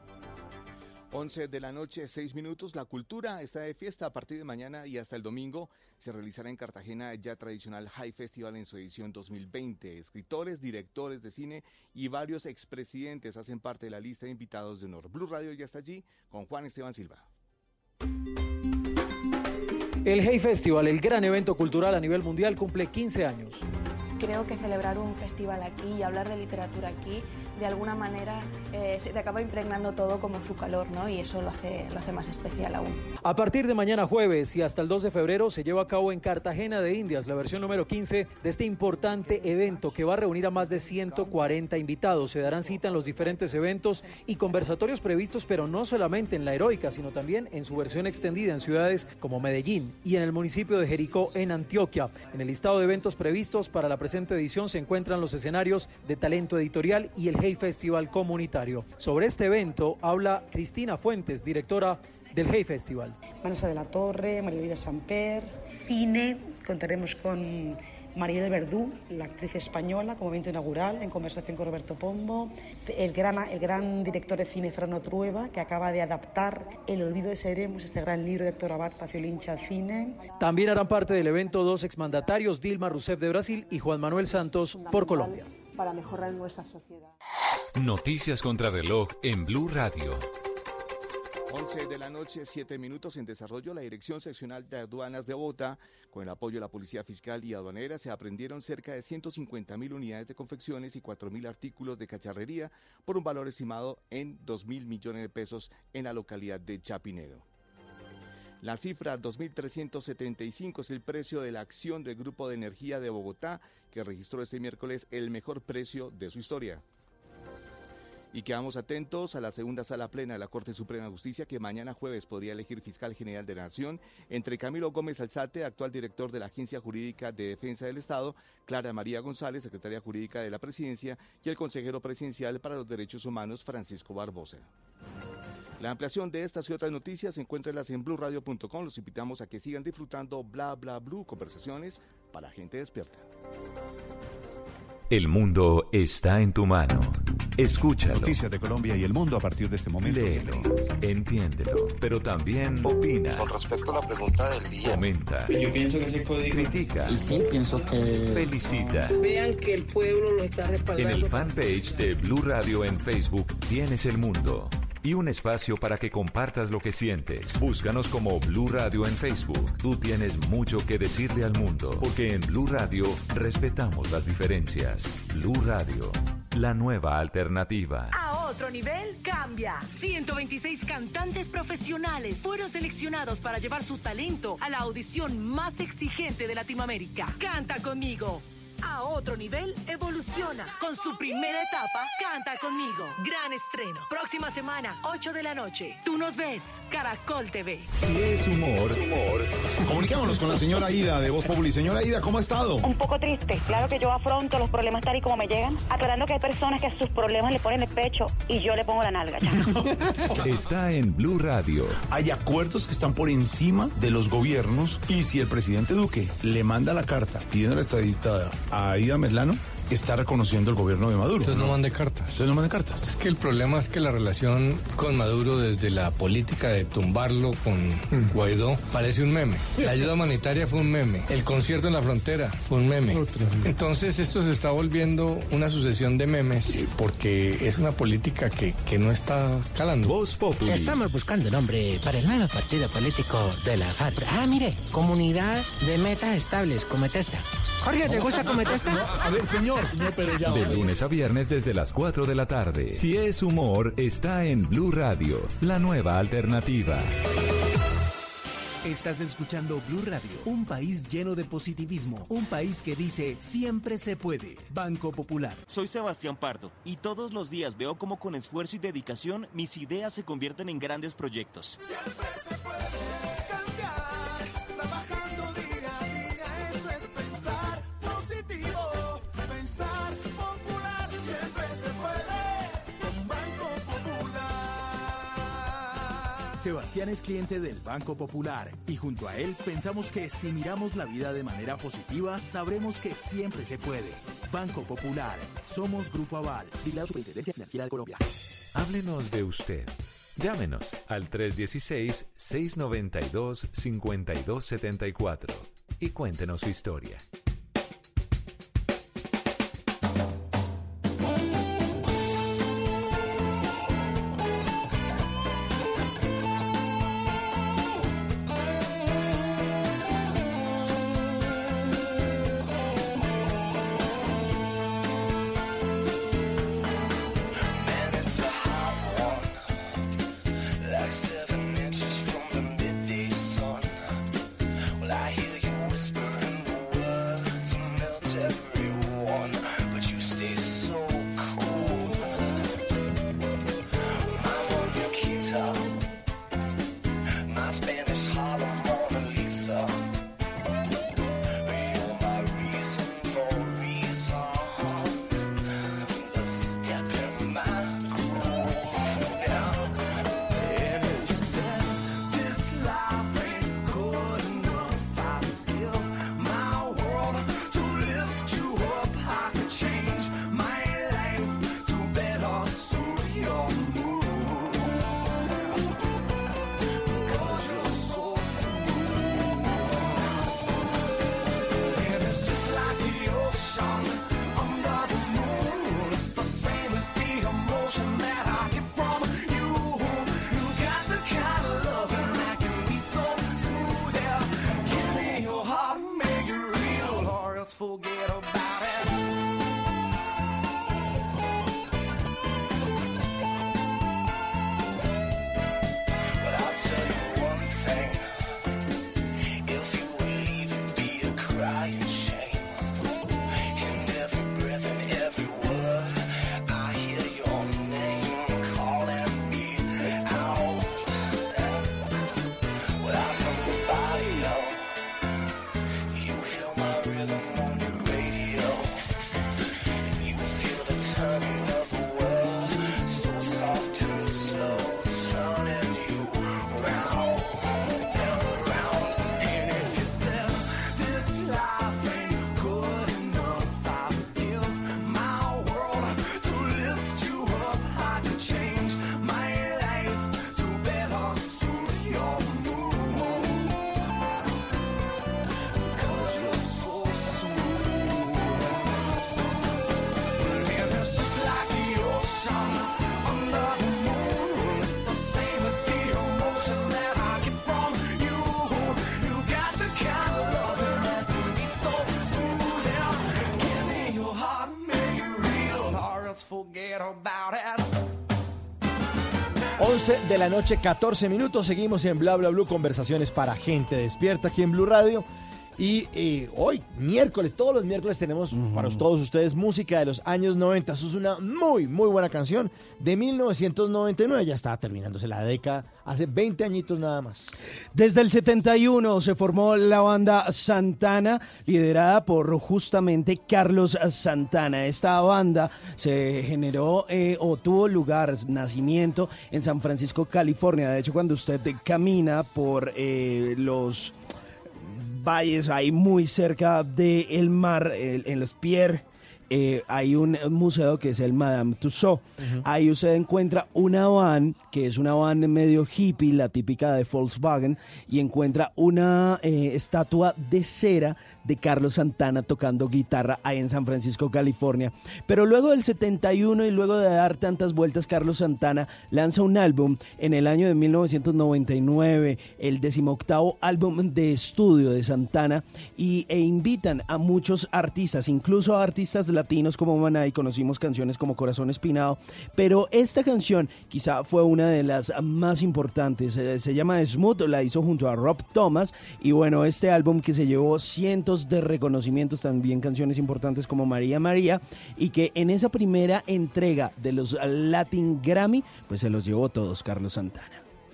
once de la noche, seis minutos. La cultura está de fiesta a partir de mañana y hasta el domingo. Se realizará en Cartagena el ya tradicional High Festival en su edición dos mil veinte. Escritores, directores de cine y varios expresidentes hacen parte de la lista de invitados de honor. Blue Radio ya está allí con Juan Esteban Silva. El Hey Festival, el gran evento cultural a nivel mundial, cumple quince años. Creo que celebrar un festival aquí y hablar de literatura aquí, de alguna manera eh, se te acaba impregnando todo como su calor, ¿no? Y eso lo hace, lo hace más especial aún. A partir de mañana jueves y hasta el dos de febrero se lleva a cabo en Cartagena de Indias la versión número quince de este importante evento que va a reunir a más de ciento cuarenta invitados. Se darán cita en los diferentes eventos y conversatorios previstos, pero no solamente en La Heroica, sino también en su versión extendida en ciudades como Medellín y en el municipio de Jericó, en Antioquia. En el listado de eventos previstos para la presente edición se encuentran los escenarios de talento editorial y el Hey Festival comunitario. Sobre este evento habla Cristina Fuentes, directora del Hey Festival. Vanessa de la Torre, María Elvira Samper, cine, contaremos con Mariel Verdú, la actriz española, como evento inaugural, en conversación con Roberto Pombo, el gran, el gran director de cine Fernando Trueba, que acaba de adaptar El olvido de Seremos, este gran libro de Héctor Abad Faciolincha al cine. También harán parte del evento dos exmandatarios, Dilma Rousseff de Brasil y Juan Manuel Santos por Colombia. Para mejorar nuestra sociedad. Noticias contra reloj en Blue Radio. once de la noche, siete minutos. En desarrollo, la Dirección Seccional de Aduanas de Bogotá, con el apoyo de la Policía Fiscal y Aduanera, se aprendieron cerca de ciento cincuenta mil unidades de confecciones y cuatro mil artículos de cacharrería por un valor estimado en dos mil millones de pesos en la localidad de Chapinero. La cifra dos mil trescientos setenta y cinco es el precio de la acción del Grupo de Energía de Bogotá, que registró este miércoles el mejor precio de su historia. Y quedamos atentos a la segunda sala plena de la Corte Suprema de Justicia, que mañana jueves podría elegir fiscal general de la Nación entre Camilo Gómez Alzate, actual director de la Agencia Jurídica de Defensa del Estado, Clara María González, secretaria jurídica de la Presidencia, y el consejero presidencial para los Derechos Humanos, Francisco Barbosa. La ampliación de estas y otras noticias encuéntrenlas en blue radio punto com. Los invitamos a que sigan disfrutando Bla Bla Blue, conversaciones para gente despierta. El mundo está en tu mano. Escúchalo. Noticias de Colombia y el mundo a partir de este momento. Léelo, entiéndelo, pero también opina. Con respecto a la pregunta del día. Comenta. Yo pienso que ese código... Critica. Y sí, pienso que... Felicita. Vean que el pueblo lo está respaldando. En el fanpage de Blue Radio en Facebook tienes el mundo. Y un espacio para que compartas lo que sientes. Búscanos como Blue Radio en Facebook. Tú tienes mucho que decirle al mundo, porque en Blue Radio respetamos las diferencias. Blue Radio, la nueva alternativa. A otro nivel, cambia. ciento veintiséis cantantes profesionales fueron seleccionados para llevar su talento a la audición más exigente de Latinoamérica. Canta conmigo. A otro nivel, evoluciona. Con su primera etapa, Canta conmigo. Gran estreno. Próxima semana, ocho de la noche. Tú nos ves. Caracol T V. Si es humor, humor. Comuniquémonos con la señora Ida de Voz Populi. Señora Ida, ¿cómo ha estado? Un poco triste. Claro que yo afronto los problemas tal y como me llegan, aclarando que hay personas que a sus problemas le ponen el pecho y yo le pongo la nalga. Está en Blue Radio. Hay acuerdos que están por encima de los gobiernos y si el presidente Duque le manda la carta pidiendo la extraditada a Aida Merlano, está reconociendo el gobierno de Maduro. Entonces no mande cartas. Entonces no mande cartas. Es que el problema es que la relación con Maduro, desde la política de tumbarlo con Guaidó, parece un meme. La ayuda humanitaria fue un meme. El concierto en la frontera fue un meme. Entonces esto se está volviendo una sucesión de memes porque es una política que, que no está calando. Voz Populi. Estamos buscando nombre para el nuevo partido político de la FARC. Ah, mire, Comunidad de Metas Estables, Cometesta. Jorge, ¿te gusta Cometesta? No, a ver, señor. No, pero ya de lunes a viernes desde las cuatro de la tarde. Si es humor, está en Blue Radio, la nueva alternativa. Estás escuchando Blue Radio, un país lleno de positivismo, un país que dice siempre se puede. Banco Popular. Soy Sebastián Pardo y todos los días veo cómo con esfuerzo y dedicación mis ideas se convierten en grandes proyectos. Siempre se puede cambiar, trabajando día a día, eso es pensar positivo, pensar popular, siempre se puede con Banco Popular. Sebastián es cliente del Banco Popular y junto a él pensamos que si miramos la vida de manera positiva, sabremos que siempre se puede. Banco Popular, somos Grupo Aval, vigilado Superintendencia Financiera de Colombia. Háblenos de usted. Llámenos al tres uno seis, seis nueve dos, cinco dos siete cuatro y cuéntenos su historia. Well, I hear you whispering words. forget about it. But I'll tell you one thing. If you would leave, it'd be a crying shame. In every breath and every word, I hear your name calling me out. Without somebody else, you hear my rhythm on your radio. You feel the turning of the world, so soft and slow, turning you round and round. And if you said this life ain't good enough, I'd give my world to lift you up. I could change my life to better suit your mood. Cause you're so smooth. And it's just like the ocean under the moon. It's the same as the emotion that I get from you. You got the kind of loving that can be so smooth. Yeah. Give me your heart, make it real, or else forget about it. once de la noche, catorce minutos. Seguimos en Bla Bla Blue, conversaciones para gente despierta aquí en Blue Radio. Y eh, hoy, miércoles, todos los miércoles tenemos para todos ustedes música de los años noventa. Eso es una muy, muy buena canción de mil novecientos noventa y nueve. Ya estaba terminándose la década, hace veinte añitos nada más. Desde el setenta y uno se formó la banda Santana, liderada por justamente Carlos Santana. Esta banda se generó eh, o tuvo lugar, nacimiento en San Francisco, California. De hecho, cuando usted camina por eh, los valles ahí muy cerca del mar, el, en los Pierre, eh, hay un museo que es el Madame Tussauds. Uh-huh. Ahí usted encuentra una van, que es una van medio hippie, la típica de Volkswagen, y encuentra una eh, estatua de cera de Carlos Santana tocando guitarra ahí en San Francisco, California. Pero luego del setenta y uno y luego de dar tantas vueltas, Carlos Santana lanza un álbum en el año de mil novecientos noventa y nueve, el decimoctavo álbum de estudio de Santana, y, e invitan a muchos artistas, incluso a artistas latinos como Maná, y conocimos canciones como Corazón Espinado, pero esta canción quizá fue una de las más importantes. Se, se llama Smooth, la hizo junto a Rob Thomas, y bueno, este álbum que se llevó cientos de reconocimientos, también canciones importantes como María María, y que en esa primera entrega de los Latin Grammy, pues se los llevó todos Carlos Santana.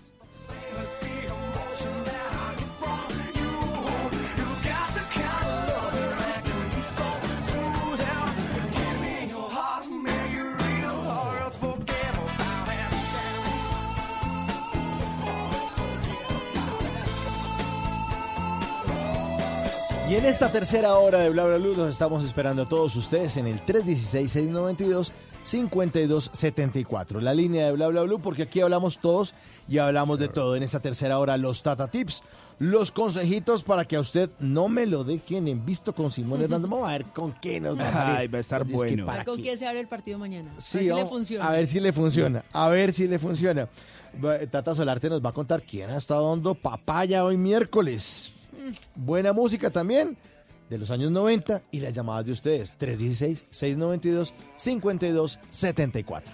Y en esta tercera hora de Bla Bla Blue los estamos esperando a todos ustedes en el tres uno seis, seis nueve dos, cinco dos siete cuatro. La línea de Bla Bla Blue, porque aquí hablamos todos y hablamos de todo. En esta tercera hora, los Tata Tips, los consejitos para que a usted no me lo dejen en visto con Simón Hernández. Vamos a ver con qué nos va a salir. Ay, va a estar Es que bueno. para ¿Con qué. quién se abre el partido mañana? Sí, a ver si le vamos- funciona. A ver si le funciona. A ver si le funciona. Va- Tata Solarte nos va a contar quién ha estado dando papaya hoy miércoles. Buena música también de los años noventa y las llamadas de ustedes. tres uno seis, seis nueve dos, cinco dos siete cuatro.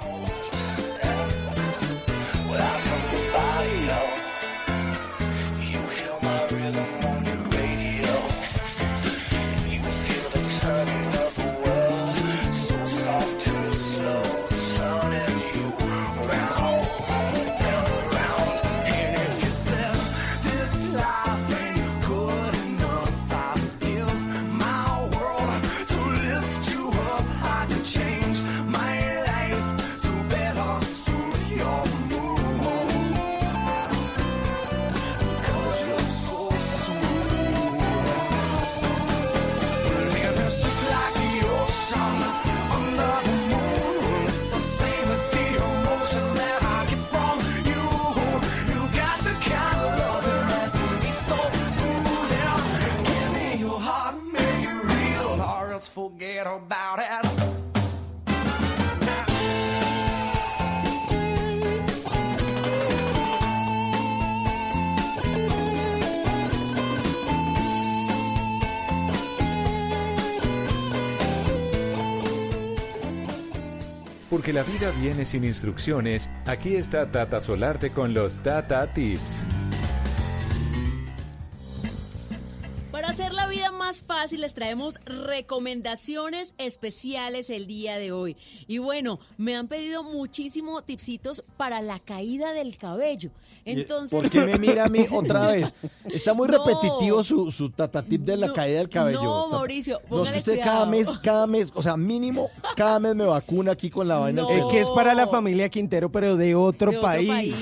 Change my life to better suit your mood. Cause you're so smooth. And it's just like the ocean under the moon. It's the same as the emotion that I get from you. You got the kind of loving that can be so smooth. Yeah. Give me your heart, make it real, or else forget about it. Porque la vida viene sin instrucciones, aquí está Tata Solarte con los Tata Tips. Para hacer la vida más fácil les traemos recomendaciones especiales el día de hoy. Y bueno, me han pedido muchísimo tipsitos para la caída del cabello. Entonces, ¿por qué me mira a mí otra vez? Está muy No. repetitivo su, su tatatip de la No, caída del cabello. no, Mauricio, No, es que póngale usted cuidado. cada mes, cada mes, o sea, mínimo, cada mes me vacuna aquí con la vaina. No. del El que es para la familia Quintero, pero de otro, de otro país. país.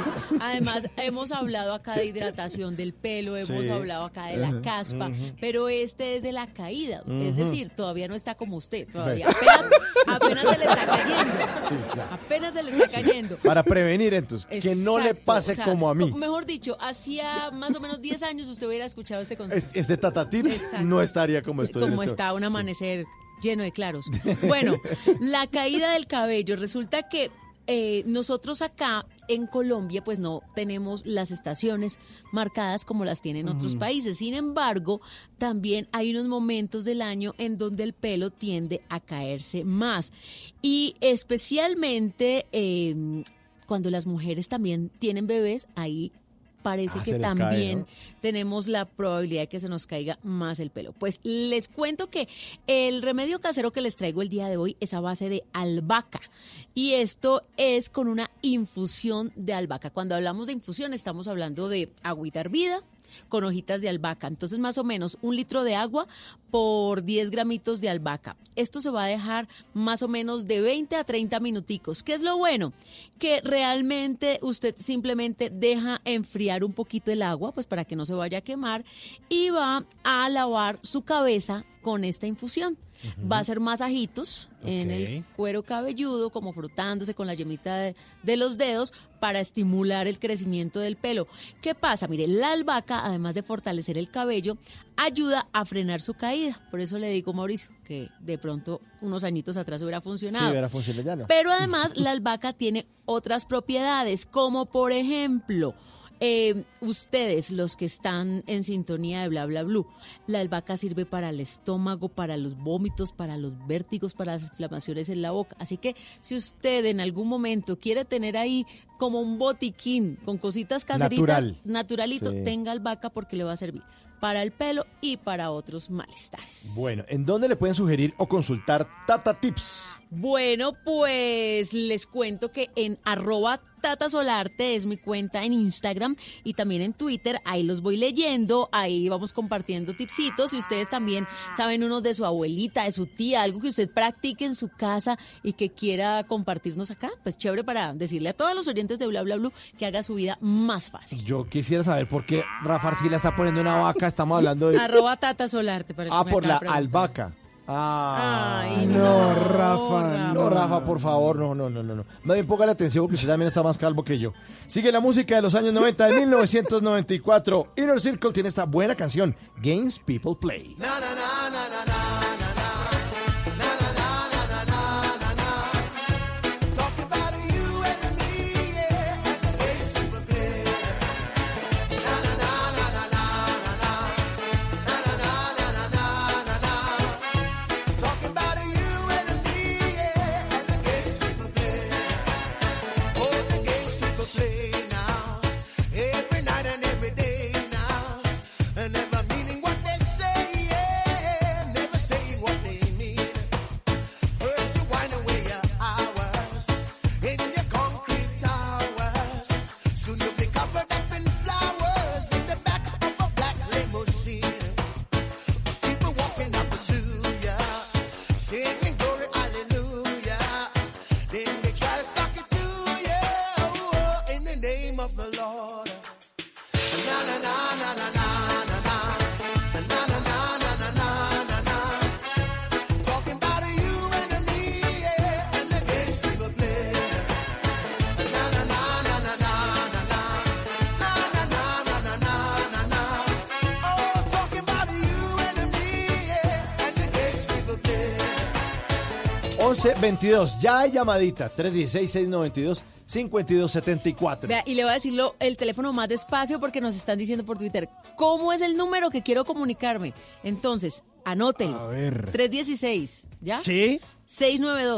Además, hemos hablado acá de hidratación del pelo, hemos Sí. hablado acá de la Ujú, caspa, ujú. pero este es de la caída. Es Ujú. decir, todavía no está como usted, todavía Bueno. apenas, apenas se le está cayendo. Sí, claro. Apenas se le está cayendo. Para prevenir, entonces, que no le Exacto, pase o sea, como a mí. Mejor dicho, hacía más o menos diez años usted hubiera escuchado este consejo. Es- Este tatatip Exacto. no estaría como estoy. en Como este- está un amanecer lleno de claros. Bueno, la caída del cabello. Resulta que eh, nosotros acá en Colombia pues no tenemos las estaciones marcadas como las tienen otros Ujú. países. Sin embargo, también hay unos momentos del año en donde el pelo tiende a caerse más. Y especialmente eh, cuando las mujeres también tienen bebés, ahí parece Ah, que se les cae, también ¿no? tenemos la probabilidad de que se nos caiga más el pelo. Pues les cuento que el remedio casero que les traigo el día de hoy es a base de albahaca. Y esto es con una infusión de albahaca. Cuando hablamos de infusión estamos hablando de agüita hervida con hojitas de albahaca. Entonces más o menos un litro de agua por diez gramitos de albahaca. Esto se va a dejar más o menos de veinte a treinta minuticos. ¿Qué es lo bueno? Que realmente usted simplemente deja enfriar un poquito el agua, pues para que no se vaya a quemar, y va a lavar su cabeza con esta infusión. Va a hacer masajitos en el cuero cabelludo, como frotándose con la yemita de, de los dedos para estimular el crecimiento del pelo. ¿Qué pasa? Mire, la albahaca, además de fortalecer el cabello, ayuda a frenar su caída. Por eso le digo, Mauricio, que de pronto unos añitos atrás hubiera Sí, funcionado. hubiera funcionado ya, ¿no? Pero además la albahaca tiene otras propiedades, como por ejemplo, eh, ustedes, los que están en sintonía de Bla Bla Blue, la albahaca sirve para el estómago, para los vómitos, para los vértigos, para las inflamaciones en la boca. Así que si usted en algún momento quiere tener ahí como un botiquín con cositas caseritas, Natural. naturalito, Sí. tenga albahaca porque le va a servir para el pelo y para otros malestares. Bueno, ¿en dónde le pueden sugerir o consultar Tata Tips? Bueno, pues les cuento que en arroba Tata Solarte es mi cuenta en Instagram y también en Twitter. Ahí los voy leyendo, ahí vamos compartiendo tipsitos. Y ustedes también saben unos de su abuelita, de su tía, algo que usted practique en su casa y que quiera compartirnos acá, pues chévere para decirle a todos los oyentes de Bla Bla Blue que haga su vida más fácil. Yo quisiera saber por qué Rafa Arcila está poniendo una vaca. Estamos hablando de... Arroba Tata Solarte. Para el Ah, que me por acaba la de preguntar. albahaca. Ah, Ay, no, no, Rafa, no, Rafa, por favor, no, no, no, no, no. Más bien póngale atención porque usted también está más calvo que yo. Sigue la música de los años noventa, de mil novecientos noventa y cuatro. Inner Circle tiene esta buena canción, Games People Play. Every night and every day now, and never meaning what they say, yeah, never saying what they mean. First you wind away your hours in your concrete towers, soon you'll be covered up in flowers in the back of a black limousine. People walking up to ya, singing glory, hallelujah. Then they try to suck it to you, oh, in the name of the Lord. Na na na na na na na na. Na na na na na na na na. Talking about you and me, yeah, and the games we will play. Na na na na na na na na. Na na na na na na na na. Oh, talking about you and me, yeah, and the games we will play. once veintidós, ya hay llamadita, tres uno seis, seis nueve dos, cinco dos siete cuatro. Vea, y le voy a decirlo el teléfono más despacio porque nos están diciendo por Twitter, ¿cómo es el número que quiero comunicarme? Entonces, anótenlo. A ver. tres uno seis, ¿ya? Sí. seis nueve dos,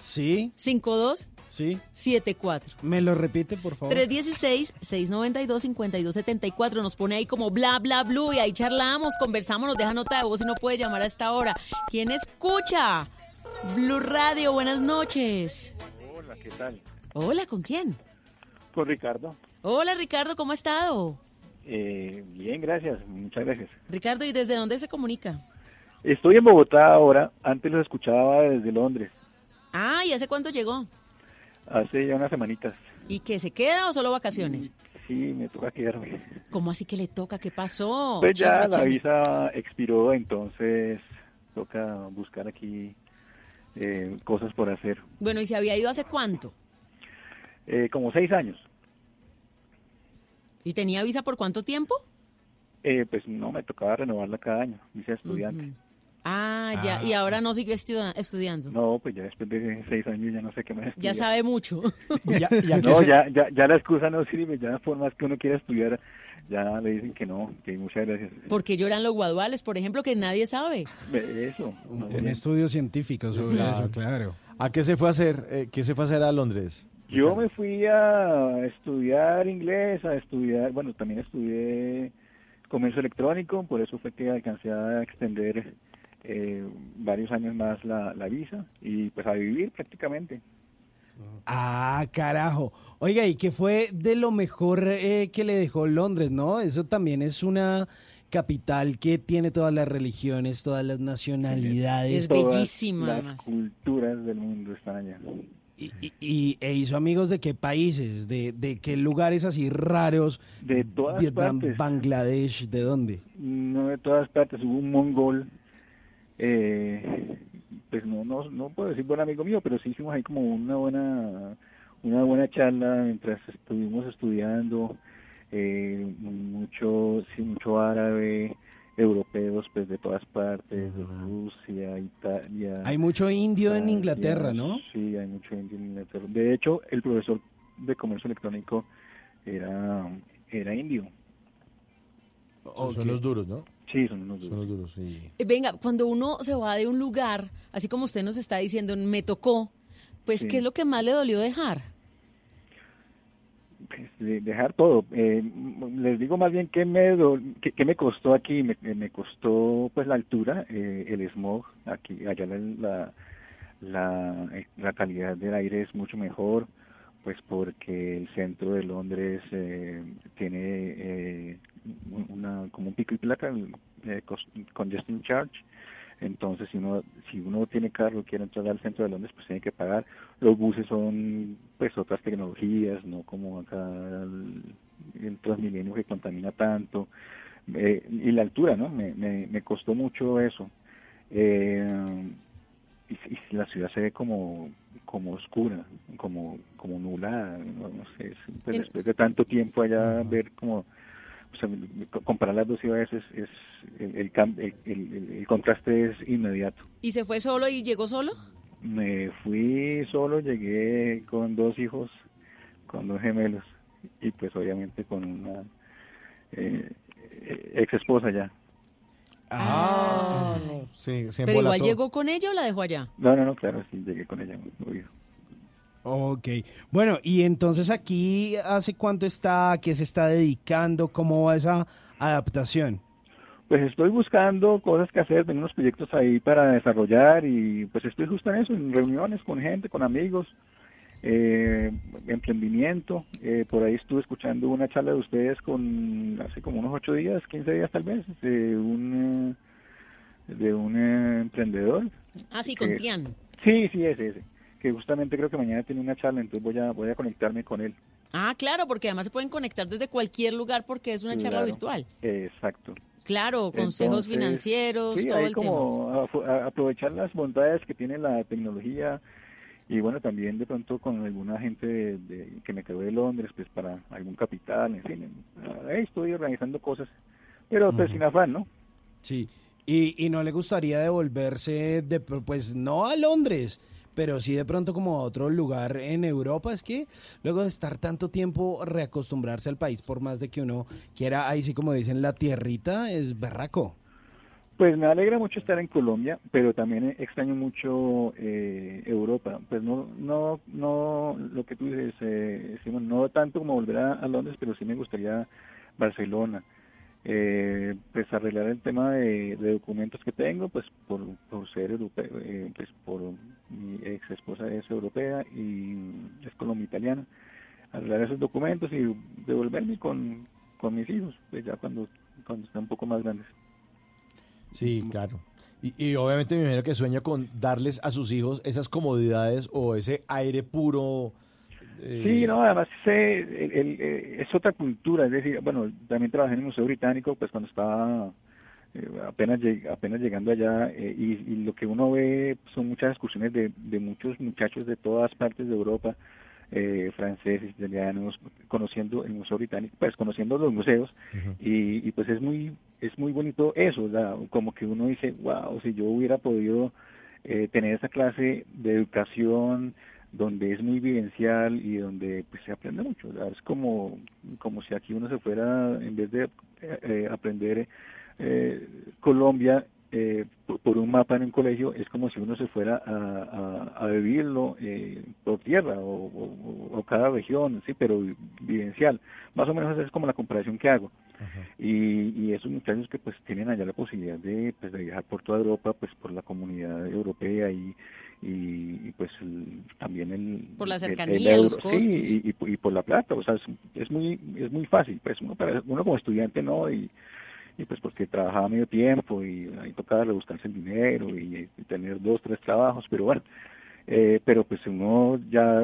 Sí. cinco dos Sí. siete cuatro. ¿Me lo repite, por favor? tres uno seis, seis nueve dos, cinco dos siete cuatro. Nos pone ahí como bla, bla, blue y ahí charlamos, conversamos, nos deja nota de voz y no puede llamar a esta hora. ¿Quién escucha? Blue Radio, buenas noches. Hola, ¿qué tal? Hola, ¿con quién? Con Ricardo. Hola, Ricardo, ¿cómo ha estado? Eh, bien, gracias, muchas gracias. Ricardo, ¿y desde dónde se comunica? Estoy en Bogotá ahora, antes los escuchaba desde Londres, Ah, ¿y hace cuánto llegó? hace ya unas semanitas. ¿Y qué, se queda o solo vacaciones? Sí, me toca quedarme. ¿Cómo así que le toca? ¿Qué pasó? Pues ya Chisme, la chisme. visa expiró, entonces toca buscar aquí eh, cosas por hacer. Bueno, ¿y se había ido hace cuánto? Eh, como seis años. ¿Y tenía visa por cuánto tiempo? Eh, pues no, me tocaba renovarla cada año, visa estudiante. Ujú. Ah, ya, y ahora no sigue estu- estudiando. No, pues ya después de seis años ya no sé qué más estudiar. Ya sabe mucho. Ya, no, ya, ya, ya la excusa no sirve, ya por más que uno quiera estudiar, ya le dicen que no, que muchas gracias. ¿Por qué lloran los guaduales, por ejemplo, que nadie sabe? Eso. Un, un estudio científico sobre Claro. eso, claro. ¿A qué se fue a hacer? Eh, ¿Qué se fue a hacer a Londres? Yo me fui a estudiar inglés, a estudiar, bueno, también estudié comercio electrónico, por eso fue que alcancé a extender eh, varios años más la, la visa y pues a vivir prácticamente. Ah, carajo. Oiga, ¿y qué fue de lo mejor eh, que le dejó Londres, no? Eso también es una capital que tiene todas las religiones, todas las nacionalidades. Es Todas bellísima, las además. culturas del mundo están allá. Y, y, y- e hizo amigos de qué países, de, de qué lugares así raros. De todas Vietnam, partes. Bangladesh, ¿de dónde? No de todas partes, hubo un mongol, eh, pues no, no, no puedo decir buen amigo mío, pero sí hicimos ahí como una buena, una buena charla mientras estuvimos estudiando, eh, mucho, sí, mucho árabe, europeos pues de todas partes, de Rusia, Italia. Hay mucho indio en Francia, Inglaterra, ¿no? Sí, hay mucho indio en Inglaterra. De hecho, el profesor de comercio electrónico era, era indio. Son, son los duros, ¿no? Sí, son unos duros. Son los duros, sí. Eh, Venga, cuando uno se va de un lugar, así como usted nos está diciendo, me tocó, pues, Sí. ¿qué es lo que más le dolió dejar? Pues, de- dejar todo. Eh, m- les digo más bien que me do- que, que me costó aquí, me, me costó pues la altura, eh, el smog, aquí allá la, la, la, eh, la calidad del aire es mucho mejor, pues porque el centro de Londres eh, tiene eh, una como un pico y placa, eh, cos- congestion charge. Entonces, si uno si uno tiene carro y quiere entrar al centro de Londres, pues tiene que pagar. Los buses son, pues, otras tecnologías, no como acá el, el Transmilenio que contamina tanto. Eh, y la altura, ¿no? Me, me, me costó mucho eso. Eh, y, y la ciudad se ve como como oscura, como como nublada, no, no sé. es- Pues En- después de tanto tiempo allá, ver como o sea, comparar las dos ciudades es, es el, el, cam- el, el- el contraste es inmediato. ¿Y se fue solo y llegó solo? Me fui solo, llegué con dos hijos, con dos gemelos y pues obviamente con una eh, ex esposa ya. Ah, no. Sí, se Pero igual embolató. llegó con ella o la dejó allá. No, no, no, claro, sí, llegué con ella. Obvio. Ok. Bueno, y entonces aquí, ¿hace cuánto está? ¿A qué se está dedicando? ¿Cómo va esa adaptación? Pues estoy buscando cosas que hacer, tengo unos proyectos ahí para desarrollar y pues estoy justo en eso, en reuniones con gente, con amigos, eh, emprendimiento. Eh, por ahí estuve escuchando una charla de ustedes con hace como unos ocho días, quince días tal vez, de un, eh, de un eh, emprendedor. Ah, sí, con que- Tian. Sí, sí, ese, ese. Que justamente creo que mañana tiene una charla, entonces voy a, voy a conectarme con él. Ah, claro, porque además se pueden conectar desde cualquier lugar porque es una charla Claro. virtual. Exacto. Claro, consejos Entonces, financieros, sí, todo hay el tema. como a- a- aprovechar las bondades que tiene la tecnología y bueno, también de pronto con alguna gente de, de- que me quedó de Londres, pues para algún capital, en fin, ahí estoy organizando cosas, pero pues Ujú. sin afán, ¿no? Sí. ¿Y, y no le gustaría devolverse, de, pues no a Londres, pero sí de pronto como a otro lugar en Europa? Es que luego de estar tanto tiempo reacostumbrarse al país, por más de que uno quiera, ahí sí como dicen, la tierrita, es berraco. Pues me alegra mucho estar en Colombia, pero también extraño mucho eh, Europa. Pues no, no, no, lo que tú dices, eh, Simón, no tanto como volver a, a Londres, pero sí me gustaría Barcelona. Eh, pues arreglar el tema de, de documentos que tengo, pues por, por ser europeo, eh, pues por mi ex esposa es europea y es colombo italiana. Arreglar esos documentos y devolverme con, con mis hijos, pues ya cuando, cuando estén un poco más grandes. Sí, claro. Y, y obviamente me imagino que sueña con darles a sus hijos esas comodidades o ese aire puro. Eh... Sí, no, además ese, el, el, el, es otra cultura, es decir, bueno, también trabajé en el Museo Británico, pues cuando estaba eh, apenas lleg, apenas llegando allá, eh, y, y lo que uno ve son muchas excursiones de, de muchos muchachos de todas partes de Europa, eh, franceses, italianos, conociendo el Museo Británico, pues conociendo los museos, uh-huh. y, y pues es muy es muy bonito eso, ¿verdad? Como que uno dice, wow, si yo hubiera podido eh, tener esa clase de educación donde es muy vivencial y donde pues se aprende mucho, ¿verdad? Es como como si aquí uno se fuera, en vez de eh, aprender eh, Colombia eh, por, por un mapa en un colegio, es como si uno se fuera a, a, a vivirlo eh, por tierra o, o, o cada región, sí, pero vivencial. Más o menos esa es como la comparación que hago. Uh-huh. Y, y esos muchachos que pues tienen allá la posibilidad de, pues, de viajar por toda Europa, pues por la comunidad europea y y, y pues el, también el por la cercanía, el, el euro, los costos, sí, y, y, y por la plata, o sea, es, es muy es muy fácil, pues uno para uno como estudiante no, y, y pues porque trabajaba medio tiempo y ahí tocaba rebuscarse el dinero y, y tener dos tres trabajos, pero bueno, eh, pero pues uno ya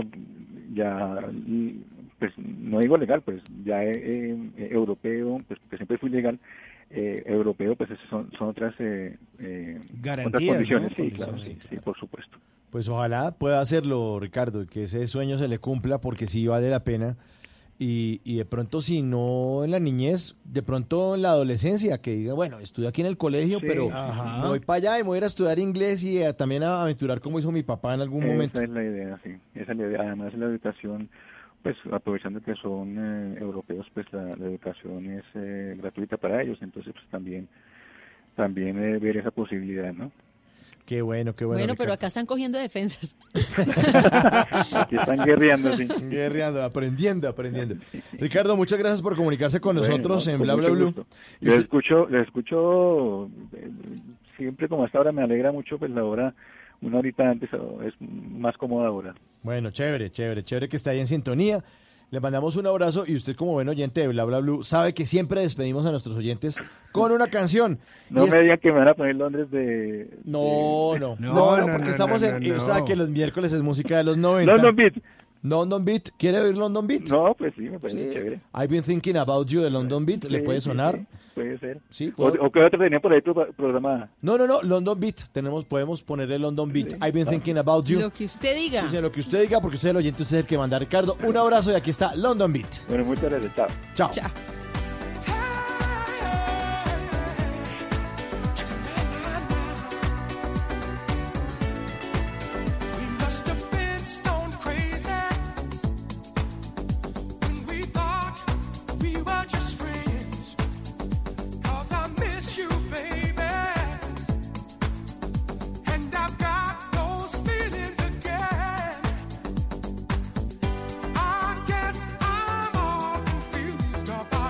ya pues no digo legal, pues ya eh, eh, europeo, pues porque siempre fui legal. Eh, europeo, pues son, son otras, eh, eh, Garantías, otras condiciones, ¿no? sí, Condiciones, claro, sí, claro. sí, por supuesto. Pues ojalá pueda hacerlo, Ricardo, y que ese sueño se le cumpla, porque sí vale la pena. Y, y de pronto, si no en la niñez, de pronto en la adolescencia, que diga, bueno, estudio aquí en el colegio, Sí, pero ajá. me voy para allá y me voy a ir a estudiar inglés y a, también a aventurar como hizo mi papá en algún Esa momento. es la idea, sí. Esa es la idea. Además, la educación, pues aprovechando que son eh, europeos, pues la, la educación es eh, gratuita para ellos, entonces pues también también eh, ver esa posibilidad, ¿no? Qué bueno, qué bueno. Bueno, pero Ricardo. acá están cogiendo defensas. Aquí están guerreando, sí. Guerreando, aprendiendo, aprendiendo. Ricardo, muchas gracias por comunicarse con Bueno, nosotros no, en con Bla Bla mucho Blue. gusto. Y Yo usted- escucho, le escucho eh, siempre como hasta ahora, me alegra mucho, pues la hora, una horita antes es más cómoda ahora. Bueno, chévere, chévere, chévere que está ahí en sintonía. Le mandamos un abrazo y usted como buen oyente de Bla Bla Blue sabe que siempre despedimos a nuestros oyentes con una canción. No Y es- me digan que me van a poner Londres de... No, de- no, No, no, no, no, porque no, estamos no, en... no, O sea, no. que los miércoles es música de los noventa. London Beat. London Beat, ¿quiere oír London Beat? No, pues sí, me parece Sí. chévere. I've been thinking about you de London Beat, ¿le Sí, puede sí, sonar? sí, puede ser. Sí, o, ¿puedo? o qué otra tenía por ahí pro- programada. No, no, no, London Beat, tenemos, podemos ponerle London Beat. I've been thinking about you. Lo que usted diga. Sí, sí, lo que usted diga, porque usted es el oyente, usted es el que manda. Ricardo, un abrazo y aquí está London Beat. Bueno, muchas gracias, chao. Chao. Chao. We must have been stone crazy when we thought we were just friends. 'Cause I miss you, baby, and I've got those feelings again. I guess I'm all confused about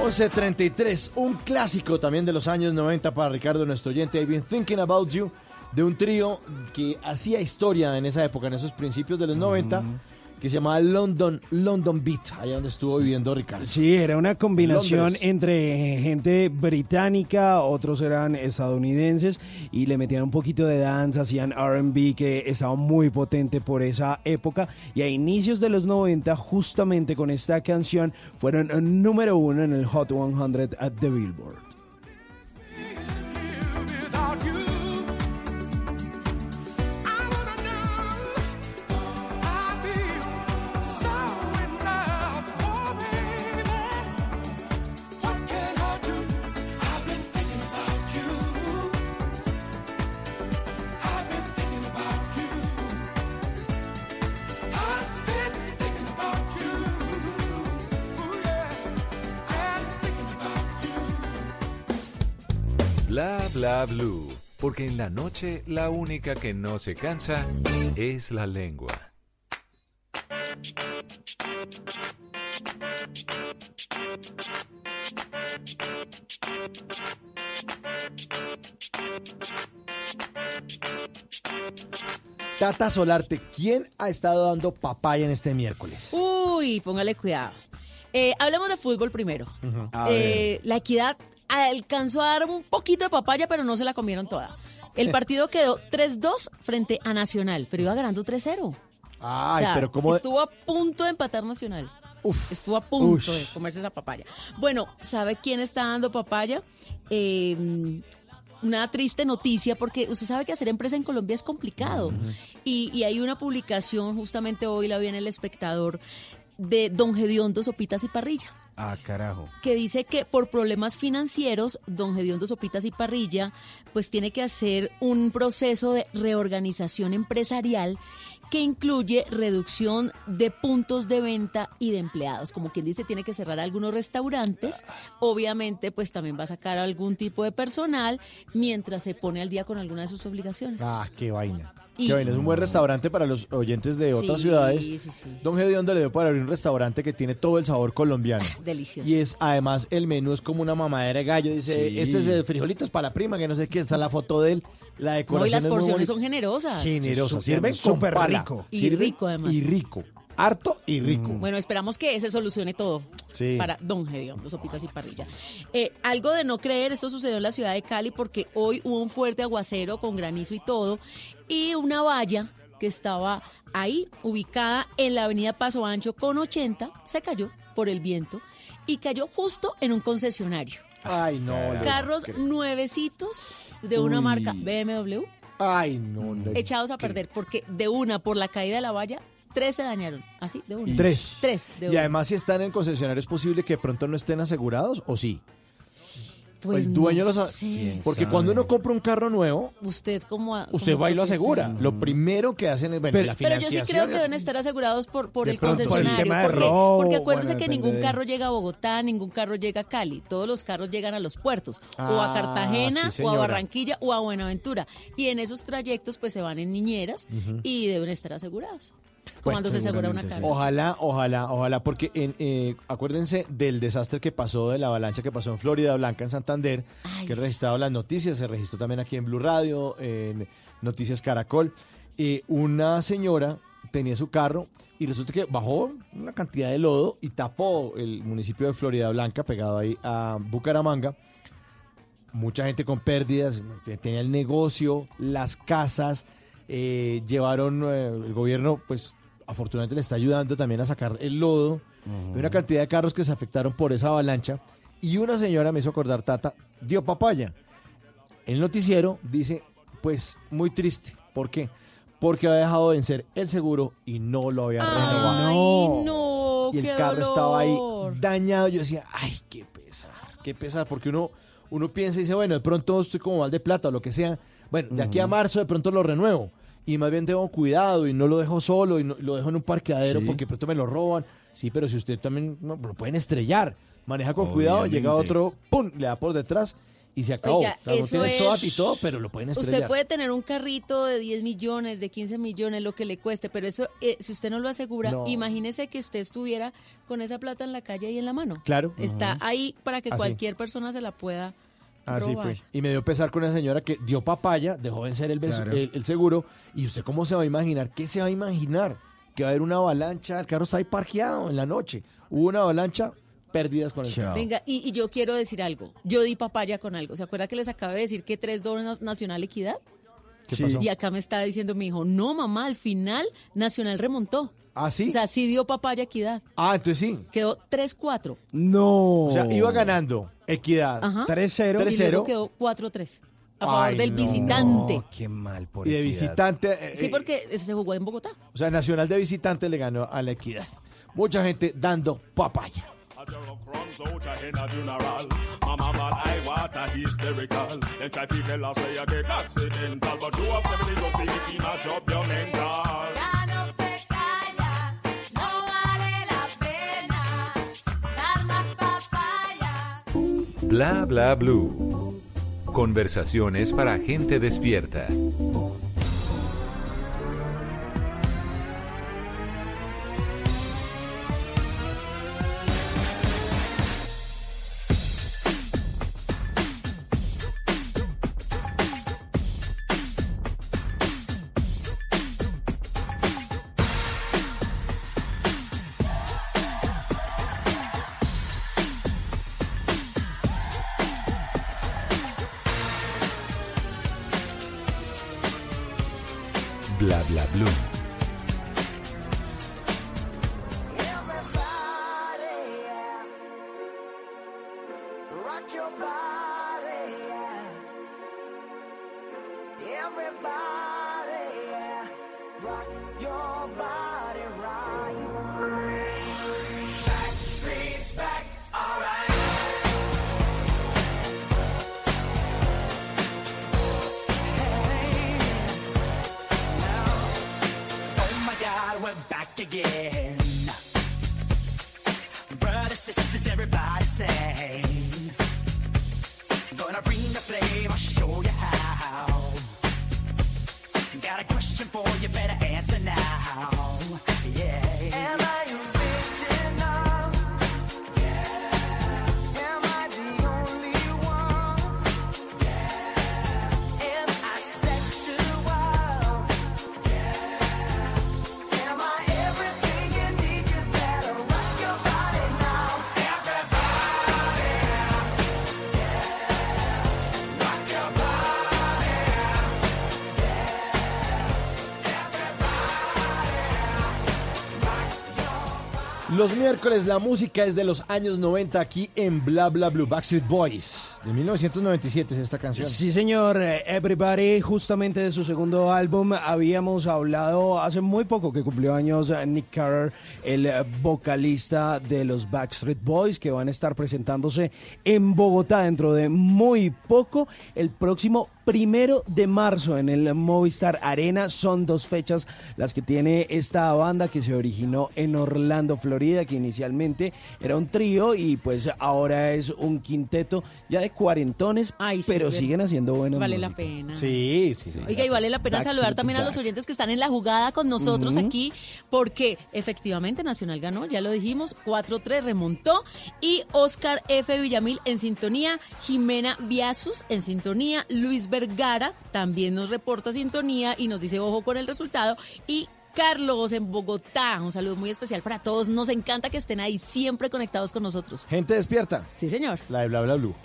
once treinta y tres, un clásico también de los años noventa para Ricardo, nuestro oyente. I've been thinking about you, de un trío que hacía historia en esa época, en esos principios de los noventa, que se llamaba London, London Beat, allá donde estuvo viviendo Ricardo. Sí, era una combinación Londres. entre gente británica, otros eran estadounidenses y le metían un poquito de dance, hacían R and B que estaba muy potente por esa época, y a inicios de los noventa, justamente con esta canción, fueron número uno en el Hot cien de Billboard. Bla bla blue, porque en la noche la única que no se cansa es la lengua. Tata Solarte, ¿quién ha estado dando papaya en este miércoles? Uy, póngale cuidado. Eh, hablemos de fútbol primero. Uh-huh. A Eh, la Equidad alcanzó a dar un poquito de papaya, pero no se la comieron toda. El partido quedó tres dos frente a Nacional, pero iba ganando tres cero. Ay, O sea, pero ¿cómo? estuvo a punto de empatar Nacional. Uf. Estuvo a punto Ush. de comerse esa papaya. Bueno, ¿sabe quién está dando papaya? Eh, una triste noticia, porque usted sabe que hacer empresa en Colombia es complicado. Uh-huh. y, y hay una publicación, justamente hoy la vi en El Espectador, de Don Gediondo Sopitas y Parrilla. Ah, carajo. Que dice que por problemas financieros, Don Gediondo Sopitas y Parrilla, pues tiene que hacer un proceso de reorganización empresarial que incluye reducción de puntos de venta y de empleados. Como quien dice, tiene que cerrar algunos restaurantes. Obviamente, pues también va a sacar algún tipo de personal mientras se pone al día con alguna de sus obligaciones. Ah, qué vaina. Y- Qué vaina. Es un buen restaurante para los oyentes de otras Sí, ciudades. sí, sí. Don Gediondo le dio para abrir un restaurante que tiene todo el sabor colombiano. Delicioso. Y es, además, el menú es como una mamadera de gallo. Dice, Sí. este es de frijolitos para la prima, que no sé qué, está la foto de él. La No, decoración y las es muy porciones bonita. son generosas. Generosas. Súper- Sirven con súper pala. rico. Y Sirven rico, además. Y rico. Harto y rico. Bueno, esperamos que se solucione todo Sí. para Don Gediondo Sopitas y Parrilla. Eh, algo de no creer, esto sucedió en la ciudad de Cali porque hoy hubo un fuerte aguacero con granizo y todo, y una valla que estaba ahí, ubicada en la avenida Paso Ancho con ochenta, se cayó por el viento y cayó justo en un concesionario. Ay, no. le- Carros que- nuevecitos de una Uy. marca B M W Ay, no. le- echados a perder porque de una, por la caída de la valla, tres se dañaron. Así, de una. Tres. Tres, de Y una. además, si están en el concesionario, ¿es posible que de pronto no estén asegurados o sí? Pues el dueño no lo sabe. sé. Porque cuando uno compra un carro nuevo, Usted como... a- usted como va y lo asegura. propietario. Lo primero que hacen es, bueno, Pero- la Pero yo financiación. sí creo que deben estar asegurados por, por De el pronto, por el concesionario. tema de porque, robo, porque acuérdense bueno, que depende ningún de- carro llega a Bogotá, ningún carro llega a Cali. Todos los carros llegan a los puertos. o Ah, a Cartagena, sí, o a señora. Barranquilla, o a Buenaventura. Y en esos trayectos pues se van en niñeras Ujú. y deben estar asegurados. Bueno, Cuando se asegura una seguramente carga. Ojalá, ojalá, ojalá, porque en, eh, acuérdense del desastre que pasó, de la avalancha que pasó en Florida Blanca, en Santander, Ay, que he sí. registrado las noticias, se registró también aquí en Blue Radio, en Noticias Caracol. Eh, una señora tenía su carro y resulta que bajó una cantidad de lodo y tapó el municipio de Florida Blanca, pegado ahí a Bucaramanga. Mucha gente con pérdidas, tenía el negocio, las casas, eh, llevaron, eh, el gobierno, pues afortunadamente le está ayudando también a sacar el lodo. Hay una cantidad de carros que se afectaron por esa avalancha. Y una señora, me hizo acordar, Tata, dio papaya. El noticiero dice, pues muy triste. ¿Por qué? Porque había dejado de vencer el seguro y no lo había renovado. Ay, no, Y el qué carro estaba ahí dolor. dañado. Yo decía, ay, qué pesar, qué pesar. Porque uno, uno piensa y dice, bueno, de pronto estoy como mal de plata o lo que sea. Bueno, de aquí a marzo de pronto lo renuevo. Y más bien tengo cuidado y no lo dejo solo y no- lo dejo en un parqueadero Sí. porque de pronto me lo roban. Sí, pero si usted también no, lo pueden estrellar. Maneja con cuidado, Obviamente. llega otro, ¡pum!, le da por detrás y se acabó. Oiga, O sea, no eso tiene es- S O A T y todo, pero lo pueden estrellar. Usted puede tener un carrito de diez millones, de quince millones, lo que le cueste, pero eso, eh, si usted no lo asegura, No. imagínese que usted estuviera con esa plata en la calle y en la mano. Claro. Está Ujú. ahí para que Así. cualquier persona se la pueda Así robar. fue. Y me dio pesar con una señora que dio papaya, dejó vencer el, beso- Claro. el, el seguro. ¿Y usted cómo se va a imaginar? ¿Qué se va a imaginar? Que va a haber una avalancha, el carro está ahí parqueado en la noche. Hubo una avalancha, pérdidas con el carro. Venga, y, y yo quiero decir algo. Yo di papaya con algo. ¿Se acuerda que les acabé de decir que tres dólares Nacional Equidad? ¿Qué pasó? Y acá me está diciendo mi hijo, no mamá, al final Nacional remontó. ¿Ah, sí? O sea, sí dio papaya Equidad. Ah, entonces sí. Quedó tres cuatro. No. O sea, iba ganando Equidad. Ajá. tres cero. Y tres luego cero. quedó cuatro tres. A favor Ay, del no. visitante. No, qué mal por Y de Equidad. visitante. eh, Sí, eh, porque ese se jugó en Bogotá. O sea, Nacional de visitante le ganó a la Equidad. Mucha gente dando papaya. Out a hen a funeral. Mama man, I want a hysterical. Then try to tell us say you get accidental, but you have seventy to see it match up your mental. Ya no se calla, no vale la pena dar más papaya. Bla bla blue. Conversaciones para gente despierta. Bla bla blue. Rock your body, yeah. Everybody, yeah. Rock your body right. Back streets back, alright. Hey, now, oh my God, we're back again. Brothers, sisters, everybody say, gonna bring the flame, I'll show you how. Got a question for you, better answer now. Yeah. Am I original? Yeah. Am I the only one? Yeah. Am I sexual? Yeah. Am I everything you need? You better rock your body now. Everybody. Yeah. Rock your body. Los miércoles la música es de los años noventa aquí en Bla Bla Blue. Backstreet Boys, de mil novecientos noventa y siete es esta canción. Sí, señor. eh, Everybody, justamente de su segundo álbum, habíamos hablado hace muy poco que cumplió años eh, Nick Carter, el eh, vocalista de los Backstreet Boys, que van a estar presentándose en Bogotá dentro de muy poco, el próximo primero de marzo en el Movistar Arena. Son dos fechas las que tiene esta banda que se originó en Orlando, Florida, que inicialmente era un trío y pues ahora es un quinteto ya de cuarentones, Ay, sí, pero ver- siguen haciendo buena Vale la música. pena. Sí, sí, sí. Oiga, y vale la pena Backstreet saludar también a los Back. oyentes que están en la jugada con nosotros Ujú. aquí, porque efectivamente Nacional ganó, ya lo dijimos, cuatro tres remontó, y Oscar F. Villamil en sintonía, Jimena Viasus en sintonía, Luis Vergara también nos reporta sintonía y nos dice ojo con el resultado, y Carlos en Bogotá, un saludo muy especial para todos, nos encanta que estén ahí siempre conectados con nosotros. Gente despierta. Sí, señor. La de Bla Bla Blue.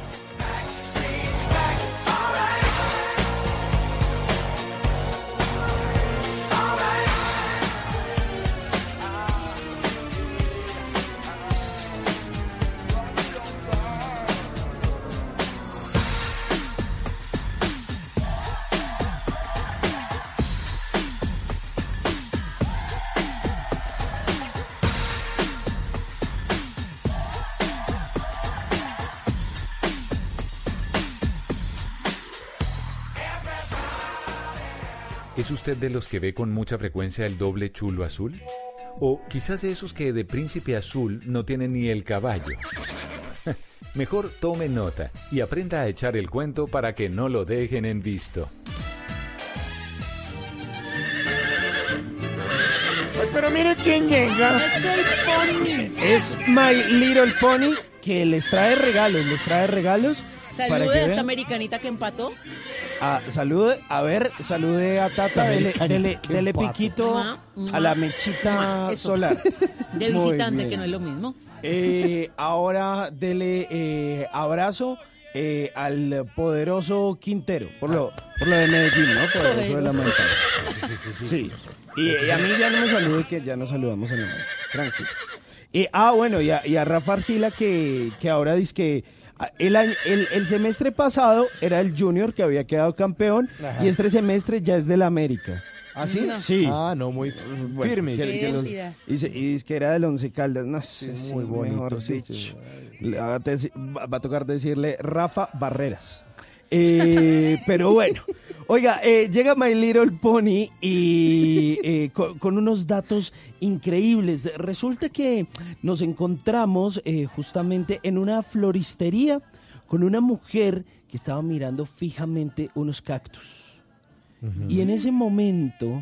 ¿Es usted de los que ve con mucha frecuencia el doble chulo azul? ¿O quizás de esos que de príncipe azul no tienen ni el caballo? Mejor tome nota y aprenda a echar el cuento para que no lo dejen en visto. Pero mire quién llega. Es el Pony. Es My Little Pony, que les trae regalos, les trae regalos. para Salude que a esta vean. americanita que empató. Ah, salude, a ver, salude a Tata, dele, dele, dele piquito Mua, mua, a la mechita mua, eso. solar. De Muy visitante, bien. que no es lo mismo. Eh, ahora dele eh, abrazo eh, al poderoso Quintero, por lo, por lo de Medellín, ¿no? Poderoso de la Poderoso. montaña. Sí, sí, sí. sí. Y, y a mí ya no me salude, que ya nos saludamos en la mano. Tranquilo. Y, ah, bueno, y a, y a Rafa Arcila, que, que ahora dice que ah, el, año, el, el semestre pasado era el Junior que había quedado campeón. Ajá. Y este semestre ya es del América. ¿Ah, sí? No. Sí. Ah, no, muy Bueno, firme. que- que los- Pérdida. y, se- y dice que era del Once Caldas. No, sí, Sí, sí, muy bonito, mejor sí, dicho. sí. Le va, a deci- va- va a tocar decirle Rafa Barreras. Eh, pero bueno, oiga, eh, llega My Little Pony y eh, con, con unos datos increíbles. Resulta que nos encontramos eh, justamente en una floristería con una mujer que estaba mirando fijamente unos cactus. Y en ese momento,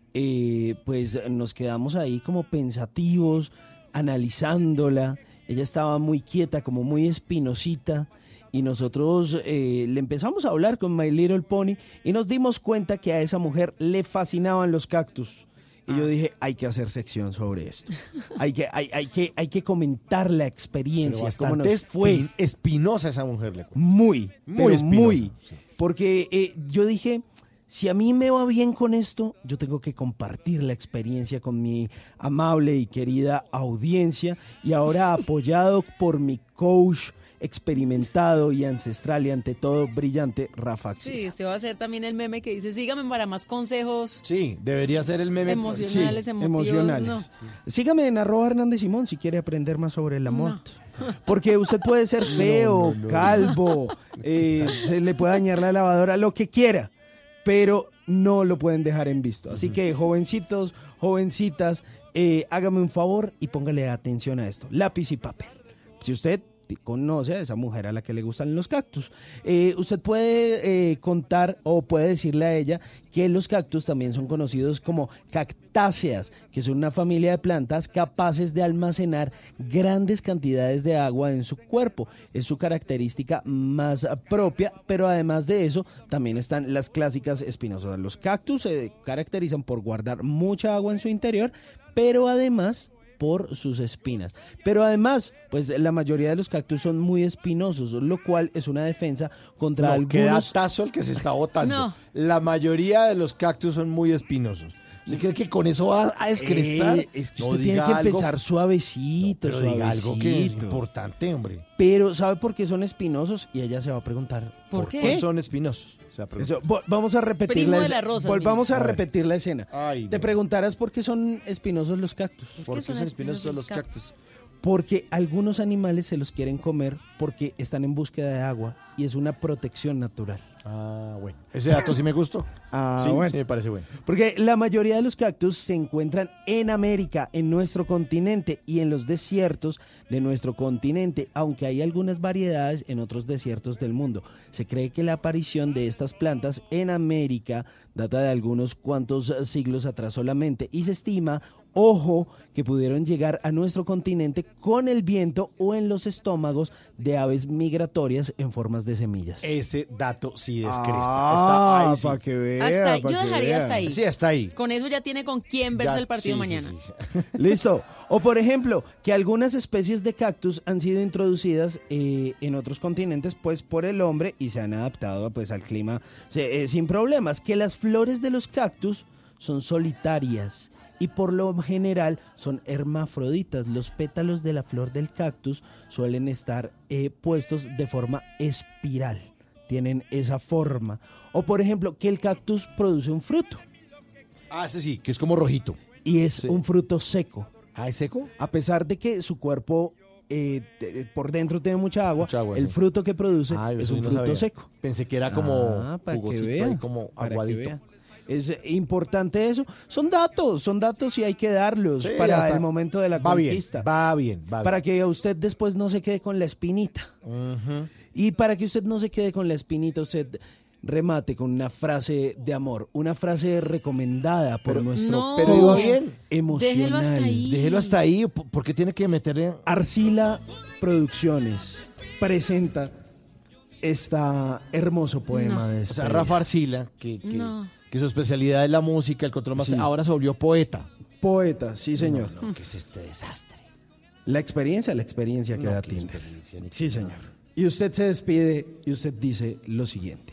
eh, pues nos quedamos ahí como pensativos, analizándola. Ella estaba muy quieta, como muy espinosita. Y nosotros eh, le empezamos a hablar con My Little Pony y nos dimos cuenta que a esa mujer le fascinaban los cactus. Y yo dije, hay que hacer sección sobre esto. Hay que, hay, hay que, hay que comentar la Pero experiencia, cómo bastante nos fue. espi- espinosa esa mujer. Le cuento. Muy, Muy pero espinosa, muy. sí. Porque eh, yo dije, si a mí me va bien con esto, yo tengo que compartir la experiencia con mi amable y querida audiencia. Y ahora apoyado por mi coach experimentado y ancestral y ante todo brillante, Rafa Axel. Sí, usted va a hacer también el meme que dice, sígame para más consejos Sí, debería ser el meme. emocionales, Sí, emotivos. emocionales. No. Sígame en arroba Hernández Simón si quiere aprender más sobre el amor. Porque usted puede ser feo, no, no. calvo, eh, se le puede dañar la lavadora, lo que quiera, pero no lo pueden dejar en visto. Así que jovencitos, jovencitas, eh, hágame un favor y póngale atención a esto. Lápiz y papel. Si usted conoce a esa mujer a la que le gustan los cactus, eh, usted puede eh, contar o puede decirle a ella que los cactus también son conocidos como cactáceas, que son una familia de plantas capaces de almacenar grandes cantidades de agua en su cuerpo. Es su característica más propia, pero además de eso también están las clásicas espinosas. Los cactus se caracterizan por guardar mucha agua en su interior, pero además por sus espinas. Pero además, pues la mayoría de los cactus son muy espinosos, lo cual es una defensa contra No, qué algunos... datazo el que se está botando. No. La mayoría de los cactus son muy espinosos. ¿Usted cree que con eso va a descrestar? Eh, es que No usted tiene diga que algo- empezar suavecito, Pero diga algo que es suavecito. importante, hombre. Pero ¿sabe por qué son espinosos? Y ella se va a preguntar, ¿Por ¿Por qué? qué son espinosos? O sea, pregunta. Eso, vo- vamos a repetir Primo la de escena. las rosas, Volvamos mira. a A ver. repetir la escena. Ay, Te no. preguntarás por qué son espinosos los cactus. ¿Por qué son espinosos los los cactus? Porque algunos animales se los quieren comer porque están en búsqueda de agua y es una protección natural. Ah, bueno. Ese dato sí me gustó. Ah, sí, bueno. sí me parece bueno. Porque la mayoría de los cactus se encuentran en América, en nuestro continente y en los desiertos de nuestro continente, aunque hay algunas variedades en otros desiertos del mundo. Se cree que la aparición de estas plantas en América data de algunos cuantos siglos atrás solamente y se estima, ojo, que pudieron llegar a nuestro continente con el viento o en los estómagos de aves migratorias en formas de semillas. Ese dato sí descresta. Ah, Está ahí, sí. para que vea. Hasta ahí, pa' yo que dejaría vea. hasta ahí. Sí, hasta ahí. Con eso ya tiene con quién verse Ya, el partido sí, sí, mañana. sí, sí. Listo. O por ejemplo, que algunas especies de cactus han sido introducidas eh, en otros continentes pues por el hombre y se han adaptado pues al clima se- eh, sin problemas. Que las flores de los cactus son solitarias y por lo general son hermafroditas. Los pétalos de la flor del cactus suelen estar eh, puestos de forma espiral. Tienen esa forma. O por ejemplo, que el cactus produce un fruto Ah, ese sí, que es como rojito. y es Sí. un fruto seco. Ah, ¿es seco? A pesar de que su cuerpo eh, te- por dentro tiene mucha agua, Mucha agua, el sí. fruto que produce Ah, es eso un yo no fruto sabía. seco. Pensé que era como Ah, para que jugosito vea, ahí, como para que aguadito. vea. Es importante eso. Son datos, son datos y hay que darlos Sí, para hasta- el momento de la va bien, conquista. va bien, va bien. Para que usted después no se quede con la espinita. Ujú. Y para que usted no se quede con la espinita, usted remate con una frase de amor, una frase recomendada por Pero- nuestro No. Pero iba coach bien. emocional. Déjelo hasta ahí. Déjelo hasta ahí. ¿Por por qué tiene que meterle? Arcila Producciones presenta esta hermoso poema No. de O sea, despedida. Rafa Arcila, que, que, No. que su especialidad es la música, el control master, Sí. ahora se volvió poeta. Poeta, sí señor. No, ¿qué es este desastre? La experiencia, la experiencia que No, da qué Tinder. experiencia, ni Sí, qué señor. nada. Y usted se despide y usted dice lo siguiente.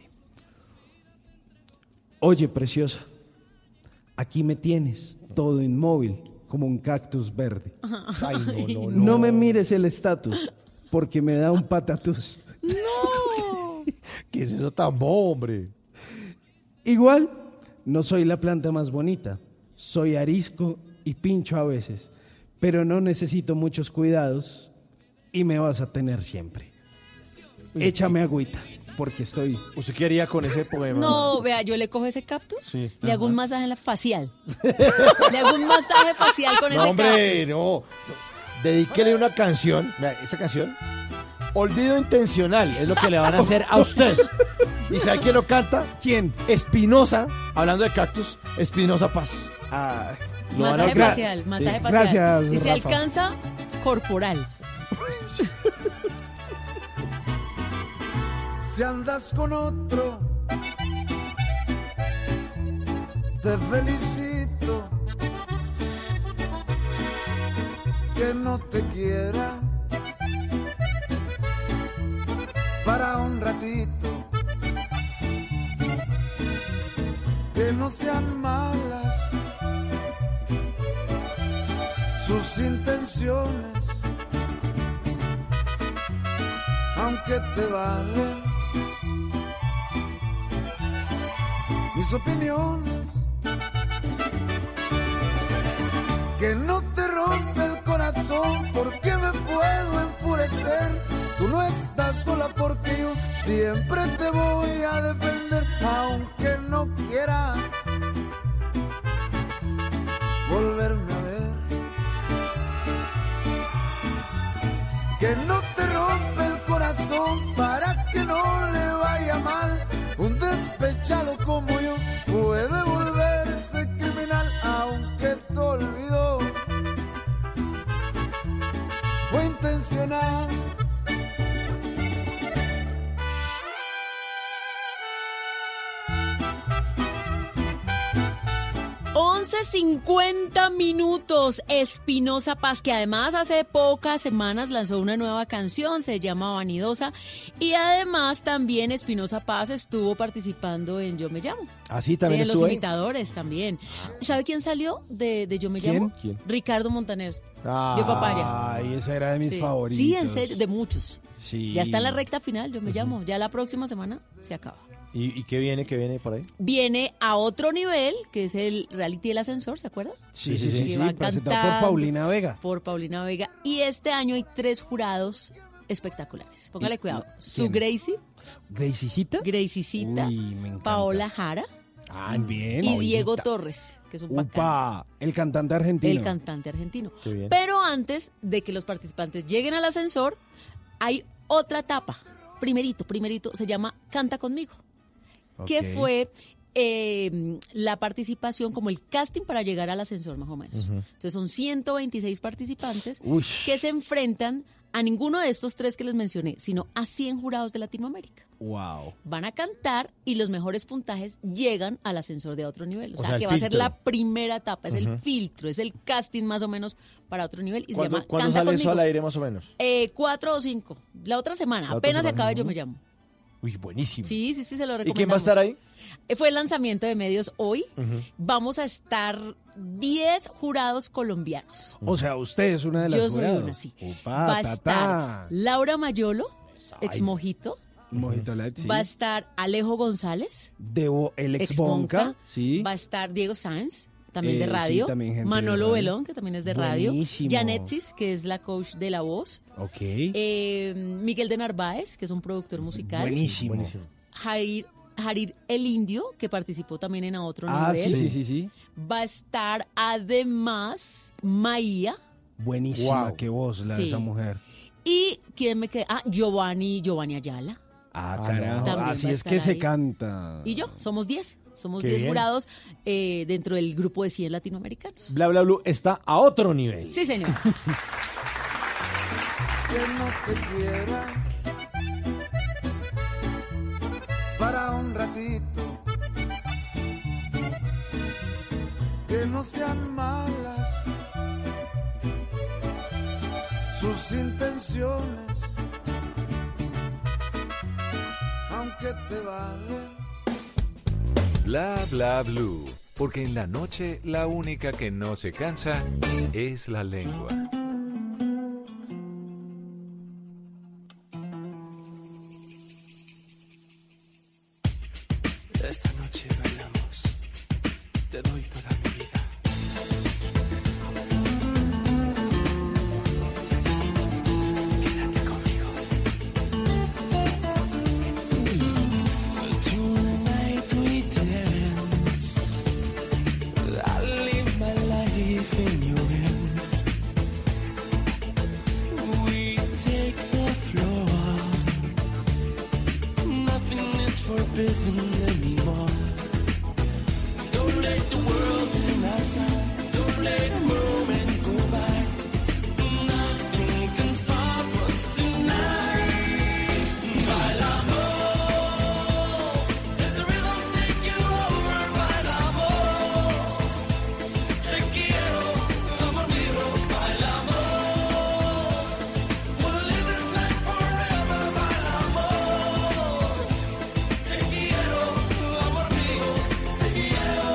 Oye, preciosa, aquí me tienes, todo inmóvil, como un cactus verde. Ay, no, no, No me mires el estatus, porque me da un patatús. No. ¿Qué es eso tan bobo, hombre? Igual, no soy la planta más bonita, soy arisco y pincho a veces, pero no necesito muchos cuidados y me vas a tener siempre. Échame agüita, porque estoy... ¿Usted qué haría con ese poema? No, vea, yo le cojo ese cactus, Sí. le hago un masaje en la facial. Le hago un masaje facial con No, ese hombre, cactus. no. Dedíquele una canción. Vea, esa canción. Olvido intencional es lo que le van a hacer a usted. ¿Y sabe quién lo canta? ¿Quién? Espinosa, hablando de cactus, Espinosa Paz. Ah, Lo van a- Masaje Gra- facial, masaje Sí. facial. Gracias, Y se Rafa. alcanza, corporal. Si andas con otro, te felicito. Que no te quiera para un ratito. Que no sean malas sus intenciones, aunque te valen mis opiniones. Que no te rompe el corazón, porque me puedo enfurecer. Tú no estás sola porque yo siempre te voy a defender, aunque no quiera volverme a ver. Que no te rompe el corazón para que no le vaya mal. Un despechado como yo puede volverse criminal, aunque te olvidó. Fue intencional. once cincuenta minutos, Espinosa Paz, que además hace pocas semanas lanzó una nueva canción, se llama Vanidosa, y además también Espinosa Paz estuvo participando en Yo Me Llamo. Así también Sí, en los estuvo ahí. imitadores también. ¿Sabe quién salió de, de Yo Me ¿Quién? Llamo? ¿Quién? Ricardo Montaner. Ah, Yo Papaya. Ay, esa era de mis Sí. favoritos. Sí, en serio, de muchos. Sí. Ya está en la recta final, Yo Me Llamo. Ya la próxima semana se acaba. ¿Y, y qué viene, qué viene por ahí? Viene a otro nivel, que es el reality del ascensor, ¿se acuerda? Sí, sí, sí, Que sí, va presentado por cantando. Paulina Vega. Por Paulina Vega. Y este año hay tres jurados espectaculares. Póngale ¿Y- cuidado. quién? Su Gracie, ¿Graciecita? Graciecita, Uy, me encanta. Paola Jara Ah, bien. y Diego Torres, que es un bacán. Upa, el cantante argentino. El cantante argentino. Qué bien. Pero antes de que los participantes lleguen al ascensor, hay otra etapa. Primerito, primerito, se llama Canta Conmigo. Que Ok. fue eh, la participación, como el casting para llegar al ascensor, más o menos. Ujú. Entonces son ciento veintiséis participantes Uy. que se enfrentan a ninguno de estos tres que les mencioné, sino a cien jurados de Latinoamérica. Wow. Van a cantar y los mejores puntajes llegan al ascensor de otro nivel. O, O sea, sea, el que va a ser filtro. la primera etapa, es el Ujú. filtro, es el casting más o menos para otro nivel. Y se ¿Cuándo, llama ¿cuándo Canta sale eso Conmigo. al aire más o menos? Eh, cuatro o cinco. La otra semana, La otra apenas se semana. acaba, Yo Ujú. Me Llamo. Uy, buenísimo. Sí, sí, sí, se lo ¿Y recomendamos. quién va a estar ahí? Eh, Fue el lanzamiento de medios hoy. Ujú. Vamos a estar diez jurados colombianos. O sea, usted es una de las Yo soy jurados. una, sí. Upa, Va a ta, estar ta. Laura Mayolo, ex Mojito. Mojito Light, sí. Va a estar Alejo González, Debo, el ex ex Bonca. Bonca. Sí. Va a estar Diego Sáenz, también de Eh, sí, radio. también gente de Manolo radio. Belón, que también es de radio. Buenísimo. Janetsis, que es la coach de La Voz. Ok. Eh, Miguel de Narváez, que es un productor musical. Buenísimo. Buenísimo. Jair Jarir el Indio, que participó también en A Otro Ah, Nivel. sí, sí, sí, sí. Va a estar además Maía. Buenísima, Wow. qué voz la de Sí. esa mujer. ¿Y quién me queda? Ah, Giovanni, Giovanni Ayala. Ah, Ah, carajo. no. También Así va a es estar que se ahí. canta. Y yo, somos diez. Somos Qué diez bien. jurados eh, dentro del grupo de cien latinoamericanos. Bla Bla Blue está a otro nivel. Sí, señor. Que no te quiera para un ratito, que no sean malas sus intenciones, aunque te valen. Bla bla blue, porque en la noche la única que no se cansa es la lengua. Esta noche bailamos, te doy toda mi vida. Quédate conmigo. Tonight we dance. I'll leave my life in your hands. We take the floor. Nothing is forbidden anymore. Don't let the world turn outside. Don't let a moment go by. Nothing can stop us tonight. Bailamos. Let the rhythm take you over. Bailamos. Te quiero, amor mío. Bailamos. Wanna live this life forever. Bailamos. Te quiero, amor mío. Te quiero.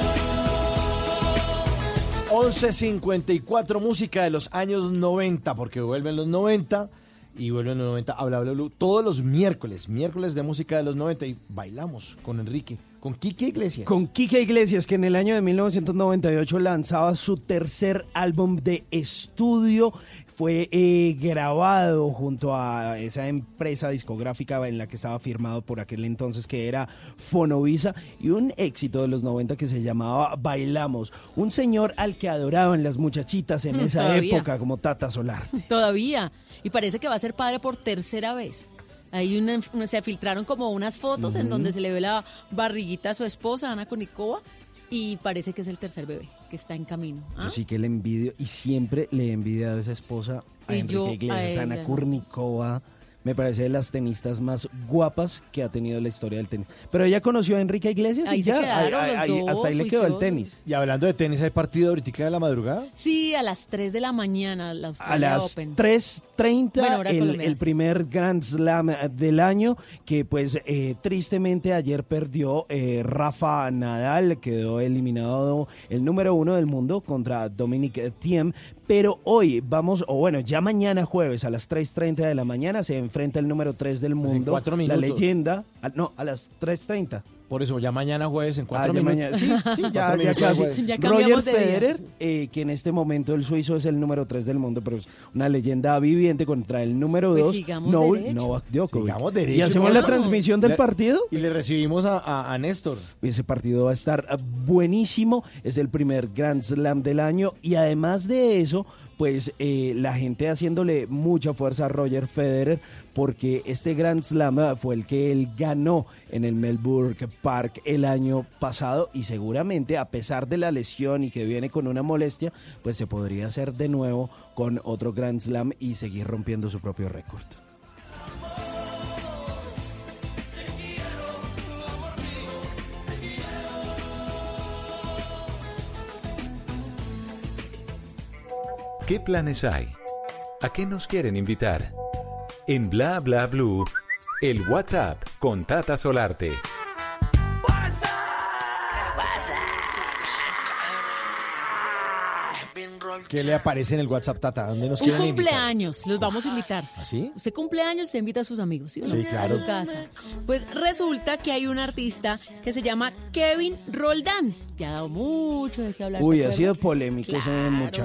once cincuenta y cuatro, música de los años noventa, porque vuelven los noventa y vuelven los noventa a Bla Bla Blue todos los miércoles, miércoles de música de los noventa y bailamos con Enrique, con Quique Iglesias. Con Quique Iglesias, que en el año de mil novecientos noventa y ocho lanzaba su tercer álbum de estudio. Fue eh, grabado junto a esa empresa discográfica en la que estaba firmado por aquel entonces, que era Fonovisa, y un éxito de los noventa que se llamaba Bailamos. Un señor al que adoraban las muchachitas en Mm, esa todavía. época, como Tata Solarte. Todavía. Y parece que va a ser padre por tercera vez. Hay una, se filtraron como unas fotos en Ujú. donde se le ve la barriguita a su esposa, Ana Konikova, y parece que es el tercer bebé que está en camino. ¿Ah? Yo sí que le envidio, y siempre le he envidiado a esa esposa, a Y Enrique yo a Iglesias, a Ana ella. Kurnikova. Me parece de las tenistas más guapas que ha tenido la historia del tenis. Pero ella conoció a Enrique Iglesias Ahí y se ya, quedaron ahí- los ahí- dos, hasta ahí le quedó el juiciosos. tenis. Y hablando de tenis, ¿hay partido ahorita de la madrugada? Sí, a las tres de la mañana, la A Australia las Open. tres treinta, Bueno, hora el, colombiana, el sí. primer Grand Slam eh, del año, que pues eh, tristemente ayer perdió eh, Rafa Nadal, quedó eliminado el número uno del mundo contra Dominic Thiem, pero hoy vamos, o bueno, ya mañana jueves a las tres treinta de la mañana se enfrenta el número tres del Pues en mundo, cuatro la minutos. leyenda, ah, no, a las tres treinta. Por eso, ya mañana jueves en cuatro Ah, ya minutos. mañana- sí, sí, Cuatro ya, ya minutos casi. jueves. Ya Roger cambiamos de día. Federer, eh, que en este momento el suizo es el número tres del mundo, pero es una leyenda viviente contra el número Pues dos, sigamos Noel derecho. Novak Djokovic. Sigamos derecho, Y hacemos hermano. la transmisión del Le- partido. Y le recibimos a, a- a Néstor. Ese partido va a estar ah, buenísimo, es el primer Grand Slam del año, y además de eso, pues eh, la gente haciéndole mucha fuerza a Roger Federer, porque este Grand Slam ah, fue el que él ganó en el Melbourne Park el año pasado, y seguramente, a pesar de la lesión y que viene con una molestia, pues se podría hacer de nuevo con otro Grand Slam y seguir rompiendo su propio récord. ¿Qué planes hay? ¿A qué nos quieren invitar? En Bla Bla Blue, el WhatsApp con Tata Solarte. ¿Qué le aparece en el WhatsApp, Tata? ¿Dónde nos Un quieren invitar? cumpleaños, los vamos a invitar. ¿Así? Usted cumpleaños, se invita a sus amigos, ¿sí o no? Sí, claro. A su casa. Pues resulta que hay un artista que se llama Kevin Roldán, que ha dado mucho de qué hablar. Uy, ¿se ha acuerda? sido polémico ese Claro. muchacho.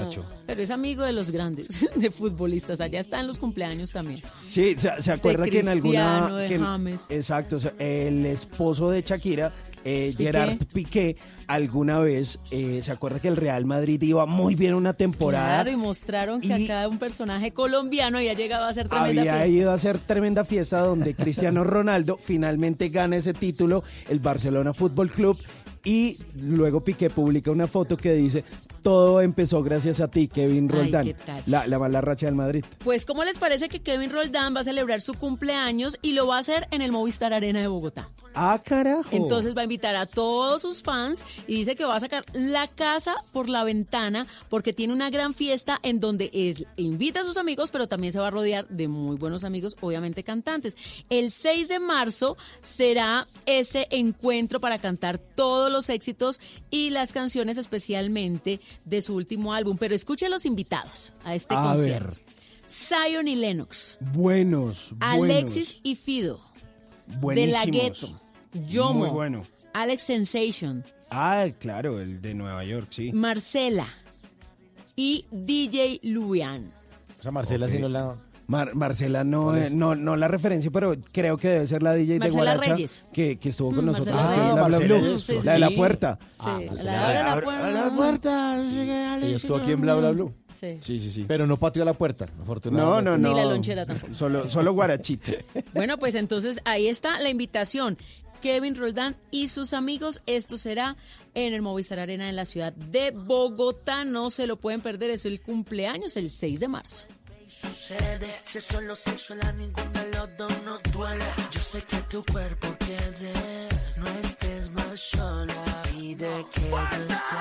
Pero es amigo de los grandes, de futbolistas. Allá está en los cumpleaños también. Sí, se, se acuerda De que en alguna... Cristiano, de que en- James. exacto, o sea, el esposo de Shakira, eh, Piqué. Gerard Piqué, alguna vez, eh, se acuerda que el Real Madrid iba muy bien una temporada. Claro, y mostraron que Y- acá un personaje colombiano había llegado a hacer tremenda Había fiesta. ido a hacer tremenda fiesta donde Cristiano Ronaldo finalmente gana ese título, el Barcelona Fútbol Club, y luego Piqué publica una foto que dice: todo empezó gracias a ti, Kevin Ay, Roldán. ¿qué tal? La, la mala racha del Madrid. Pues, ¿cómo les parece que Kevin Roldán va a celebrar su cumpleaños y lo va a hacer en el Movistar Arena de Bogotá? Ah, carajo. Entonces va a invitar a todos sus fans y dice que va a sacar la casa por la ventana porque tiene una gran fiesta en donde es- invita a sus amigos, pero también se va a rodear de muy buenos amigos, obviamente cantantes. El seis de marzo será ese encuentro para cantar todos los éxitos y las canciones especialmente de su último álbum. Pero escuche los invitados a este A concierto. ver. Zion y Lennox, Buenos, Alexis y Fido, De buenísimos. La Ghetto, Yomo, Muy bueno. Alex Sensation, Ah, claro, el de Nueva York, sí. Marcela y D J Luian. O sea, Marcela Ok. sí no la... Mar- Marcela no, ¿Cuál es? eh, no no la referencia, pero creo que debe ser la D J Marcela de Guaracha Reyes. que, que estuvo con Mm, nosotros. Marcela aquí en Reyes. Bla Bla Marcela Blue. Reyes, sí, La de la sí. puerta. Sí, Ah, pues la ella- abre la abre- puerta. abre la puerta. Ella estuvo aquí en Bla Bla Blue. Sí. Sí, sí, sí. Pero no pateó la puerta, No, afortunadamente. no, no. Ni la lonchera tampoco. Solo, solo Guarachito. Bueno, pues entonces ahí está la invitación. Kevin Roldán y sus amigos. Esto será en el Movistar Arena en la ciudad de Bogotá. No se lo pueden perder. Es el cumpleaños, el seis de marzo. Sucede, si es solo sexual a ninguno de los dos nos duele. Yo sé que tu cuerpo quiere, no estés más sola. Pide que yo esté.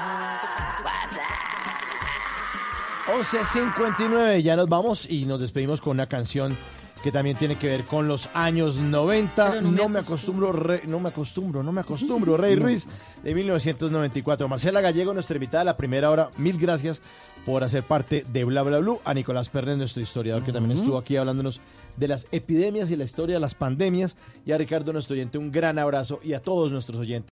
once cincuenta y nueve, ya nos vamos y nos despedimos con una canción que también tiene que ver con los años noventa. Pero No, no me me acostumbro, re- no me acostumbro, no me acostumbro. Rey Ruiz, de mil novecientos noventa y cuatro. Marcela Gallego, nuestra invitada a la primera hora. Mil gracias por hacer parte de Bla Bla Blue. A Nicolás Pernes, nuestro historiador, que también estuvo aquí hablándonos de las epidemias y la historia de las pandemias. Y a Ricardo, nuestro oyente, un gran abrazo. Y a todos nuestros oyentes.